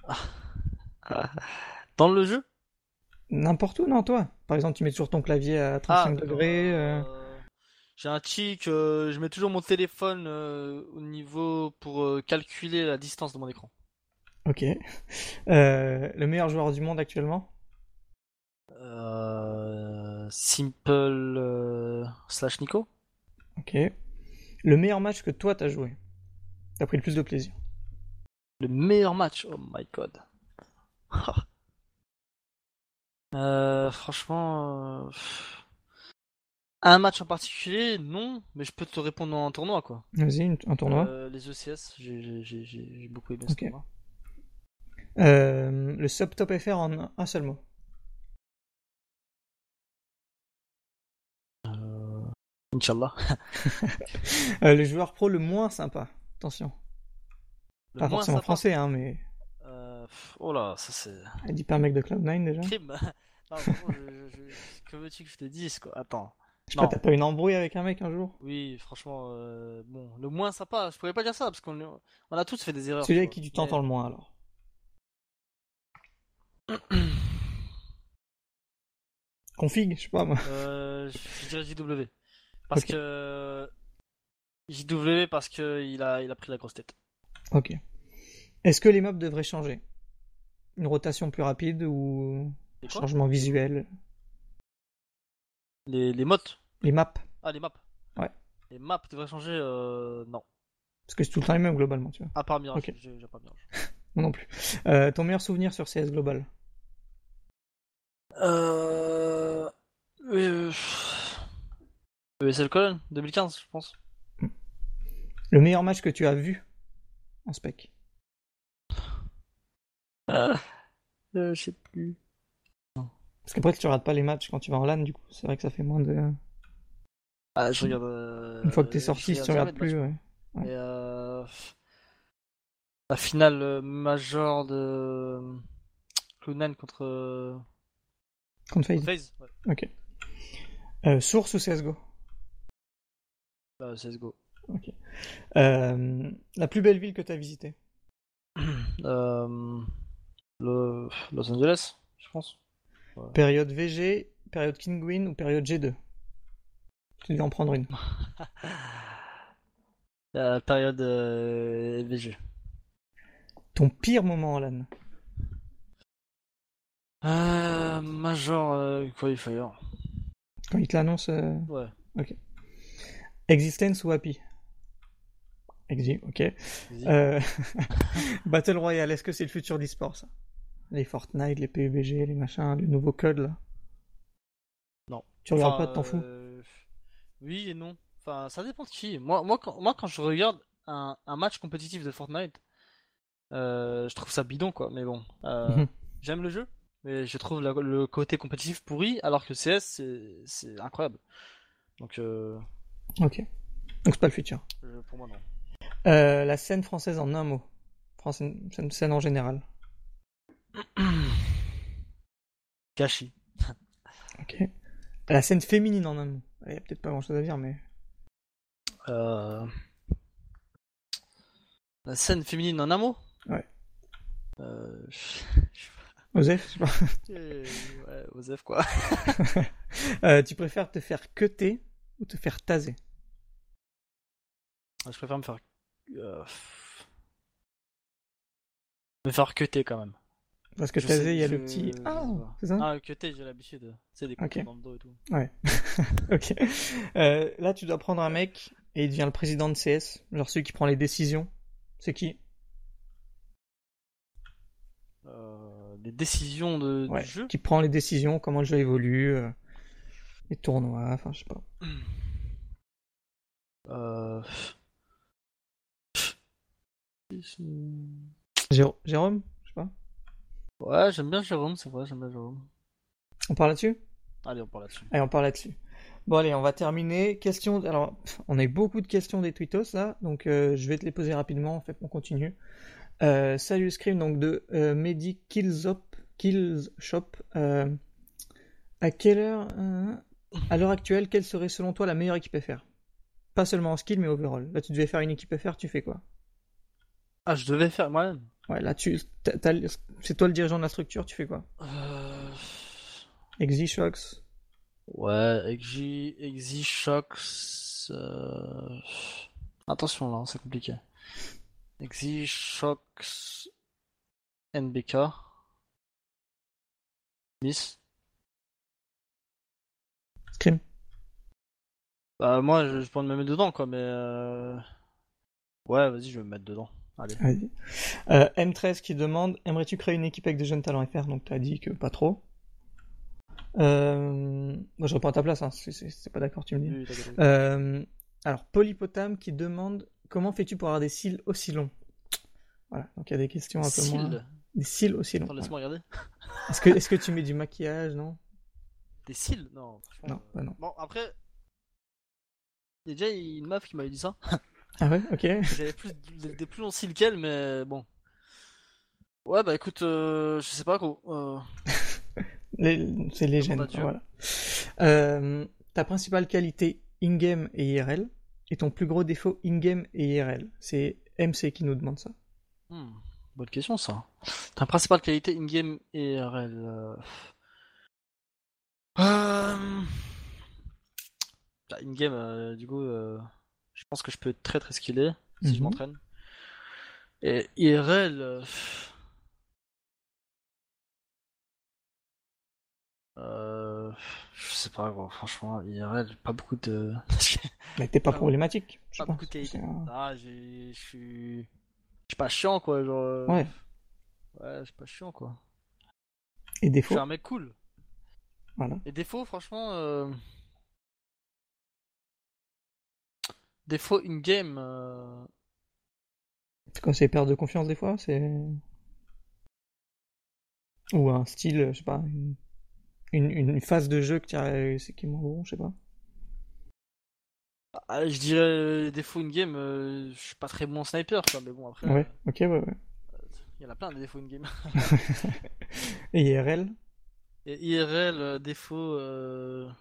Dans le jeu? N'importe où, non, toi. Par exemple, tu mets toujours ton clavier à Ah, trente-cinq d'accord. degrés. euh, Euh, J'ai un tic. euh, je mets toujours mon téléphone euh, au niveau pour euh, calculer la distance de mon écran. Ok. Euh, le meilleur joueur du monde actuellement? Euh, Simple euh, slash Nico. Ok. Le meilleur match que toi t'as joué? T'as pris le plus de plaisir? Le meilleur match. Oh my god. Euh, franchement, euh, pff, un match en particulier, non, mais je peux te répondre en tournoi, quoi. Vas-y, une- un tournoi. Euh, les E C S, j'ai j'ai- j'ai- j'ai- j'ai beaucoup aimé ce Ok. tournoi. Euh, le sub top F R en un seul mot. Euh, Inch'Allah. Euh, le joueur pro le moins sympa. Attention. Le Pas moins forcément sympa. français, hein, mais. Euh, pff, oh là, ça c'est Elle dit pas un mec de Cloud nine déjà. crime. Non, franchement, je, je, je- que veux-tu que je te dise, quoi? Attends. Je sais pas, Non. t'as pas une embrouille avec un mec un jour? Oui, franchement, euh, bon, le moins sympa, je pourrais pas dire ça, parce qu'on on a tous fait des erreurs, Celui tu avec vois. qui tu Mais- t'entends le moins alors. Config, je sais pas moi. Euh, je dirais J W. Parce Ok. que J W parce que il a il a pris la grosse tête. Ok. Est-ce que les mobs devraient changer? Une rotation plus rapide ou Et un quoi? changement visuel? Les les mottes. Les maps? Ah, les maps. Ouais. Les maps devraient changer euh, non. Parce que c'est tout le temps les mêmes globalement, tu vois. À part Mirage, Ok. j'ai j'ai pas Mirage. Moi non plus. Euh, ton meilleur souvenir sur C S Global? Euh euh E S L Cologne deux mille quinze, je pense. Le meilleur match que tu as vu en spec? Euh, je sais plus. Parce qu'après tu rates pas les matchs quand tu vas en LAN, du coup, c'est vrai que ça fait moins de. Ah, je regarde euh, Une fois que t'es je sorti, si tu jamais regardes de match, plus, quoi. ouais. Ouais. Et euh, la finale euh, major de Cloud nine contre euh, Contre FaZe. FaZe. Ouais. Ok. Euh, source ou C S G O? Bah, C S G O. Ok. Euh, la plus belle ville que t'as visitée? Euh, le Los Angeles, je pense. Période V G, période Kinguin ou période G deux? Tu devais en prendre une. La période euh, V G. Ton pire moment en LAN? Euh, major euh, qualifier. Quand il te l'annonce. euh, Ouais. Existence ou Happy? Exi, ok. Vas-y. Euh... Battle Royale, est-ce que c'est le futur d'e-sport ça? Les Fortnite, les P U B G, les machins, les nouveaux codes là? Non. Tu regardes Enfin, pas, t'en fous? euh, Oui et non. Enfin, ça dépend de qui. Moi, moi, quand, moi, quand je regarde un, un match compétitif de Fortnite, euh, je trouve ça bidon, quoi. Mais bon, euh, Mhm. j'aime le jeu, mais je trouve la- le côté compétitif pourri, alors que C S, c'est, c'est incroyable. Donc, euh, Ok. Donc c'est pas le futur. je- pour moi, non. Euh, la scène française en un mot. Française, scène, scène en général. Gâchis. Ok. La scène féminine en un mot. Il y a peut-être pas grand chose à dire, mais. Euh... La scène féminine en un mot? Ouais. Euh... je- je- Osef, je sais pas. Et, ouais, Osef quoi. Euh, tu préfères te faire cutter ou te faire taser? Je préfère me faire. Euh... Me faire cutter quand même. Parce que Je taser, sais- il y a je- le petit. je Ah, sais pas. c'est ça? Ah, cutter, j'ai l'habitude. Tu sais, des coups Ok. dans le dos et tout. Ouais. Ok. Euh, là, tu dois prendre un mec et il devient le président de C S, genre celui qui prend les décisions. C'est qui? Euh, les décisions de, Ouais. du jeu. Qui prend les décisions, comment le jeu évolue, euh, les tournois, enfin, je sais pas. Euh... Jér- Jérôme? Je sais pas. Ouais, j'aime bien Jérôme, c'est vrai, j'aime bien Jérôme. On parle là-dessus? Allez, on parle là-dessus. Allez, on parle là-dessus. Bon, allez, on va terminer. Question. Alors, pff, on a eu beaucoup de questions des tweetos là, donc euh, je vais te les poser rapidement. En fait, on continue. Euh, salut Scream, donc de euh, Mehdi Killshop. Killshop. Euh, à quelle heure euh, à l'heure actuelle, quelle serait selon toi la meilleure équipe F R? Pas seulement en skill, mais overall. Là, tu devais faire une équipe F R, tu fais quoi? Ah, je devais faire moi-même. Ouais, là, tu, t'as- t'as- c'est toi le dirigeant de la structure, tu fais quoi? Euh... Exishox. Ouais, Exi, Exi, Shox. Euh... Attention là, c'est compliqué. Exi, Shox, N B K, Miss. Scream. Bah, moi, je, je peux me mettre dedans quoi, mais. Euh... Ouais, vas-y, je vais me mettre dedans. Allez. Vas-y. Euh, M treize qui demande aimerais-tu créer une équipe avec des jeunes talents F R? Donc, tu as dit que pas trop. Euh... Moi, je reprends ta place, hein. c'est, c'est, c'est pas d'accord, tu me dis. Oui, t'inquiète, t'inquiète. Euh... Alors, Polypotame qui demande comment fais-tu pour avoir des cils aussi longs? Voilà, donc il y a des questions un peu moins. Cils. Des cils aussi longs. Attends, laisse-moi regarder. Ouais. Est-ce que, est-ce que tu mets du maquillage, non? Des cils? Non, franchement. Non, bah non. Bon, après. Il y a déjà une meuf qui m'avait dit ça. Ah ouais, ok. J'avais plus des, des plus longs cils qu'elle, mais bon. Ouais, bah écoute, euh, je sais pas gros. Euh... Les- C'est les gènes, Demande à quoi, Dieu. voilà. Euh, ta principale qualité in-game et I R L et ton plus gros défaut in-game et I R L. C'est M C qui nous demande ça. Hmm, bonne question ça. Ta principale qualité in-game et R L. Euh... Euh... bah, in-game, euh, du coup, euh, je pense que je peux être très très skillé si je Mhm. m'entraîne. Et I R L. Euh... euh, Je sais pas, gros, franchement, I R L, pas beaucoup de. Mais t'es pas Ah, problématique, je pas pense. beaucoup de qualité. C'est un- Ah, j'ai, je suis, je suis pas chiant quoi, genre. euh, Ouais. Ouais, je suis pas chiant quoi. Et Je défaut, suis un mec cool. voilà. Et défaut, franchement, euh... défaut in-game. Euh... C'est quoi, c'est perte de confiance des fois, c'est ou un style, je sais pas, une, une, une phase de jeu que tu as, c'est qui est moins bon, je sais pas. Ah, je dirais euh, défaut in-game, euh, je suis pas très bon sniper, quoi, mais bon, après, Ouais, ok, ouais, ouais. il y en a plein des défauts in-game. Et I R L, Et I R L, euh, défaut. Euh...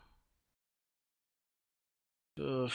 euh,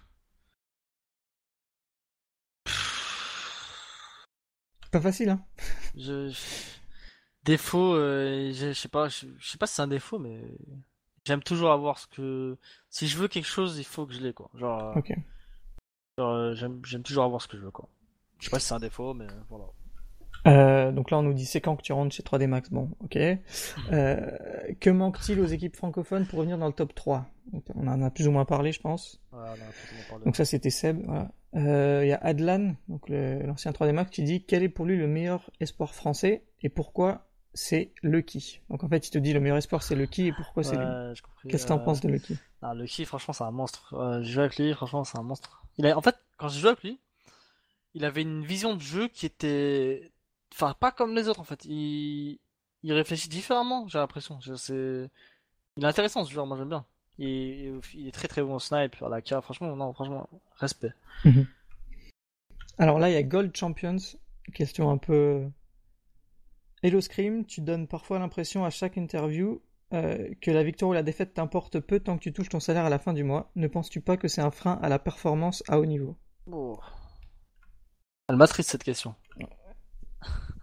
pas facile, hein. Je... Défaut, euh, je je sais pas, je je sais pas si c'est un défaut, mais j'aime toujours avoir ce que. Si je veux quelque chose, il faut que je l'ai, quoi. Genre, euh, Ok. genre, euh, j'aime j'aime toujours avoir ce que je veux, quoi. Je sais pas si c'est un défaut, mais voilà. Euh, donc là, on nous dit c'est quand que tu rentres chez trois D Max. Bon, ok. Euh, que manque-t-il aux équipes francophones pour revenir dans le top trois? Donc, on en a plus ou moins parlé, je pense. Voilà, on a parlé. Donc ça, c'était Seb. Voilà. Euh, Il y a Adlan, donc le- l'ancien trois D Max, qui dit quel est pour lui le meilleur espoir français et pourquoi c'est Lucky. Donc en fait, il te dit le meilleur espoir c'est Lucky et pourquoi c'est lui. Ouais, j'ai compris. Qu'est-ce que t'en euh, penses de Lucky? Ah, Lucky, franchement, c'est un monstre. Euh, j'ai joué avec lui, franchement, c'est un monstre. Il a... En fait, quand j'ai joué avec lui, il avait une vision de jeu qui était. Enfin, pas comme les autres, en fait. Il, il réfléchit différemment, j'ai l'impression. Je- C'est... Il est intéressant, ce joueur, moi j'aime bien. Il... il est très très bon au snipe, à la K. Franchement, non, franchement, respect. Alors là, il y a Gold Champions. Question un peu. Hello Scream, tu donnes parfois l'impression à chaque interview euh, que la victoire ou la défaite t'importe peu tant que tu touches ton salaire à la fin du mois. Ne penses-tu pas que c'est un frein à la performance à haut niveau? Oh. Elle m'attriste cette question.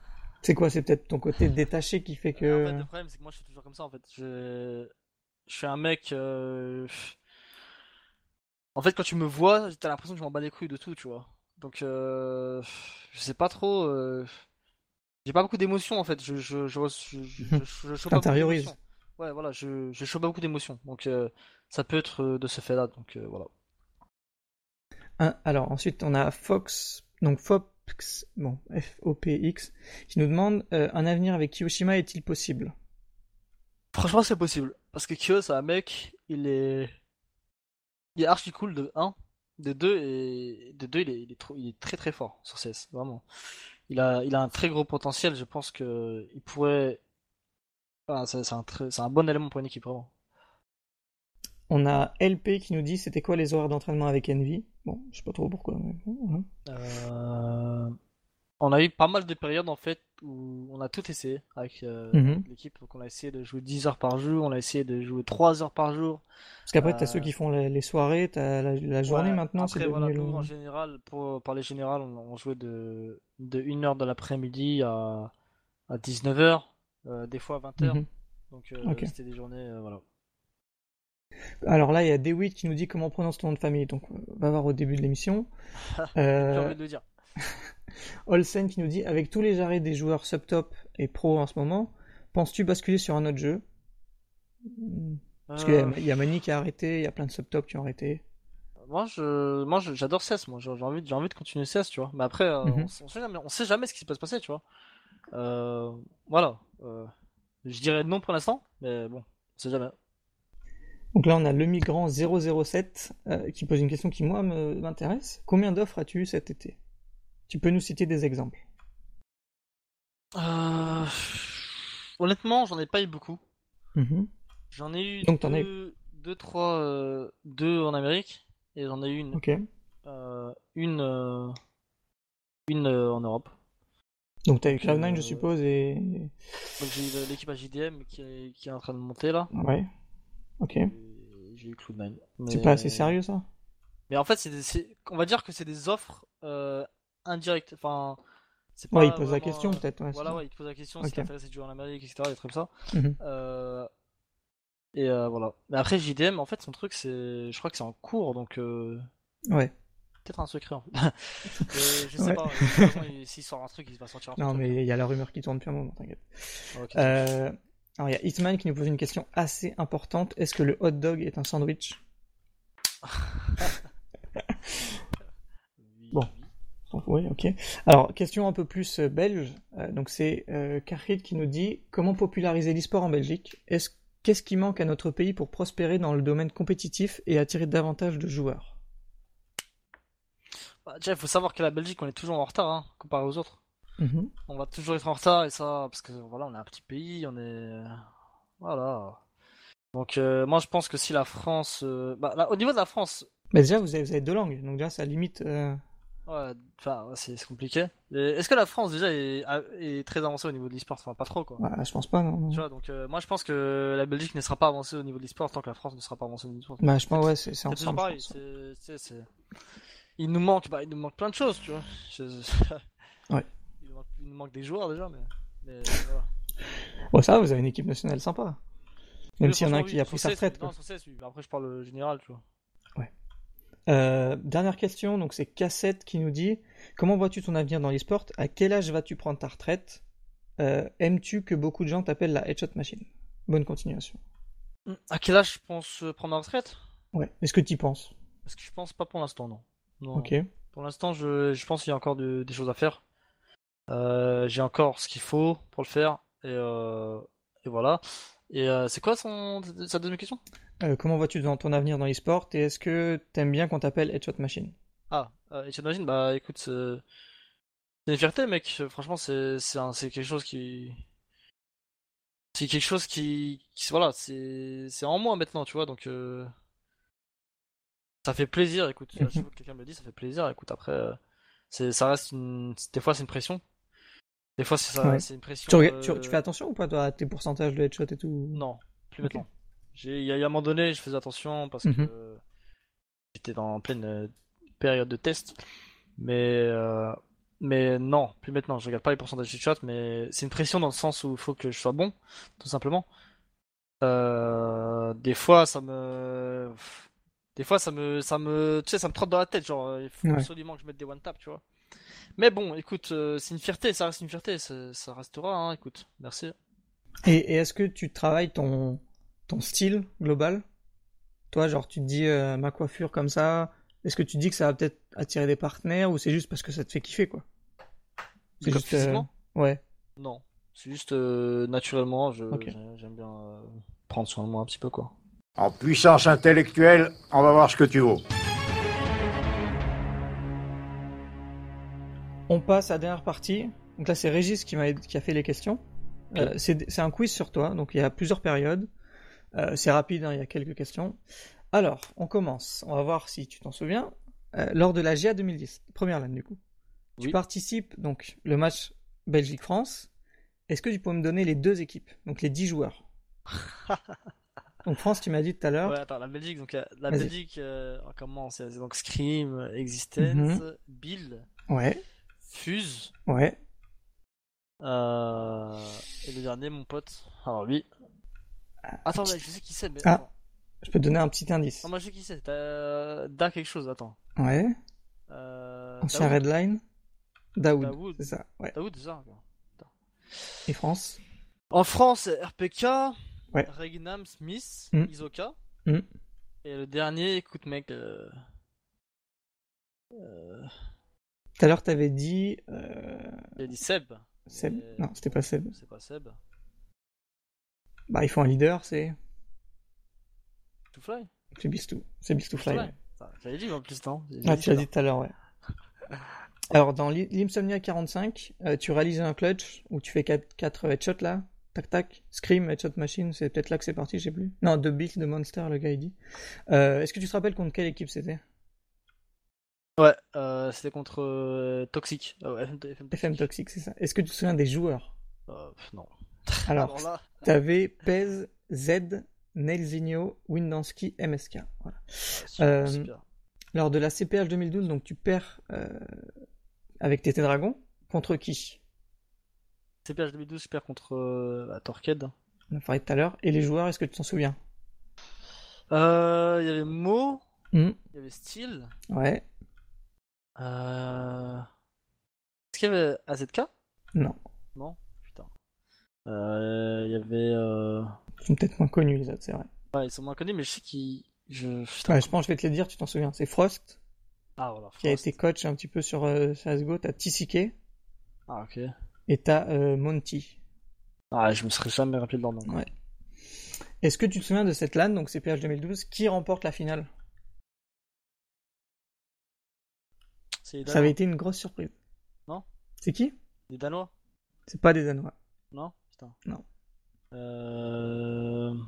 C'est quoi? C'est peut-être ton côté détaché qui fait Euh, en que... fait, le problème, c'est que moi, je suis toujours comme ça, en fait. Je, je suis un mec. euh, En fait, quand tu me vois, t'as l'impression que je m'en bats les couilles de tout, tu vois. Donc, euh... je sais pas trop. euh, J'ai pas beaucoup d'émotions, en fait. Je, je, je, je, je, je, je show pas beaucoup T'intériorises. d'émotions. Ouais, voilà, je, je show pas beaucoup d'émotions. Donc, euh, ça peut être euh, de ce fait-là. Donc, euh, voilà. Hein, alors ensuite on a Fox, donc Fox, bon, F O P X, qui nous demande euh, un avenir avec Kiyoshima est-il possible? Franchement, c'est possible. Parce que Kyo, c'est un mec, il est. Il est archi cool de un. De deux, et de deux, il est, il est, trop... il est très très fort sur C S, vraiment. Il a, il a un très gros potentiel, je pense que il pourrait. Ah, c'est c'est un, très... c'est un bon élément pour une équipe, vraiment. On a L P qui nous dit c'était quoi les horaires d'entraînement avec Envy. Bon, je sais pas trop pourquoi, mais bon, voilà. Euh, On a eu pas mal de périodes en fait où on a tout essayé avec, euh, Mhm. avec l'équipe. Donc on a essayé de jouer dix heures par jour, on a essayé de jouer trois heures par jour. Parce qu'après t'as Euh, ceux qui font les, les soirées, t'as la, la journée Ouais, maintenant, c'est après voilà, devenu nous en le... général, pour parler général, on, on jouait de, de une heure de l'après-midi à, à dix-neuf heures, euh, des fois à vingt heures. Mhm. Donc euh, Ok. c'était des journées, euh, voilà. Alors là il y a Dewit qui nous dit comment on prononce ton nom de famille, donc euh, on va voir au début de l'émission. J'ai Euh, envie de le dire. Olsen qui nous dit avec tous les arrêts des joueurs subtop et pro en ce moment, penses-tu basculer sur un autre jeu? Parce qu'il y Euh, a- il y a Mani qui a arrêté, il y a plein de subtop qui ont arrêté. Moi, je, moi, je- j'adore C S. Moi, j'ai j'ai envie, j'ai envie de continuer C S, tu vois. Mais après, euh, on, Mhm. s- on sait jamais, on sait jamais ce qui peut se passer, tu vois. Euh, voilà. Euh, je dirais non pour l'instant, mais bon, on sait jamais. Donc là, on a le migrant zéro zéro sept euh, qui pose une question qui, moi, me- m'intéresse. Combien d'offres as-tu eu cet été? Tu peux nous citer des exemples? Euh, Honnêtement, j'en ai pas eu beaucoup. Mhm. J'en ai eu Donc t'en as eu. deux, deux, trois, euh, deux en Amérique, et j'en ai eu une, Ok. euh, une, euh, une euh, en Europe. Donc t'as eu Donc, cloud nine, je euh, suppose, et... donc j'ai eu l'équipe à J D M qui est, qui est en train de monter là. Ouais. Ok. Et j'ai eu cloud nine. C'est pas assez Mais, sérieux, ça? mais en fait, c'est, des- c'est- on va dire que c'est des offres euh, indirectes. Enfin, c'est Ouais, il pas pose la vraiment. question, euh, peut-être, ouais, c'est Voilà, ça. ouais, il te pose la question si Ok. t'es intéressé de jouer en Amérique, et cetera. Des trucs comme ça. Mhm. Euh, et euh, voilà. Mais après, J D M, en fait, son truc, c'est. Je crois que c'est en cours, donc. Euh... Ouais. Peut-être un secret en fait. Mais je sais Ouais. pas. De toute façon, il- s'il sort un truc, il va sortir un Non, truc. mais il y a la rumeur qui tourne depuis un moment, t'inquiète. Ok, ça marche. Euh... Alors, il y a Hitman qui nous pose une question assez importante. Est-ce que le hot dog est un sandwich? Oui, Bon. oui. Oui, ok. Alors, question un peu plus euh, belge. Euh, donc, c'est euh, Karhid qui nous dit comment populariser l'e-sport en Belgique? Est-ce Qu'est-ce qui manque à notre pays pour prospérer dans le domaine compétitif et attirer davantage de joueurs? Bah, déjà, il faut savoir que la Belgique, on est toujours en retard, hein, comparé aux autres. Mhm. On va toujours être en retard, et ça, parce que voilà, on est un petit pays, on est. Voilà. Donc, euh, moi, je pense que si la France. euh, Bah, là, au niveau de la France, Mais déjà, vous avez, vous avez deux langues, donc déjà, ça limite. euh, ouais, enfin, ouais, c'est c'est compliqué. Et Est-ce que la France, déjà, est, a- est très avancée au niveau de l'e-sport? Enfin, pas trop, quoi. ouais, je pense pas, non. Tu non. vois, donc, euh, moi, je pense que la Belgique ne sera pas avancée au niveau de l'e-sport tant que la France ne sera pas avancée au niveau de l'e-sport. Bah, je pense, C'est ouais, c'est c'est c'est toujours ensemble, je pareil. pense. C'est, c'est, c'est- Il nous manque, bah, il nous manque plein de choses, tu vois. Je- je- Ouais. Il nous manque, il nous manque des joueurs déjà, mais, mais voilà. Bon, ça, va, vous avez une équipe nationale sympa. Même Oui, s'il y en a un franchement, qui oui, a sur pris sa C S, retraite, oui. quoi. Non, sur C S, oui. Après, je parle euh, général, tu vois. Euh, dernière question, donc c'est Cassette qui nous dit comment vois-tu ton avenir dans l'e-sport? À quel âge vas-tu prendre ta retraite? Euh, Aimes-tu que beaucoup de gens t'appellent la headshot machine? Bonne continuation. Hmm, À quel âge je pense euh, prendre ma retraite? Ouais. Est-ce que tu y penses? Parce que je pense pas pour l'instant, non. Non, Ok. non. Pour l'instant, je, je pense qu'il y a encore de- des choses à faire. Euh, j'ai encore ce qu'il faut pour le faire. Et, euh, et voilà. Et euh, c'est quoi son, sa deuxième question? Euh, comment vois-tu dans ton avenir dans l'e-sport et est-ce que t'aimes bien qu'on t'appelle headshot machine? Ah, euh, et j'imagine, bah écoute, c'est c'est une fierté, mec. Franchement, c'est c'est un- c'est quelque chose qui. C'est quelque chose qui. qui- voilà, c'est c'est en moi maintenant, tu vois. Donc, euh, ça fait plaisir, écoute. À chaque Mhm. fois que quelqu'un me le dit, ça fait plaisir. Écoute, après, euh, c'est ça reste une. Des fois, c'est une pression. Des fois, c'est ça, Ouais. c'est une pression. Tu, rega- tu, tu fais euh, attention ou pas toi, à tes pourcentages de headshot et tout? Non, plus Ok. maintenant. J'ai, il y a il y a un moment donné, je faisais attention parce Mhm. que j'étais dans pleine euh, période de test. Mais euh, Mais non, plus maintenant. Je regarde pas les pourcentages de shot, mais c'est une pression dans le sens où il faut que je sois bon, tout simplement. Euh, des fois, ça me, des fois, ça me, ça me, tu sais, ça me trotte dans la tête. Genre, il faut Ouais. absolument que je mette des one tap, tu vois. Mais bon, écoute, euh, c'est une fierté, ça reste une fierté, ça, ça restera. Hein, écoute, merci. Et, et est-ce que tu travailles ton, ton style global? Toi, genre, tu te dis euh, ma coiffure comme ça, est-ce que tu te dis que ça va peut-être attirer des partenaires ou c'est juste parce que ça te fait kiffer, quoi? C'est Comme juste. euh, physiquement? Ouais, Non, c'est juste euh, naturellement, je, ok. j'ai- j'aime bien euh, prendre soin de moi un petit peu, quoi. En puissance intellectuelle, on va voir ce que tu vaux. On passe à la dernière partie. Donc là, c'est Régis qui, m'a, qui a fait les questions. Ok. Euh, c'est, c'est un quiz sur toi, donc il y a plusieurs périodes. Euh, c'est rapide, hein, il y a quelques questions. Alors, on commence. On va voir si tu t'en souviens. Euh, lors de la G A deux mille dix, première LAN du coup, tu Oui. participes donc le match Belgique-France. Est-ce que tu peux me donner les deux équipes, donc les dix joueurs? Donc France, tu m'as dit tout à l'heure. Ouais, attends, la Belgique, donc euh, la Vas-y. Belgique, euh, on commence, c'est donc Scream, Existence, Mhm. Bill, Ouais, Fuse, ouais. euh, et le dernier, mon pote. Alors lui. Attends, ouais, je sais qui c'est, mais Ah. attends. Je peux te donner un petit indice. Non, moi je sais qui c'est. T'as Da quelque chose, attends. Ouais. Euh, Ancien Daoud. Redline. Daoud. Daoud. C'est ça. Ouais. Daoud, c'est ça. ok. Et France. En France, R P K, Ouais. Regnam, Smith, Mm. Isoka. Mm. Et le dernier, écoute mec, euh... euh... Tout à l'heure, t'avais dit. Euh... j'ai dit Seb. Seb. Mais- Non, c'était pas Seb. C'est pas Seb. Bah, il faut un leader, c'est. To Fly. C'est Beast2. C'est Beast to Fly. ouais. Ça, j'avais dit en plus, non? J'ai- Ah, j'ai tu l'as tout dit tout à l'heure, ouais. Alors, dans l'I- l'Insomnia quarante-cinq, euh, tu réalises un clutch où tu fais quatre headshots là. Tac tac. Scream, headshot machine, c'est peut-être là que c'est parti, je sais plus. Non, deux builds de Monster, le gars il dit. Euh, Est-ce que tu te rappelles contre quelle équipe c'était? là. Ouais, euh, c'était contre euh, Toxic. Ah ouais, F M, F M F M Toxic, c'est ça. Est-ce que tu te souviens des joueurs? Euh, pff, non. Alors, là, t'avais Pez, Z, Nelzinho, Windansky, M S K. Voilà. super, Euh, super. Lors de la C P H deux mille douze, donc tu perds euh, avec T T Dragon. Contre qui? C P H deux mille douze, super contre euh, la Torqued. On a parlé tout à l'heure. Et les joueurs, est-ce que tu t'en souviens? Euh, Il y avait Mo, Hmm, il y avait Steel. Ouais. Euh... Est-ce qu'il y avait A Z K? Non. Non? Putain. Euh, Il y avait... Euh... Ils sont peut-être moins connus les autres, c'est vrai. Ouais, ils sont moins connus, mais je sais qu'ils... Je... Putain. Ouais, je pense que je vais te les dire, tu t'en souviens. C'est Frost, Ah, voilà. qui a Frost. été coach un petit peu sur euh, C S G O. T'as T C K Ah, ok. et t'as euh, Monty. Ah, je me serais jamais rappelé de leur nom. Ouais. Est-ce que tu te souviens de cette LAN, donc C P H deux mille douze, qui remporte la finale? C'est les Ça Danois. avait été une grosse surprise. Non? C'est qui? Les Danois? C'est pas des Danois. Non? Putain. Non. Euh...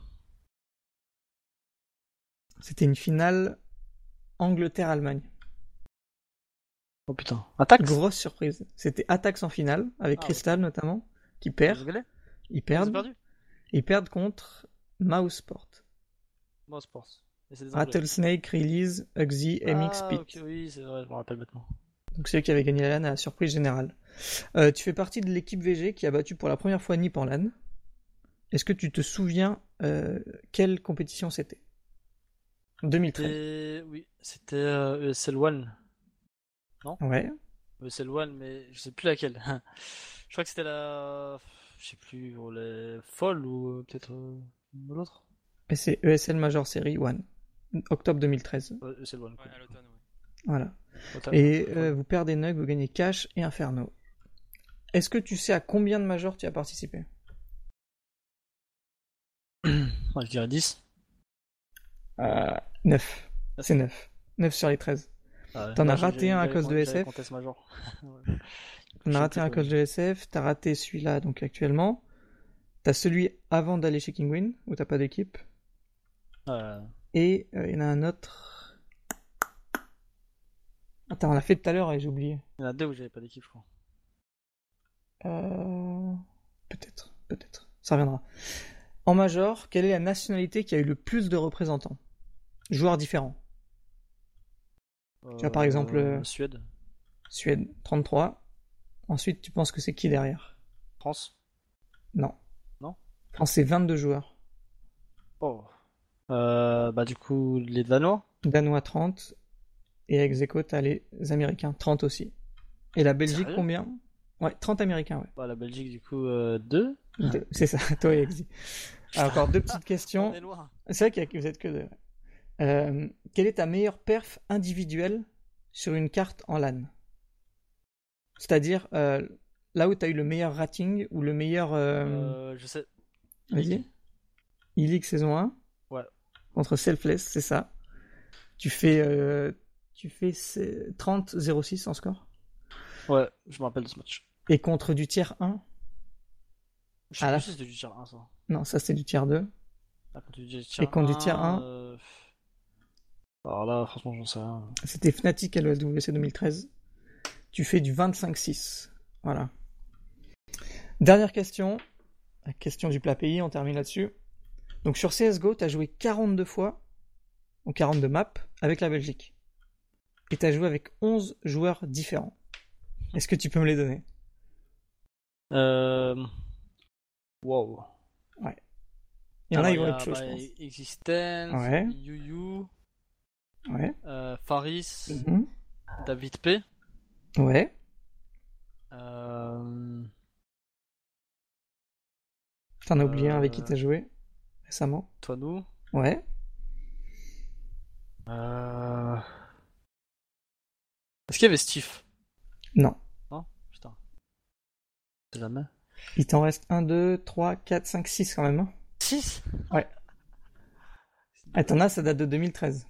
C'était une finale Angleterre-Allemagne. Oh putain. Attaque? Grosse surprise. C'était Attax en finale, avec Ah, Crystal notamment, qui Ils perd. ont gagné? Ils Ils ont perdent. perdu? Ils perdent contre Mouseport. Moi, Sports. Et c'est des Anglais. Rattlesnake, Release, Uxie, M X, Ah, Pit. ok, oui, c'est vrai, je me rappelle maintenant. Donc c'est eux qui avaient gagné la LAN à la surprise générale. Euh, tu fais partie de l'équipe V G qui a battu pour la première fois Nip en LAN. Est-ce que tu te souviens euh, quelle compétition c'était? deux mille treize. C'était... Oui, c'était euh, E S L One. Ouais. E S L One, mais je sais plus laquelle. Je crois que c'était la... Je sais plus, ou les Fall ou euh, peut-être euh, l'autre. Et c'est E S L Major Series one. Octobre deux mille treize. Ouais, E S L One. Ouais, à l'automne, ouais. Voilà. Automne. Et euh, vous perdez Nug, vous gagnez Cash et Inferno. Est-ce que tu sais à combien de majors tu as participé? Ouais, je dirais dix. euh, neuf. C'est neuf. neuf sur les treize. Ah ouais. T'en Moi, as j'ai- raté j'ai- un à j'avais cause con- de j'avais S F. Contest Major. Ouais. T'en Je as sais raté plus un à trop. cause de S F, t'as raté celui-là donc actuellement. T'as celui avant d'aller chez Kingwin, où t'as pas d'équipe. Euh, Et euh, il y en a un autre. Attends, on l'a fait tout à l'heure et j'ai oublié. Il y en a deux où j'avais pas d'équipe, je crois. Euh... Peut-être, peut-être. Ça reviendra. En major, quelle est la nationalité qui a eu le plus de représentants? Joueurs différents. Tu vois, par exemple, euh, Suède. Suède, trente-trois. Ensuite, tu penses que c'est qui derrière? France. Non. Non. France, c'est vingt-deux joueurs. Oh. Euh, bah du coup, les Danois. Danois trente. Et ex aequo, t'as les Américains, trente aussi. Et la Belgique, Sérieux combien? Ouais, trente Américains, ouais. Bah la Belgique, du coup, euh, deux. Deux. C'est ça, toi et Exi. Ah, encore deux petites questions. On est loin. C'est vrai qu'il y a, vous êtes que deux. Ouais. Euh, quelle est ta meilleure perf individuelle sur une carte en LAN? C'est-à-dire euh, là où tu as eu le meilleur rating ou le meilleur. Euh... Euh, je sais. Vas-y. E-League saison un. Ouais. Contre Selfless, c'est ça. Tu fais, euh, tu fais trente zéro six en score. Ouais, je me rappelle de ce match. Et contre du tiers un. Je sais Ah, plus là... si c'était du tiers un, ça. Non, ça c'était du tiers deux. Ah, contre du tiers Et contre du tiers un. Euh... Alors là, franchement, j'en sais rien. C'était Fnatic à l'O S W C deux mille treize. Tu fais du vingt-cinq six. Voilà. Dernière question. La question du plat pays, on termine là-dessus. Donc sur C S G O, tu as joué quarante-deux fois, ou quarante-deux maps, avec la Belgique. Et tu as joué avec onze joueurs différents. Est-ce que tu peux me les donner? Euh... Wow. Ouais. Il y en a, ils vont être chauds, bah, je pense. Existence, Ouais. Yuyu, Ouais. euh, Faris, Mm-hmm. David P. Ouais. Euh... T'en as oublié un euh... avec qui t'as joué récemment? Toi, nous. Ouais. Euh... Est-ce qu'il y avait Steve? Non. Non? Putain. C'est jamais. Il t'en reste un, deux, trois, quatre, cinq, six quand même. Hein. six? Ouais. Ah, t'en as, ça date de deux mille treize.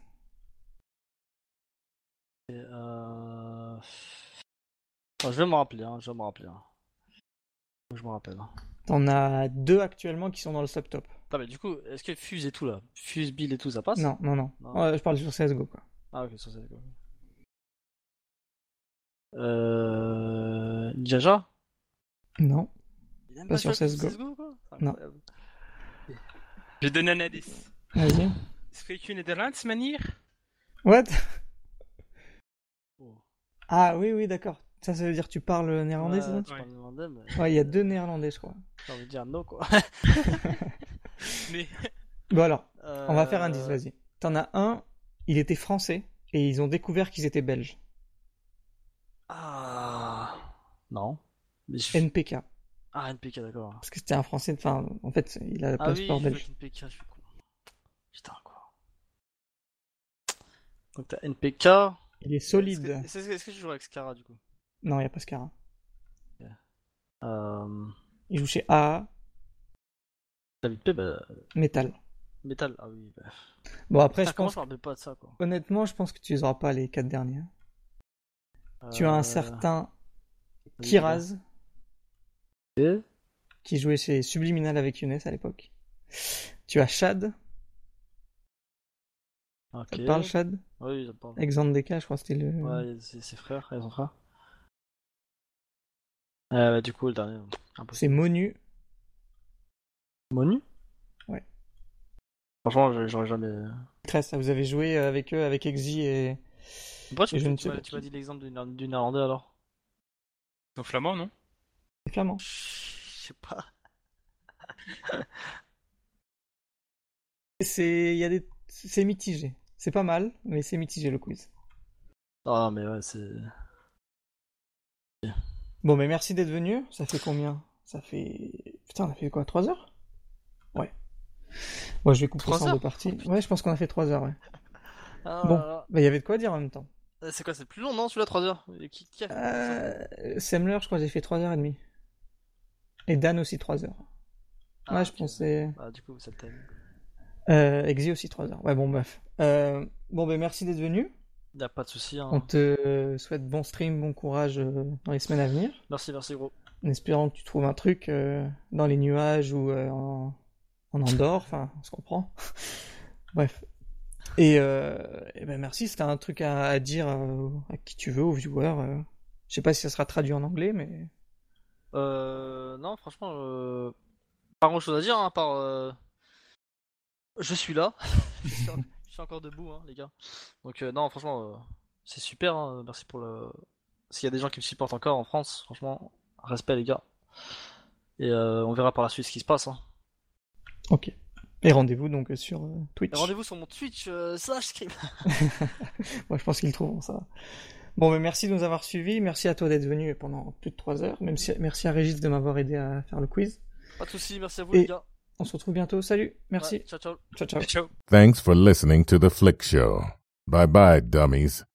Et euh... oh, je vais me rappeler, hein, je vais me rappeler. Hein. Je me rappelle. T'en as deux actuellement qui sont dans le sub-top. Ah mais du coup, est-ce que Fuse et tout là, Fuse, Bill et tout, ça passe? Non, non, non. Non. Ouais, je parle sur C S G O, quoi. Ah ok, ça c'est quoi. Euh... Jaja? Non. Il aime Pas sur jouer C S G O. C S G O, quoi. C'est Non. incroyable. Je donne un indice. Vas-y. Spreek je Nederlands manier? What? Oh. Ah oui, oui, d'accord. Ça, ça veut dire que tu parles néerlandais, Ouais, c'est ça? tu Ouais. parles néerlandais, mais Ouais, il y a deux néerlandais, je crois. j'ai envie de dire no quoi. Mais Bon alors, Euh... on va faire un dix, vas-y. T'en as un, il était français, et ils ont découvert qu'ils étaient belges. Ah... Non. Mais je... N P K. Ah, N P K, d'accord. Parce que c'était un français, enfin, en fait, il a le Ah oui, passeport je belge. veux N P K, je suis con. Putain, quoi. Donc t'as N P K. Il est Est-ce solide. que, est-ce que- est-ce que tu joues avec Scara, du coup? Non, il n'y a pas Scara. Euh... Il joue chez A A, David P, bah... Metal. Metal, ah oui, bah... Bon, après, Putain, je comment pense, je me rappelle pas de ça, quoi. honnêtement, je pense que tu les auras pas les quatre derniers. Tu as un Euh, certain vas-y, Kiraz, Et... qui jouait chez Subliminal avec Younes à l'époque. Tu as Shad, Ok. ça te parle Shad? Oui, ça me parle. Exandeka, je crois que c'était le... Ouais, c'est ses frères, et son frère. Euh, bah, du coup, le dernier, impossible. C'est Monu. Monu? Ouais. Franchement, je- j'aurais jamais... treize, ça vous avez joué avec eux, avec Exi et... Pourquoi tu, Et je ne tu, sais m'as, pas tu qui. m'as dit l'exemple du, Néer- du néerlandais, alors? c'est au flamand, non? et Flamand. Je sais pas. C'est... Il y a des... C'est mitigé. C'est pas mal, mais c'est mitigé le quiz. Ah, mais ouais, c'est... Bon, mais merci d'être venu. Ça fait combien? Ça fait... Putain, on a fait quoi? trois heures? Ouais. Bon, je vais couper Trois ça en deux heures parties. Ouais, je pense qu'on a fait trois heures, ouais. Ah, Bon. là, là. Bah, il y avait de quoi dire en même temps. Euh, C'est quoi, c'est plus long, non, celui-là, trois heures? Et Qui, qui a fait ça? Euh... Semler, je crois que j'ai fait trois heures trente. Et Dan aussi trois heures. Ah, Ouais, je ok. pensais... Ah, du coup, c'est le time. Euh, Exi aussi trois heures. Ouais, bon, bref. Euh, bon, ben merci d'être venu. Y'a pas de soucis, hein. On te souhaite bon stream, bon courage euh, dans les semaines à venir. Merci, merci, gros. En espérant que tu trouves un truc euh, dans les nuages ou euh, en, en Andorre. Enfin, on se comprend. Bref. Et, euh, et ben merci, c'était un truc à, à dire euh, à qui tu veux, aux viewers. euh. Je sais pas si ça sera traduit en anglais, mais... Euh... Non, franchement, euh... pas grand-chose à dire, hein, à part... euh, Je suis là. je, suis je suis encore debout, hein, les gars. Donc, euh, non, franchement, euh, c'est super, hein. Merci pour le... s'il y a des gens qui me supportent encore en France, franchement, respect les gars. Et euh, on verra par la suite ce qui se passe. Hein. Ok. Et rendez-vous donc sur euh, Twitch. Et rendez-vous sur mon Twitch euh, slash Scream. Moi, je pense qu'ils le trouveront, ça. Bon, mais merci de nous avoir suivis. Merci à toi d'être venu pendant plus de trois heures. Même si... Merci à Régis de m'avoir aidé à faire le quiz. Pas de soucis, merci à vous Et les gars. on se retrouve bientôt. Salut. Merci. Ouais, ciao ciao. Ciao, ciao. Ciao. Thanks for listening to The Flick Show. Bye bye, dummies.